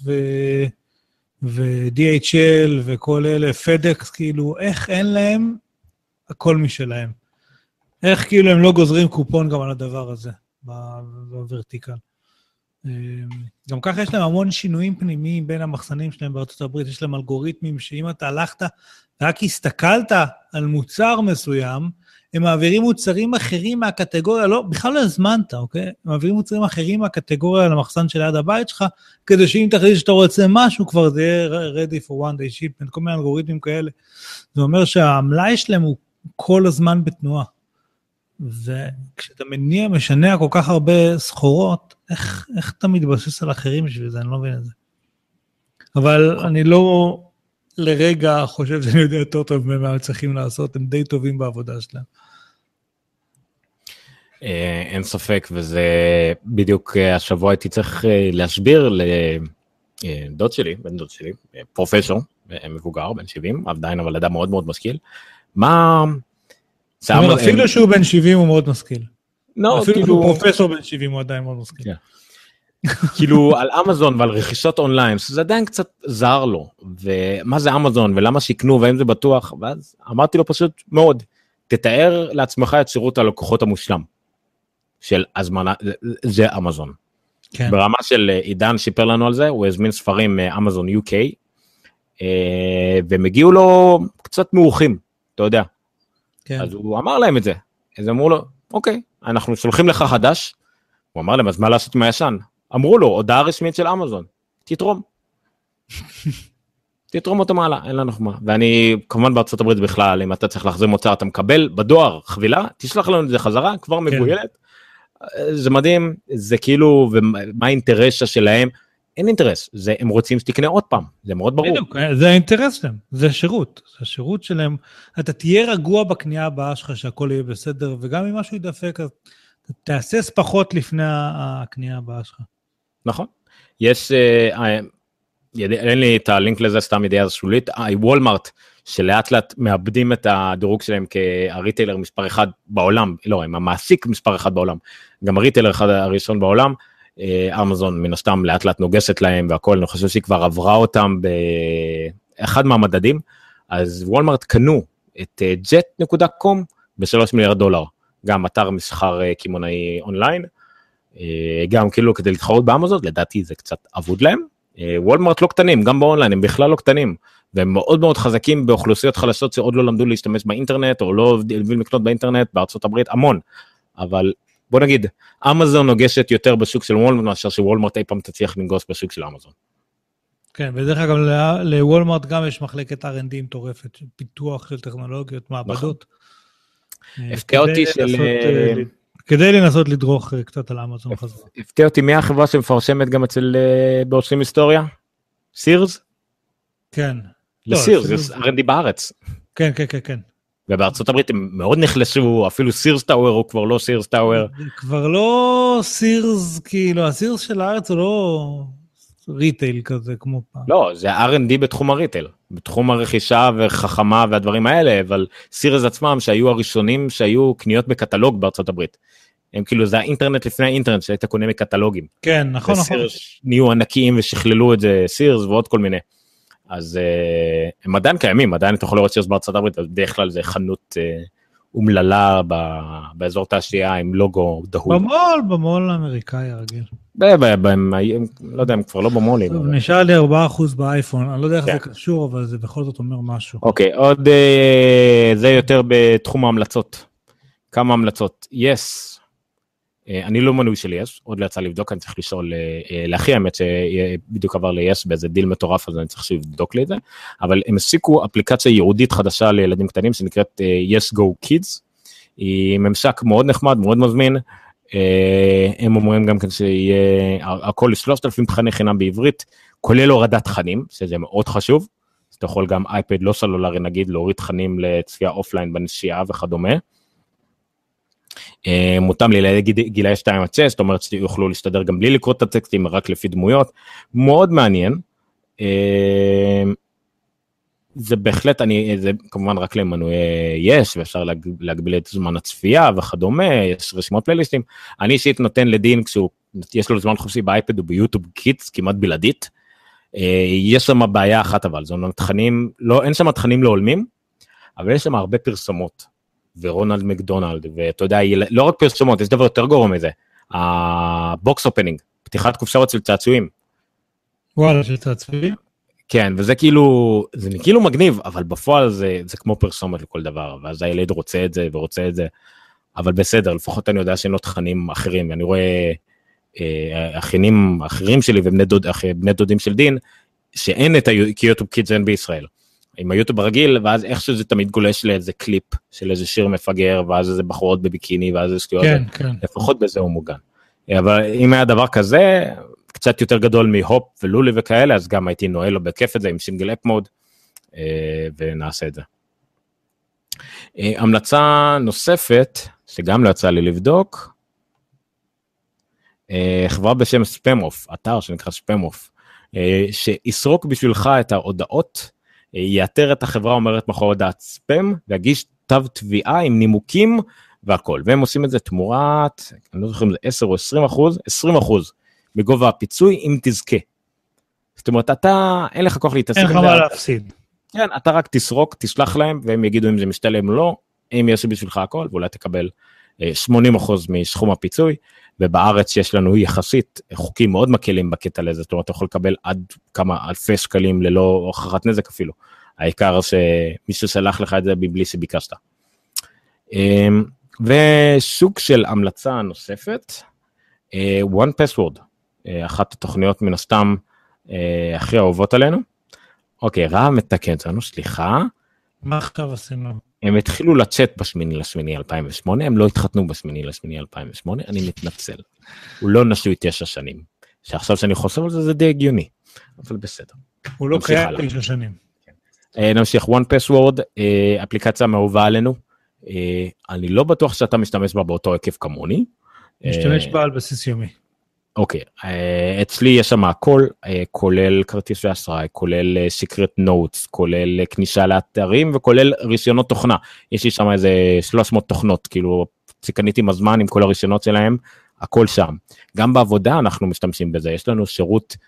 ו-DHL וכל אלה, FedEx, כאילו, איך אין להם הכל משלהם? איך כאילו הם לא גוזרים קופון גם על הדבר הזה, בוורטיקל? גם ככה יש להם המון שינויים פנימיים בין המחסנים שלהם בארצות הברית, יש להם אלגוריתמים שאם אתה הלכת ורק הסתכלת על מוצר מסוים, הם מעבירים מוצרים אחרים מהקטגוריה, לא, בכלל לא הזמנת, אוקיי? הם מעבירים מוצרים אחרים מהקטגוריה למחסן של יד הבית שלך, כדי שאם תחליט שאתה רוצה משהו, כבר זה יהיה ready for one day shipment, כל מיני אלגוריתמים כאלה. זה אומר שהמלאי שלהם הוא כל הזמן בתנועה. וכשאתה משנע כל כך הרבה סחורות, איך אתה מתבסס על אחרים בשביל זה? אני לא מבין את זה. אבל אני לא לרגע חושב שאני יודע יותר טוב ממה צריכים לעשות, הם די טובים בעבודה שלהם. אין ספק, וזה בדיוק השבוע הייתי צריך להסביר דוד שלי, בן דוד שלי, פרופסור, מבוגר, בן 70, עדיין אבל אדם מאוד מאוד משכיל. מה... אפילו שהוא בן 70 הוא מאוד משכיל. לא, אפילו כאילו... שהוא פרופסור בן 70 הוא עדיין מאוד משכיל. כאילו על אמזון ועל רכישות אונליין, זה עדיין קצת זר לו, ומה זה אמזון ולמה שיקנו והאם זה בטוח, ואז אמרתי לו פשוט מאוד, תתאר לעצמך את שירות הלקוחות המושלם, של הזמנה, זה אמזון. כן. ברמה של עידן שיפר לנו על זה, הוא הזמין ספרים מאמזון UK, והם הגיעו לו קצת מאוחים, אתה יודע. כן. אז הוא אמר להם את זה, אז אמרו לו, אוקיי, אנחנו שולחים לך חדש, הוא אמר להם, אז מה לעשות עם הישן? אמרו לו, הודעה רשמית של אמזון, תתרום. תתרום אותו מעלה, אין לנו חמה. ואני, כמובן בארצות הברית בכלל, אם אתה צריך להחזיר מוצר, אתה מקבל בדואר חבילה, תשלח לנו את זה חזרה, כבר מבוילת. זה מדהים, זה כאילו, ומה האינטרס שלהם? אין אינטרס, הם רוצים שתקנה עוד פעם, זה מאוד ברור. בדיוק, זה האינטרס שלהם, זה שירות, זה השירות שלהם, אתה תהיה רגוע בקנייה הבאה שלך, שהכל יהיה בסדר, וגם אם משהו ידפק, אז תעשס פחות לפני הקנייה הבאה שלך. נכון, יש, אין לי את הלינק לזה, סתם ידיעה שולית, וולמרט, שלאט לאט מאבדים את הדירוג שלהם כהריטיילר מספר אחד בעולם, לא, הם המעסיק מספר אחד בעולם, גם הריטיילר אחד הראשון בעולם, אמזון מן הסתם לאט לאט נוגסת להם והכל, אני חושב שהיא כבר עברה אותם באחד מהמדדים, אז וולמרט קנו את jet.com ב$3 מיליארד, גם אתר מסחר כימונאי אונליין, גם כאילו כדי להתחרות באמזון, לדעתי זה קצת עבוד להם, וולמרט לא קטנים, גם באונליין הם בכלל לא קטנים, והם מאוד מאוד חזקים באוכלוסיות חלשות שעוד לא למדו להשתמש באינטרנט, או לא הביאו לקנות באינטרנט, בארצות הברית המון, אבל בוא נגיד, אמזון נוגשת יותר בשוק של וולמרט, מאשר שוולמרט אי פעם תצליח לנגוס בשוק של אמזון. כן, ודרך אגב, לוולמרט גם יש מחלקת R&D מטורפת, פיתוח של טכנולוגיות, מעבדות. הפתיע אותי של... כדי לנסות לדרוך קצת על אמזון חזרה. הפתיע אותי מי החברה שמפרשמת גם אצל בעושים היסטוריה? סירס? כן. לסירס, זה R&D בארץ. כן, כן, כן, כן. ובארצות הברית הם מאוד נחלשו, אפילו סירס טאוור הוא כבר לא סירס טאוור. כבר לא סירס, כאילו, הסירס של הארץ הוא לא ריטייל כזה כמו פעם. לא, זה R&D בתחום הריטייל, בתחום הרכישה וחכמה והדברים האלה, אבל סירס עצמם שהיו הראשונים שהיו קניות בקטלוג בארצות הברית. הם כאילו, זה האינטרנט לפני האינטרנט שהיית קונה מקטלוגים. כן, נכון, נכון. וסירס נהיו ענקיים ושכללו את זה, סירס ועוד כל מיני. אז הם עדיין קיימים, עדיין אתה יכול לראות שיש בארצות הברית, אז בדרך כלל זה חנות אומללה באזור תעשייה עם לוגו דהוד. במול האמריקאי הרגיל. לא יודע, הם כבר לא במולים. נשאר לי 4% באייפון, אני לא יודע איך זה קשור, אבל זה בכל זאת אומר משהו. אוקיי, עוד זה יותר בתחום ההמלצות. כמה המלצות? Yes. אני לא מנוי של יס, עוד לא יצא לבדוק, אני צריך לשאול לאחי האמת שבדיוק עבר ליס באיזה דיל מטורף, אז אני צריך לבדוק לי את זה, אבל הם הסיקו אפליקציה ייעודית חדשה לילדים קטנים, שנקראת Yes Go Kids, היא ממשק מאוד נחמד, מאוד מזמין, הם אומרים גם כן שיהיה הכל 3,000 תכני חינם בעברית, כולל הורדת תכנים, שזה מאוד חשוב, אז אתה יכול גם אייפד לא סלולרי נגיד, להוריד תכנים לצפייה אופליין בנשייה וכדומה, מותאם לגילאי 2-6, זאת אומרת שיוכלו להשתדר גם בלי לקרוא את הטקסטים, רק לפי דמויות, מאוד מעניין, זה בהחלט, זה כמובן רק למנוי יש, ואפשר להגביל את זמן הצפייה וכדומה, יש רשימות פלייליסטים, אני אישית נותן לדין, כשיש לו זמן חופשי באייפד וביוטיוב קידס, כמעט בלעדית, יש שם בעיה אחת אבל, זאת אומרת, תכנים, אין שם תכנים לא הולמים, אבל יש שם הרבה פרסומות, ורונלד מקדונלד, ואתה יודע, לא רק פרסומות, יש דבר יותר גרוע מזה, הבוקס אופנינג, פתיחת קופסאות של צעצועים. וואלה, של צעצועים? כן, וזה כאילו, זה כאילו מגניב, אבל בפועל זה כמו פרסומת לכל דבר, ואז הילד רוצה את זה ורוצה את זה, אבל בסדר, לפחות אני יודע שאין לו תכנים אחרים, ואני רואה אחינים אחרים שלי, ובני דודים של דין, שאין את היוטיוב קידס אין בישראל. עם היוטיוב הרגיל, ואז איך שזה תמיד גולש לאיזה קליפ של איזה שיר מפגר, ואז איזה בחורות בביקיני, ואז איזה שטויות, לפחות בזה הוא מוגן. אבל אם היה דבר כזה, קצת יותר גדול מהופ ולולי וכאלה, אז גם הייתי נועל לו בכיף את זה עם סינגל אפ מוד, ונעשה את זה. המלצה נוספת, שגם לא יצא לי לבדוק, חברה בשם ספאמוף, אתר שנקרא ספאמוף, שיסרוק בשבילך את ההודעות, יאתר את החברה אומרת מאחורי הודעת ספאם, ויגיש תו תביעה עם נימוקים והכל, והם עושים את זה תמורת, אני לא זוכר אם זה 10 או 20%, 20% מגובה הפיצוי אם תזכה. זאת אומרת, אתה, אין לך כוח להתעסק. אין לך מה להפסיד. כן, אתה רק תסרוק, תשלח להם, והם יגידו אם זה משתלם או לא, הם יעשו בשבילך הכל, ואולי תקבל 80% מסכום הפיצוי, ובארץ יש לנו יחסית חוקים מאוד מקלים בקטע לזה, זאת אומרת, אתה יכול לקבל עד כמה אלפי שקלים ללא הוכחת נזק אפילו. העיקר שמישהו שלח לך את זה בלי שביקשת. וסוג של המלצה נוספת, One Password, אחת התוכניות מן הסתם הכי אהובות עלינו. אוקיי, רע מתקן אותנו, סליחה. מה עכשיו עשינו? הם התחילו לצ'אט ב8/8/2008, הם לא התחתנו ב8/8/2008, אני מתנצל. הוא לא נשוי 9 שנים. שעכשיו שאני חושב על זה, זה די הגיוני. אבל בסדר. הוא לא קיים 9 שנים. נמשיך, One Password, אפליקציה מאהובה עלינו. אני לא בטוח שאתה משתמש בה באותו היקף כמוני. משתמש בה על בסיס יומי. אוקיי, אצלי יש שם הכל, כולל כרטיס ואשראי, כולל secret notes, כולל כניסה לאתרים, וכולל רישיונות תוכנה. יש לי שם איזה 300 תוכנות, כאילו, קניתי עם הזמן עם כל הרישיונות שלהם, הכל שם. גם בעבודה אנחנו משתמשים בזה, יש לנו שירות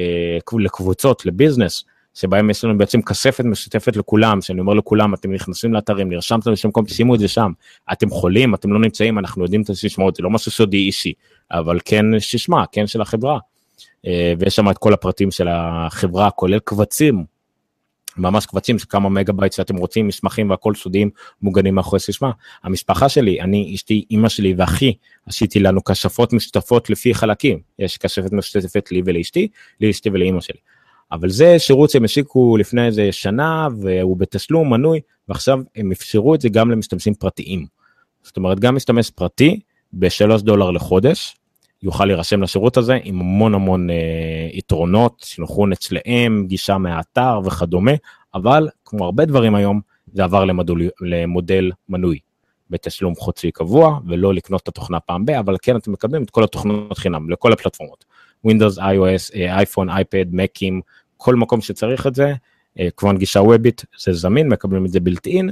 לקבוצות, לביזנס, שבהם יש לנו בעצם כספת משותפת לכולם, שאני אומר לכולם, אתם נכנסים לאתרים, נרשמתם לשם מקום, תשימו את זה שם, אתם חולים, אתם לא נמצאים, אנחנו יודעים את הסיסמאות, זה לא משהו סודי אישי, אבל כן ששמה, כן של החברה, ויש שם את כל הפרטים של החברה, כולל קבצים, ממש קבצים של כמה מגה-בייט שאתם רוצים, מסמכים והכל סודיים, מוגנים מאחורי סיסמה. המשפחה שלי, אני, אשתי, אמא שלי ואחי, עשיתי לנו כשפות משותפות לפי חלקים, יש כשפת משותפת לי ולאשתי, לאשתי ולאמא שלי. אבל זה שירות שהם השיקו לפני איזה שנה, והוא בתשלום מנוי, ועכשיו הם אפשרו את זה גם למשתמשים פרטיים. זאת אומרת, גם משתמש פרטי, $3 לחודש, יוכל להירשם לשירות הזה, עם המון יתרונות, שנוכל אצלהם, גישה מהאתר וכדומה, אבל כמו הרבה דברים היום, זה עבר למודל מנוי, בתשלום חודשי קבוע, ולא לקנות את התוכנה פעם בה, אבל כן אתם מקבלים את כל התוכנות חינם, לכל הפלטפורמות. Windows, iOS, אייפון, אייפד, מקים, כל מקום שצריך את זה, כמובן גישה וובית, זה זמין, מקבלים את זה בילט-אין.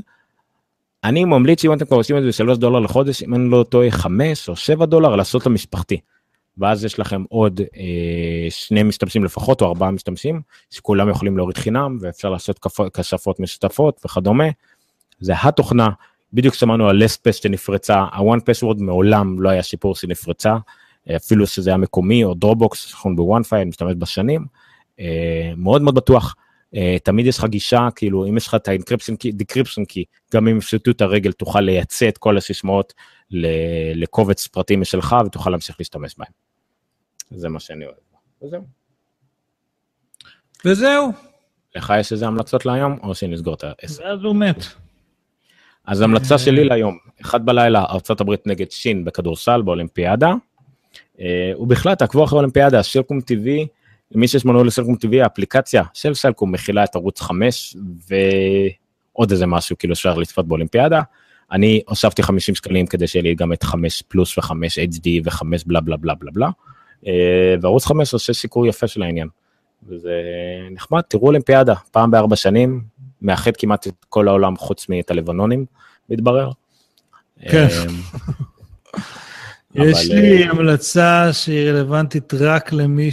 אני ממליץ אם אתם כבר עושים את זה $3 לחודש, אם אני לא טועה $5 או $7, לעשות למשפחתי. ואז יש לכם עוד 2 משתמשים לפחות, או 4 משתמשים, שכולם יכולים להוריד חינם, ואפשר לעשות כשפות משותפות וכדומה. זה התוכנה, בדיוק שמענו על לספס שנפרצה, ה-One Password מעולם לא היה שיפור שנפרצה, אפילו שזה היה מקומי, או דרופבוקס, נכון ב-OneFile, משתמש בשנים, מאוד מאוד בטוח, תמיד יש לך גישה, כאילו אם יש לך את ה-decryption key, גם אם יפשטו את הרגל, תוכל לייצא את כל הסיסמאות לקובץ פרטי משלך, ותוכל להמשיך להשתמש בהם. זה מה שאני אוהב. וזהו. לך יש איזה המלצות להיום, או שנסגור את ה-10? ואז הוא מת. אז המלצה שלי להיום, 1 בלילה, ארצות הברית נגד שין בכדורסל באולימפיאדה, ובכלל תעקבו אחרי האולימפיאדה, סלקום TV, למי שיש מנוי לסלקום TV, האפליקציה של סלקום מכילה את ערוץ 5, ועוד איזה משהו כאילו אפשר לצפות באולימפיאדה, אני הוספתי 50 שקלים כדי שיהיה לי גם את 5 פלוס ו5 HD ו5 בלה בלה בלה בלה בלה, וערוץ 5 עושה סיקור יפה של העניין, וזה נחמד, תראו אולימפיאדה, פעם ב4 שנים, מאחד כמעט את כל העולם חוץ מאת הלבנונים, מתברר. כן. יש לי המלצה שהיא רלוונטית רק למי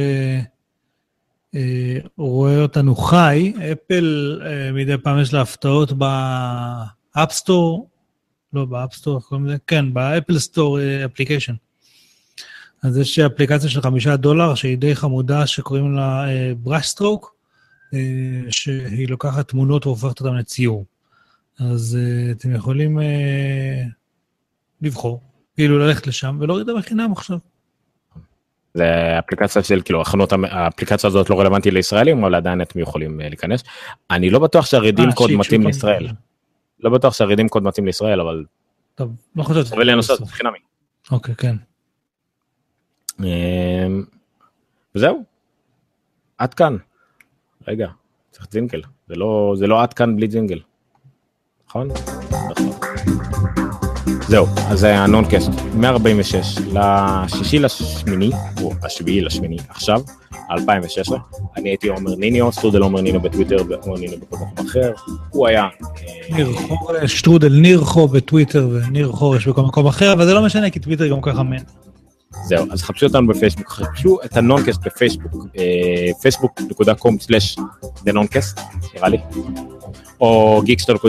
שרואה אותנו חי. אפל מדי פעם יש לה הפתעות באפסטור, לא באפסטור, כן, באפל סטור אפליקיישן. אז יש אפליקציה של $5 שהיא די חמודה שקוראים לה בראש סטרוק, שהיא לוקחת תמונות והופכת אותן לציור. אז אתם יכולים לבחור. כאילו ללכת לשם ולהוריד בחינם עכשיו. זה אפליקציה של, כאילו, האפליקציה הזאת לא רלוונטית לישראלים, אבל עדיין אתם יכולים להיכנס. אני לא בטוח שהרידים קוד מתאים לישראל. לא בטוח שהרידים קוד מתאים לישראל, אבל... טוב, לא חושב. אבל לנושא חינמי. אוקיי, כן. וזהו. עד כאן. רגע, צריך זינגל. זה לא עד כאן בלי זינגל. נכון? נכון. זהו, אז זה הנונקאסט 146 ל6/8, או 7/8 עכשיו, 2016, אני הייתי עומר ניניו, סטרודל עומר ניניו בטוויטר ועומר ניניו בכל מקום אחר, הוא היה... ניר חורש, סטרודל ניר חור בטוויטר וניר חורש בכל מקום אחר, אבל זה לא משנה כי טוויטר גם ככה מן. זהו, אז חפשו אותנו בפייסבוק, חפשו את הנונקאסט בפייסבוק, facebook.com/thenoncast, נראה לי, או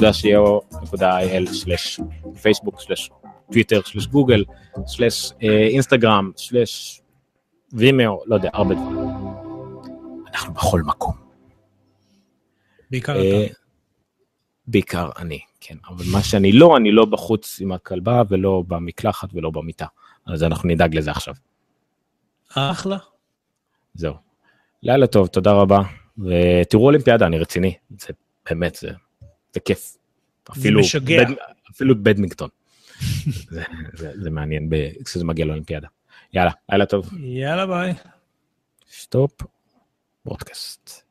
geekster.co.il/facebook/twitter/google/instagram/vimeo, לא יודע, הרבה דברים. אנחנו בכל מקום. בעיקר אתה. בעיקר אני, כן, אבל מה שאני לא בחוץ עם הכלבה, ולא במקלחת ולא במיטה. אז אנחנו נדאג לזה עכשיו. אחלה. זהו. לילה טוב, תודה רבה. ותראו אולימפיאדה, אני רציני. זה באמת, זה כיף. זה משגע. אפילו בדמינגטון. זה מעניין כשזה מגיע לאולימפיאדה. יאללה, לילה טוב. יאללה ביי. סטופ. ברודקאסט.